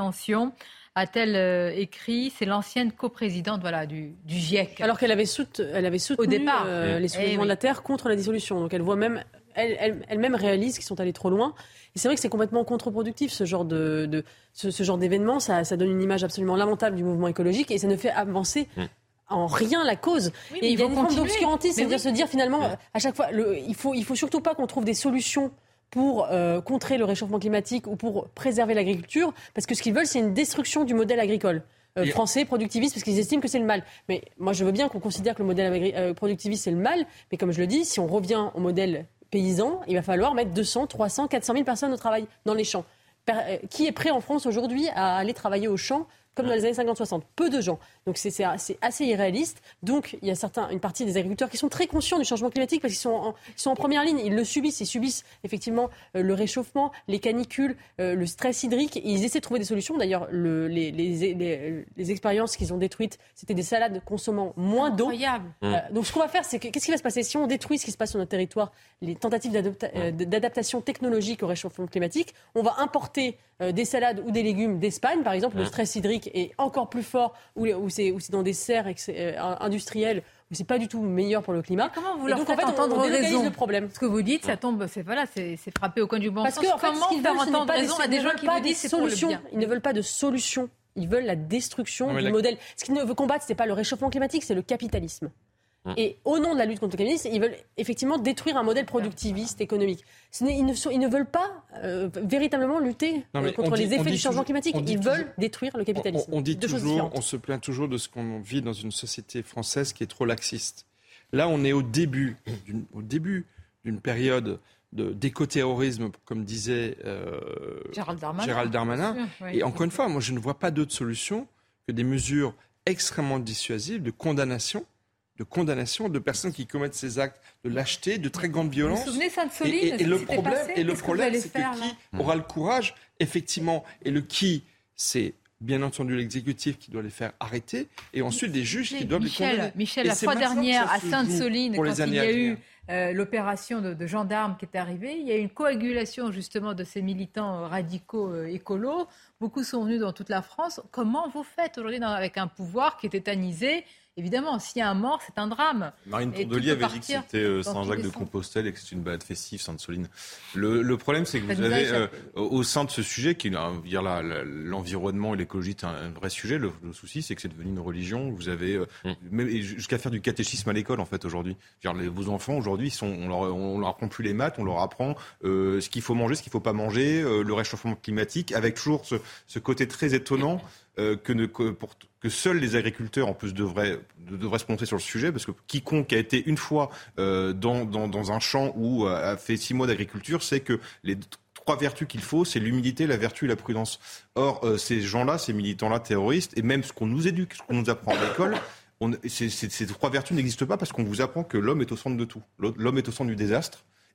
a-t-elle euh, écrit. C'est l'ancienne coprésidente voilà, du, du GIEC. Alors qu'elle avait, sout- elle avait soutenu au départ, euh, les soulèvements eh oui. de la Terre contre la dissolution. Donc elle voit même, elle, elle, elle-même réalise qu'ils sont allés trop loin. Et c'est vrai que c'est complètement contre-productif ce genre, de, de, ce, ce genre d'événement. Ça, ça donne une image absolument lamentable du mouvement écologique et ça ne fait avancer mmh. en rien la cause. Oui, et il y a une forme d'obscurantisme, c'est-à-dire oui. se dire finalement, ouais. à chaque fois, le, il faut, il faut surtout pas qu'on trouve des solutions pour euh, contrer le réchauffement climatique ou pour préserver l'agriculture, parce que ce qu'ils veulent, c'est une destruction du modèle agricole euh, français, productiviste, parce qu'ils estiment que c'est le mal. Mais moi, je veux bien qu'on considère que le modèle agri- euh, productiviste, c'est le mal, mais comme je le dis, si on revient au modèle paysan, il va falloir mettre deux cents, trois cents, quatre cent mille personnes au travail dans les champs. Per- euh, qui est prêt en France aujourd'hui à aller travailler au champ comme dans les années cinquante soixante? Peu de gens. Donc c'est, c'est, c'est assez irréaliste. Donc il y a certains, une partie des agriculteurs qui sont très conscients du changement climatique parce qu'ils sont en, ils sont en première ligne. Ils le subissent. Ils subissent effectivement euh, le réchauffement, les canicules, euh, le stress hydrique. Et ils essaient de trouver des solutions. D'ailleurs, le, les, les, les, les expériences qu'ils ont détruites, c'était des salades consommant moins d'eau. Incroyable. Euh, donc ce qu'on va faire, c'est que, qu'est-ce qui va se passer si on détruit ce qui se passe sur notre territoire, les tentatives d'adapta- euh, d'adaptation technologique au réchauffement climatique? On va importer euh, des salades ou des légumes d'Espagne, par exemple. Le stress hydrique est encore plus fort, où, où, c'est, où c'est dans des serres ex- euh, industrielles, où c'est pas du tout meilleur pour le climat. Mais comment vous et leur donc, faites en fait, entendre on, on raison le problème. Ce que vous dites, ça tombe, c'est, voilà, c'est, c'est frappé au coin du bon Parce sens. que, en fait, comment faire veulent, entendre raison des, à des gens qui vous disent c'est pour le bien? Ils ne veulent pas de solution. Ils veulent la destruction non, du la... modèle. Ce qu'ils ne veulent combattre, c'est pas le réchauffement climatique, c'est le capitalisme. Et au nom de la lutte contre le capitalisme, ils veulent effectivement détruire un modèle productiviste, économique. Ce ils, ne sont, ils ne veulent pas euh, véritablement lutter non, euh, contre dit, les effets du changement toujours, climatique. Ils veulent toujours, détruire le capitalisme. On, on dit Deux toujours, on se plaint toujours de ce qu'on vit dans une société française qui est trop laxiste. Là, on est au début, d'une, au début d'une période de, d'écoterrorisme, comme disait euh, Gérald Darmanin. Gérald Darmanin. Sûr, oui. Et encore une fois, moi, je ne vois pas d'autre solution que des mesures extrêmement dissuasives de condamnation de condamnation de personnes qui commettent ces actes de lâcheté, de très grande violence. Vous vous souvenez Sainte-Soline, et, et, et le problème, passé et le problème, que c'est faire, que là qui aura le courage, effectivement, et le qui, c'est bien entendu l'exécutif qui doit les faire arrêter, et ensuite des juges qui doivent Michel, les condamner. Michel, et la fois dernière à Sainte-Soline, quand il y a eu euh, l'opération de, de gendarmes qui est arrivée, il y a eu une coagulation justement de ces militants euh, radicaux euh, écolos. Beaucoup sont venus dans toute la France. Comment vous faites aujourd'hui dans, avec un pouvoir qui est tétanisé? Évidemment, s'il y a un mort, c'est un drame. Marine Tondelier avait dit que c'était euh, Saint-Jacques-de-Compostelle et que c'est une balade festive, Sainte-Soline. Le, le problème, c'est que ça vous avez, euh, au sein de ce sujet, qui est dire là, l'environnement et l'écologie, c'est un, un vrai sujet. Le, le souci, c'est que c'est devenu une religion. Vous avez euh, mmh. même, jusqu'à faire du catéchisme à l'école, en fait, aujourd'hui. Dire, les, vos enfants, aujourd'hui, ils sont, on leur, on leur apprend plus les maths, on leur apprend euh, ce qu'il faut manger, ce qu'il faut pas manger, euh, le réchauffement climatique, avec toujours ce, ce côté très étonnant. Euh, que, ne, que, pour, que seuls les agriculteurs en plus devraient, devraient se prononcer sur le sujet, parce que quiconque a été une fois euh, dans, dans, dans un champ ou a fait six mois d'agriculture sait que les trois vertus qu'il faut, c'est l'humilité, la vertu et la prudence. Or, euh, ces gens-là, ces militants-là terroristes, et même ce qu'on nous éduque, ce qu'on nous apprend à l'école, on, c'est, c'est, ces trois vertus n'existent pas parce qu'on vous apprend que l'homme est au centre de tout. L'homme est au centre du désastre.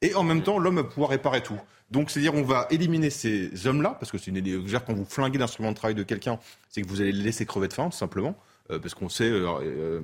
et en même temps, l'homme va pouvoir réparer tout. Donc, c'est-à-dire, on va éliminer ces hommes-là, parce que c'est une idée. Quand vous flinguez l'instrument de travail de quelqu'un, c'est que vous allez le laisser crever de faim, tout simplement. Euh, parce qu'on sait, euh, euh,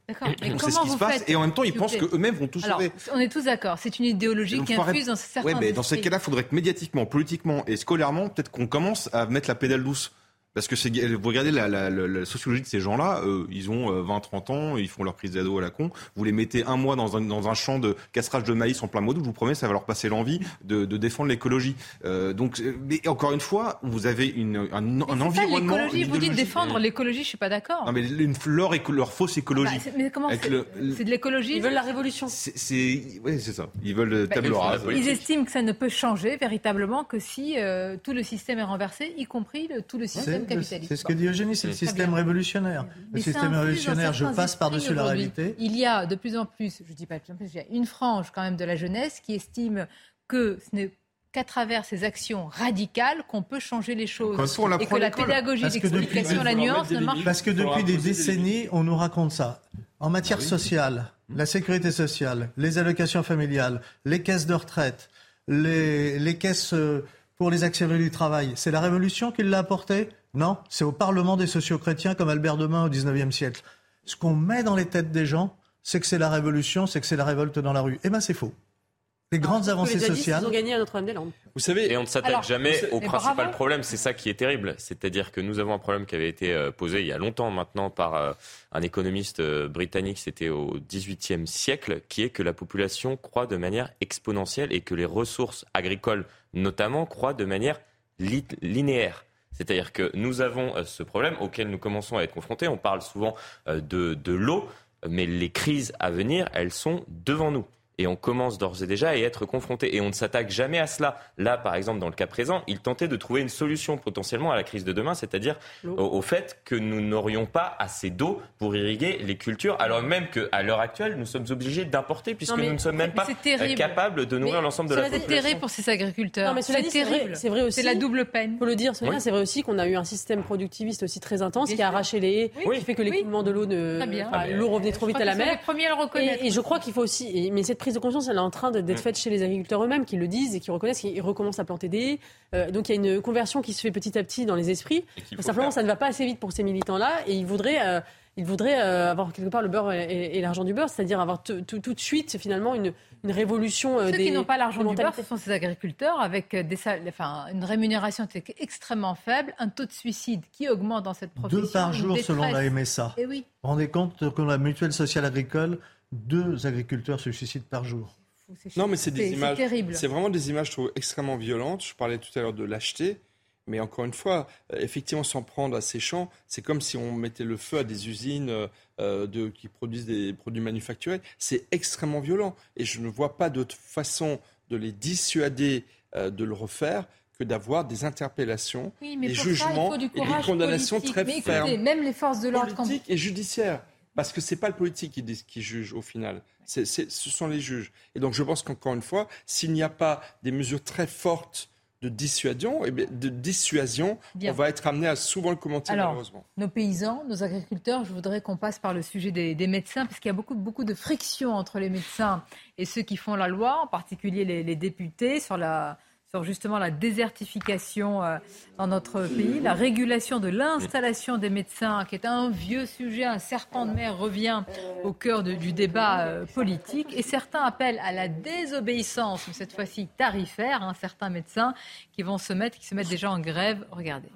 on sait ce qui se passe, faites, et en même temps, ils pensent qu'eux-mêmes vont tout Alors, sauver. On est tous d'accord, c'est une idéologie qui infuse dans certains ouais, mais dans ces cas-là, il faudrait que médiatiquement, politiquement et scolairement, peut-être qu'on commence à mettre la pédale douce. Parce que c'est, vous regardez la, la, la, la sociologie de ces gens-là, euh, ils ont euh, vingt trente ans, ils font leur prise d'ado à la con. Vous les mettez un mois dans un, dans un champ de castrage de maïs en plein mois d'août, je vous promets, ça va leur passer l'envie de, de défendre l'écologie. Euh, donc, mais encore une fois, vous avez une, un, un environnement. Ça, l'écologie, vous dites défendre l'écologie, je suis pas d'accord. Non, mais une, leur, leur fausse écologie. Bah, mais comment c'est, le, c'est de l'écologie? Ils veulent la révolution. C'est, c'est, oui, c'est ça. Ils veulent bah, table rase. Ils estiment que ça ne peut changer véritablement que si euh, tout le système est renversé, y compris le, tout le système c'est, capitaliste. C'est ce que dit Eugénie, c'est le système révolutionnaire. Le système révolutionnaire, je passe par-dessus la réalité. Il y a de plus en plus, je ne dis pas de plus en plus, il y a une frange quand même de la jeunesse qui estime que ce n'est qu'à travers ces actions radicales qu'on peut changer les choses. Et que la pédagogie, l'explication, la nuance ne marche pas. Parce que depuis des décennies, on nous raconte ça. En matière sociale, la sécurité sociale, les allocations familiales, les caisses de retraite, les, les caisses pour les actionnaires du travail, c'est la révolution qui l'a apporté ? Non, c'est au Parlement des sociaux-chrétiens comme Albert de Mun au dix-neuvième siècle. Ce qu'on met dans les têtes des gens, c'est que c'est la révolution, c'est que c'est la révolte dans la rue. Eh bien, c'est faux. Les grandes ah, avancées les sociales... Ils ont gagné à Notre-Dame-des-Landes. Vous savez, et on ne s'attaque Alors, jamais au principal bravo. problème. C'est ça qui est terrible. C'est-à-dire que nous avons un problème qui avait été euh, posé il y a longtemps maintenant par euh, un économiste euh, britannique, c'était au dix-huitième siècle, qui est que la population croît de manière exponentielle et que les ressources agricoles, notamment, croît de manière li- linéaire. C'est-à-dire que nous avons euh, ce problème auquel nous commençons à être confrontés. On parle souvent euh, de, de l'eau, mais les crises à venir, elles sont devant nous. Et on commence d'ores et déjà à y être confronté. Et on ne s'attaque jamais à cela. Là, par exemple, dans le cas présent, il tentait de trouver une solution potentiellement à la crise de demain, c'est-à-dire au, au fait que nous n'aurions pas assez d'eau pour irriguer les cultures, alors même qu'à l'heure actuelle, nous sommes obligés d'importer, puisque non, nous ne sommes même pas capables de nourrir mais l'ensemble de la population. C'est terrible pour ces agriculteurs. Non, mais cela c'est dit, terrible. C'est vrai, c'est vrai aussi. C'est la double peine. Il faut le dire, c'est, oui. c'est vrai aussi qu'on a eu un système productiviste aussi très intense Bien qui a sûr. arraché les haies, oui. qui fait que l'écoulement oui. de l'eau, ne, enfin, l'eau revenait trop vite à la mer. Et, et je crois qu'il faut aussi, et, mais cette prise de conscience, elle est en train d'être faite chez les agriculteurs eux-mêmes qui le disent et qui reconnaissent qu'ils recommencent à planter des haies. Euh, donc il y a une conversion qui se fait petit à petit dans les esprits. Simplement, faire. ça ne va pas assez vite pour ces militants-là et ils voudraient, euh, ils voudraient euh, avoir quelque part le beurre et, et, et l'argent du beurre, c'est-à-dire avoir t- t- tout de suite finalement une, une révolution euh, Ceux des qui n'ont pas l'argent du beurre, ce sont ces agriculteurs avec des sal- enfin, une rémunération extrêmement faible, un taux de suicide qui augmente dans cette profession. Deux par jour selon la M S A. Et oui. Vous vous rendez compte que la mutuelle sociale agricole, deux agriculteurs se suicident par jour. Non, mais c'est des c'est, images. C'est terrible. C'est vraiment des images, je trouve, extrêmement violentes. Je parlais tout à l'heure de lâcheté, mais encore une fois, euh, effectivement, s'en prendre à ces champs, c'est comme si on mettait le feu à des usines euh, de, qui produisent des produits manufacturés. C'est extrêmement violent, et je ne vois pas d'autre façon de les dissuader euh, de le refaire que d'avoir des interpellations, oui, mais des pour jugements ça, il faut du et des condamnations politique. très mais écoutez, fermes. Même les forces de l'ordre, politique quand... et judiciaire. Parce que ce n'est pas le politique qui, qui juge au final, c'est, c'est, ce sont les juges. Et donc je pense qu'encore une fois, s'il n'y a pas des mesures très fortes de dissuasion, eh bien, de dissuasion on va être amené à souvent le commenter Alors, malheureusement. Nos paysans, nos agriculteurs, je voudrais qu'on passe par le sujet des, des médecins, parce qu'il y a beaucoup, beaucoup de friction entre les médecins et ceux qui font la loi, en particulier les, les députés, sur la... sur justement la désertification dans notre pays, la régulation de l'installation des médecins, qui est un vieux sujet, un serpent de mer revient au cœur de, du débat politique. Et certains appellent à la désobéissance, mais cette fois-ci tarifaire, hein, certains médecins qui vont se mettre, qui se mettent déjà en grève. Regardez.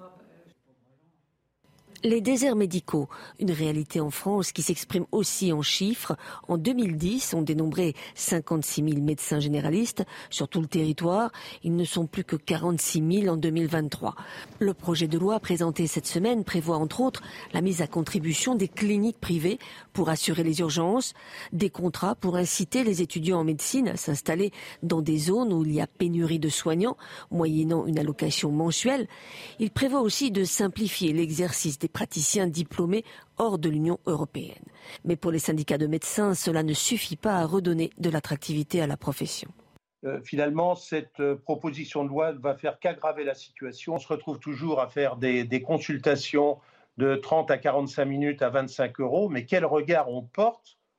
Les déserts médicaux, une réalité en France qui s'exprime aussi en chiffres. En deux mille dix, on dénombrait cinquante-six mille médecins généralistes sur tout le territoire. Ils ne sont plus que quarante-six mille en deux mille vingt-trois. Le projet de loi présenté cette semaine prévoit entre autres la mise à contribution des cliniques privées pour assurer les urgences, des contrats pour inciter les étudiants en médecine à s'installer dans des zones où il y a pénurie de soignants, moyennant une allocation mensuelle. Il prévoit aussi de simplifier l'exercice des praticiens diplômés hors de l'Union européenne. Mais pour les syndicats de médecins, cela ne suffit pas à redonner de l'attractivité à la profession. Euh, finalement, cette euh, proposition de loi ne va faire qu'aggraver la situation. On se retrouve toujours à faire des, des consultations de trente à quarante-cinq minutes à vingt-cinq euros, mais quel regard on porte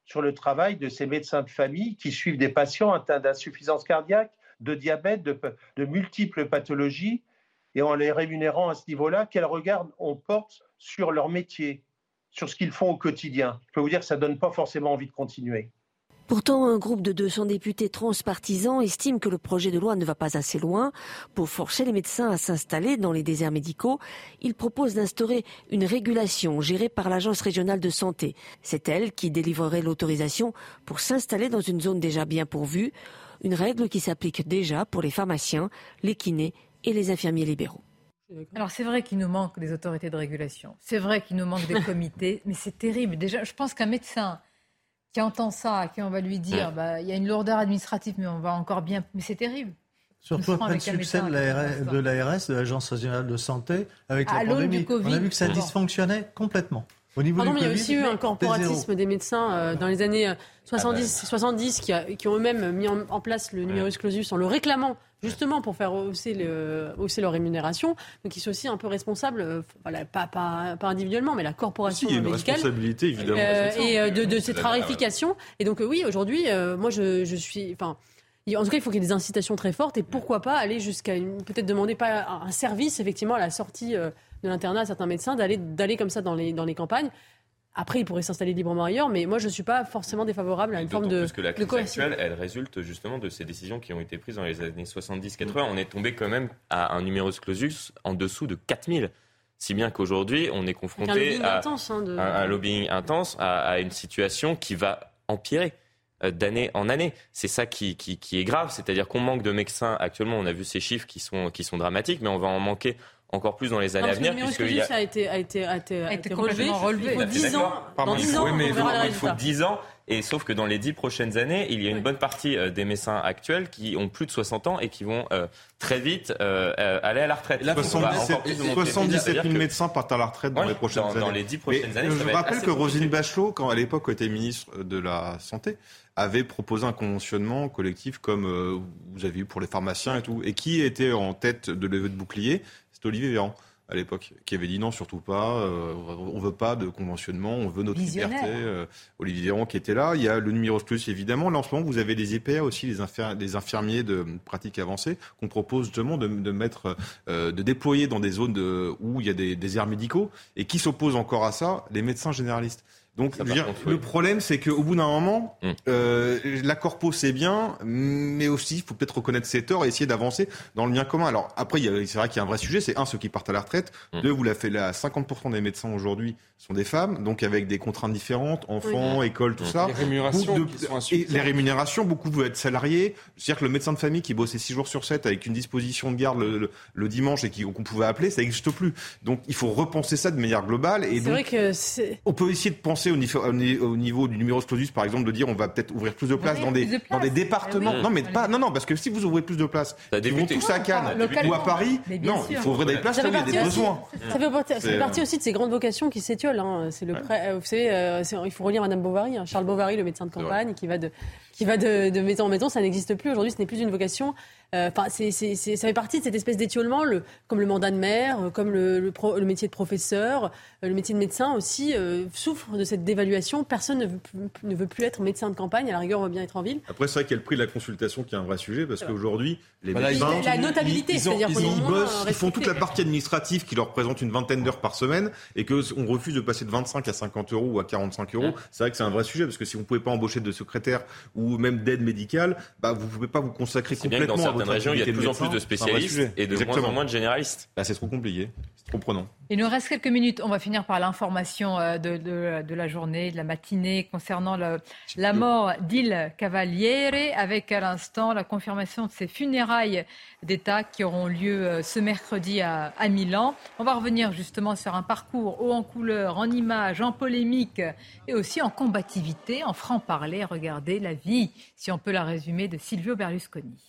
sur le travail de ces médecins de famille qui suivent des patients atteints d'insuffisance cardiaque, de diabète, de, de multiples pathologies, et en les rémunérant à ce niveau-là, quel regard on porte sur leur métier, sur ce qu'ils font au quotidien. Je peux vous dire que ça ne donne pas forcément envie de continuer. Pourtant, un groupe de deux cents députés transpartisans estime que le projet de loi ne va pas assez loin. Pour forcer les médecins à s'installer dans les déserts médicaux, il propose d'instaurer une régulation gérée par l'Agence régionale de santé. C'est elle qui délivrerait l'autorisation pour s'installer dans une zone déjà bien pourvue, une règle qui s'applique déjà pour les pharmaciens, les kinés et les infirmiers libéraux. Alors c'est vrai qu'il nous manque des autorités de régulation, c'est vrai qu'il nous manque des comités, mais c'est terrible. Déjà, je pense qu'un médecin qui entend ça, à qui on va lui dire, bah, il y a une lourdeur administrative, mais on va encore bien... Mais c'est terrible. Surtout après le succès de l'A R S, de l'Agence régionale de santé, avec à la pandémie. COVID, on a vu que ça dysfonctionnait complètement. Au niveau Pardon, du mais COVID, il y a aussi eu un corporatisme des médecins euh, dans les années soixante-dix, soixante-dix qui, a, qui ont eux-mêmes mis en, en place le numerus clausus en le réclamant, justement pour faire hausser, le, hausser leur rémunération. Donc ils sont aussi un peu responsables, euh, voilà, pas, pas, pas individuellement, mais la corporation si, il y a une médicale. Responsabilité, évidemment. Euh, et euh, de, de C'est cette la, rarification. ouais. Et donc euh, oui, aujourd'hui, euh, moi je, je suis... Enfin, en tout cas, il faut qu'il y ait des incitations très fortes et pourquoi pas aller jusqu'à une, peut-être demander pas un service, effectivement, à la sortie euh, de l'internat à certains médecins, d'aller, d'aller comme ça dans les, dans les campagnes. Après, ils pourraient s'installer librement ailleurs, mais moi, je ne suis pas forcément défavorable à une forme de. Parce que la crise actuelle, elle résulte justement de ces décisions qui ont été prises dans les années soixante-dix quatre-vingts. On est tombé quand même à un numerus clausus en dessous de quatre mille. Si bien qu'aujourd'hui, on est confronté un à intense, hein, de... un, un lobbying intense, à, à une situation qui va empirer euh, d'année en année. C'est ça qui, qui, qui est grave, c'est-à-dire qu'on manque de médecins actuellement. On a vu ces chiffres qui sont, qui sont dramatiques, mais on va en manquer encore plus dans les années non, à venir. Parce que le numerus clausus a été, a été, a été, a été relevé. relevé. Il faut dix ans. Dans dix ans, oui, mais on verra il les faut dix ans. Et sauf que dans les dix prochaines années, il y a une oui. bonne partie euh, des médecins actuels qui ont plus de soixante ans et qui vont euh, très vite euh, euh, aller à la retraite. soixante-dix-sept mille médecins partent à la retraite dans oui, les prochaines dans, années. Dans les dix prochaines Mais années. Je rappelle que Roselyne Bachelot, quand à l'époque était ministre de la Santé, avait proposé un conventionnement collectif comme euh, vous avez eu pour les pharmaciens et tout. Et qui était en tête de levée de bouclier? C'est Olivier Véran. À l'époque, qui avait dit non, surtout pas, euh, on veut pas de conventionnement, on veut notre Visionnaire. liberté. Euh, Olivier Véran qui était là. Il y a le numerus clausus, évidemment. Là, en ce moment, vous avez les I P A aussi, les, infir- les infirmiers de pratique avancée, qu'on propose justement de, de mettre, euh, de déployer dans des zones de, où il y a des déserts médicaux. Et qui s'oppose encore à ça? Les médecins généralistes. Donc, je veux dire, contre, le oui. problème, c'est qu'au bout d'un moment, mmh. euh, la corpo, c'est bien, mais aussi, il faut peut-être reconnaître ses torts et essayer d'avancer dans le bien commun. Alors, après, il y a, c'est vrai qu'il y a un vrai sujet, c'est un, ceux qui partent à la retraite. Mmh. Deux, vous l'avez fait là, cinquante pour cent des médecins aujourd'hui sont des femmes, donc avec des contraintes différentes, enfants, oui. école, tout mmh. ça. Les rémunérations de, qui sont et les rémunérations, beaucoup veulent être salariés. C'est-à-dire que le médecin de famille qui bossait six jours sur sept avec une disposition de garde le, le, le dimanche et qui, qu'on pouvait appeler, ça n'existe plus. Donc, il faut repenser ça de manière globale. Et c'est donc, vrai que c'est... on peut essayer de penser au niveau, au niveau du numerus clausus, par exemple, de dire on va peut-être ouvrir plus de places oui, dans des, de places. dans des départements. Oui. Non, mais pas, non, non, parce que si vous ouvrez plus de places, ils vont tous à Cannes ou à Paris. Non, il faut ouvrir des places là où il y a des besoins. Ça fait partie, ça fait partie aussi de ces grandes vocations qui s'étiolent. Hein. C'est le prêt, vous savez, euh, il faut relire Madame Bovary, hein. Charles Bovary, le médecin de campagne, qui va de, qui va de, de maison en maison. Ça n'existe plus aujourd'hui. Ce n'est plus une vocation. Enfin, euh, c'est, c'est, c'est, ça fait partie de cette espèce d'étiolement, le, comme le mandat de maire, comme le, le, pro, le métier de professeur, euh, le métier de médecin aussi euh, souffre de cette dévaluation. Personne ne veut, plus, ne veut plus être médecin de campagne. À la rigueur, on veut bien être en ville. Après, c'est vrai qu'il y a le prix de la consultation qui est un vrai sujet parce qu'aujourd'hui, les voilà, médecins, la notabilité, ils, ils, c'est-à-dire ils, qu'ils ils bossent, ils font toute la partie administrative qui leur représente une vingtaine d'heures par semaine et que on refuse de passer de vingt-cinq à cinquante euros ou à quarante-cinq euros. Mmh. C'est vrai que c'est un vrai sujet parce que si vous pouvez pas embaucher de secrétaire ou même d'aide médicale, bah vous pouvez pas vous consacrer c'est complètement bien que dans à votre certaines régions, il y a de plus en plus de spécialistes et de Exactement. moins en moins de généralistes. Là, c'est trop compliqué, c'est trop prenant. Il nous reste quelques minutes. On va finir par l'information de, de, de la journée, de la matinée concernant le, la mort d'Il Cavaliere, avec à l'instant la confirmation de ces funérailles d'État qui auront lieu ce mercredi à, à Milan. On va revenir justement sur un parcours haut en couleur, en images, en polémique et aussi en combativité, en franc-parler. Regardez la vie, si on peut la résumer, de Silvio Berlusconi.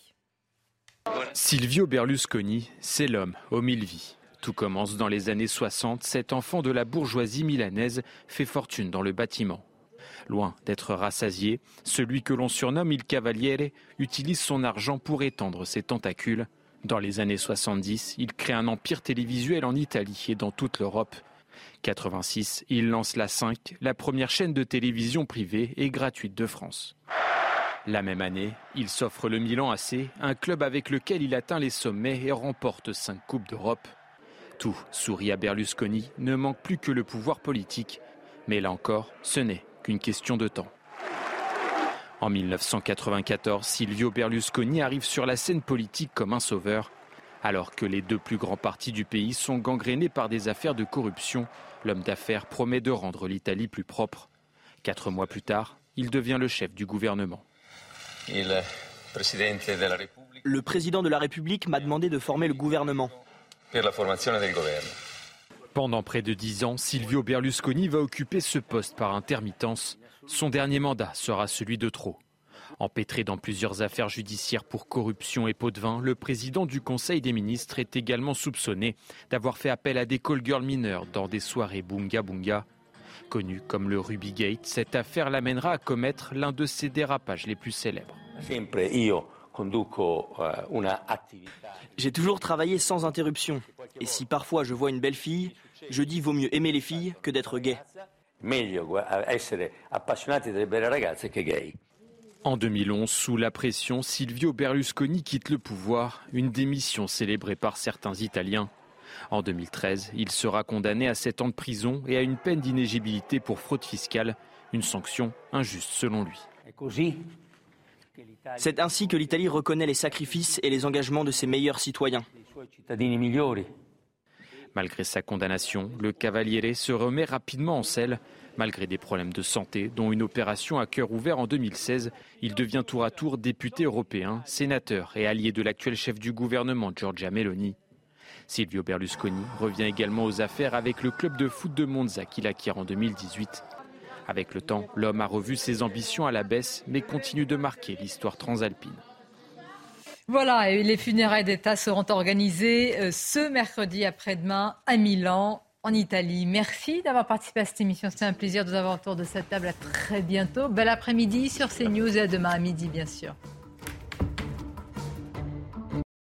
Silvio Berlusconi, c'est l'homme aux mille vies. Tout commence dans les années soixante. Cet enfant de la bourgeoisie milanaise fait fortune dans le bâtiment. Loin d'être rassasié, celui que l'on surnomme Il Cavaliere utilise son argent pour étendre ses tentacules. Dans les années soixante-dix, il crée un empire télévisuel en Italie et dans toute l'Europe. quatre-vingt-six, il lance la cinq, la première chaîne de télévision privée et gratuite de France. La même année, il s'offre le Milan A C, un club avec lequel il atteint les sommets et remporte cinq Coupes d'Europe. Tout sourit à Berlusconi, ne manque plus que le pouvoir politique. Mais là encore, ce n'est qu'une question de temps. En mille neuf cent quatre-vingt-quatorze, Silvio Berlusconi arrive sur la scène politique comme un sauveur. Alors que les deux plus grands partis du pays sont gangrénés par des affaires de corruption, l'homme d'affaires promet de rendre l'Italie plus propre. Quatre mois plus tard, il devient le chef du gouvernement. Le président de la République m'a demandé de former le gouvernement. Pendant près de dix ans, Silvio Berlusconi va occuper ce poste par intermittence. Son dernier mandat sera celui de trop. Empêtré dans plusieurs affaires judiciaires pour corruption et pot de vin, le président du Conseil des ministres est également soupçonné d'avoir fait appel à des call-girls mineures dans des soirées bunga bunga. Connu comme le Ruby Gate, cette affaire l'amènera à commettre l'un de ses dérapages les plus célèbres. J'ai toujours travaillé sans interruption. Et si parfois je vois une belle fille, je dis vaut mieux aimer les filles que d'être gay. En deux mille onze, sous la pression, Silvio Berlusconi quitte le pouvoir, une démission célébrée par certains Italiens. En deux mille treize, il sera condamné à sept ans de prison et à une peine d'inéligibilité pour fraude fiscale, une sanction injuste selon lui. C'est ainsi que l'Italie reconnaît les sacrifices et les engagements de ses meilleurs citoyens. Malgré sa condamnation, le Cavaliere se remet rapidement en selle. Malgré des problèmes de santé, dont une opération à cœur ouvert en deux mille seize, il devient tour à tour député européen, sénateur et allié de l'actuel chef du gouvernement, Giorgia Meloni. Silvio Berlusconi revient également aux affaires avec le club de foot de Monza qu'il acquiert en deux mille dix-huit. Avec le temps, l'homme a revu ses ambitions à la baisse, mais continue de marquer l'histoire transalpine. Voilà, et les funérailles d'État seront organisées ce mercredi après-demain à Milan, en Italie. Merci d'avoir participé à cette émission. C'était un plaisir de vous avoir autour de cette table. À très bientôt. Bel après-midi sur CNews et à demain à midi, bien sûr.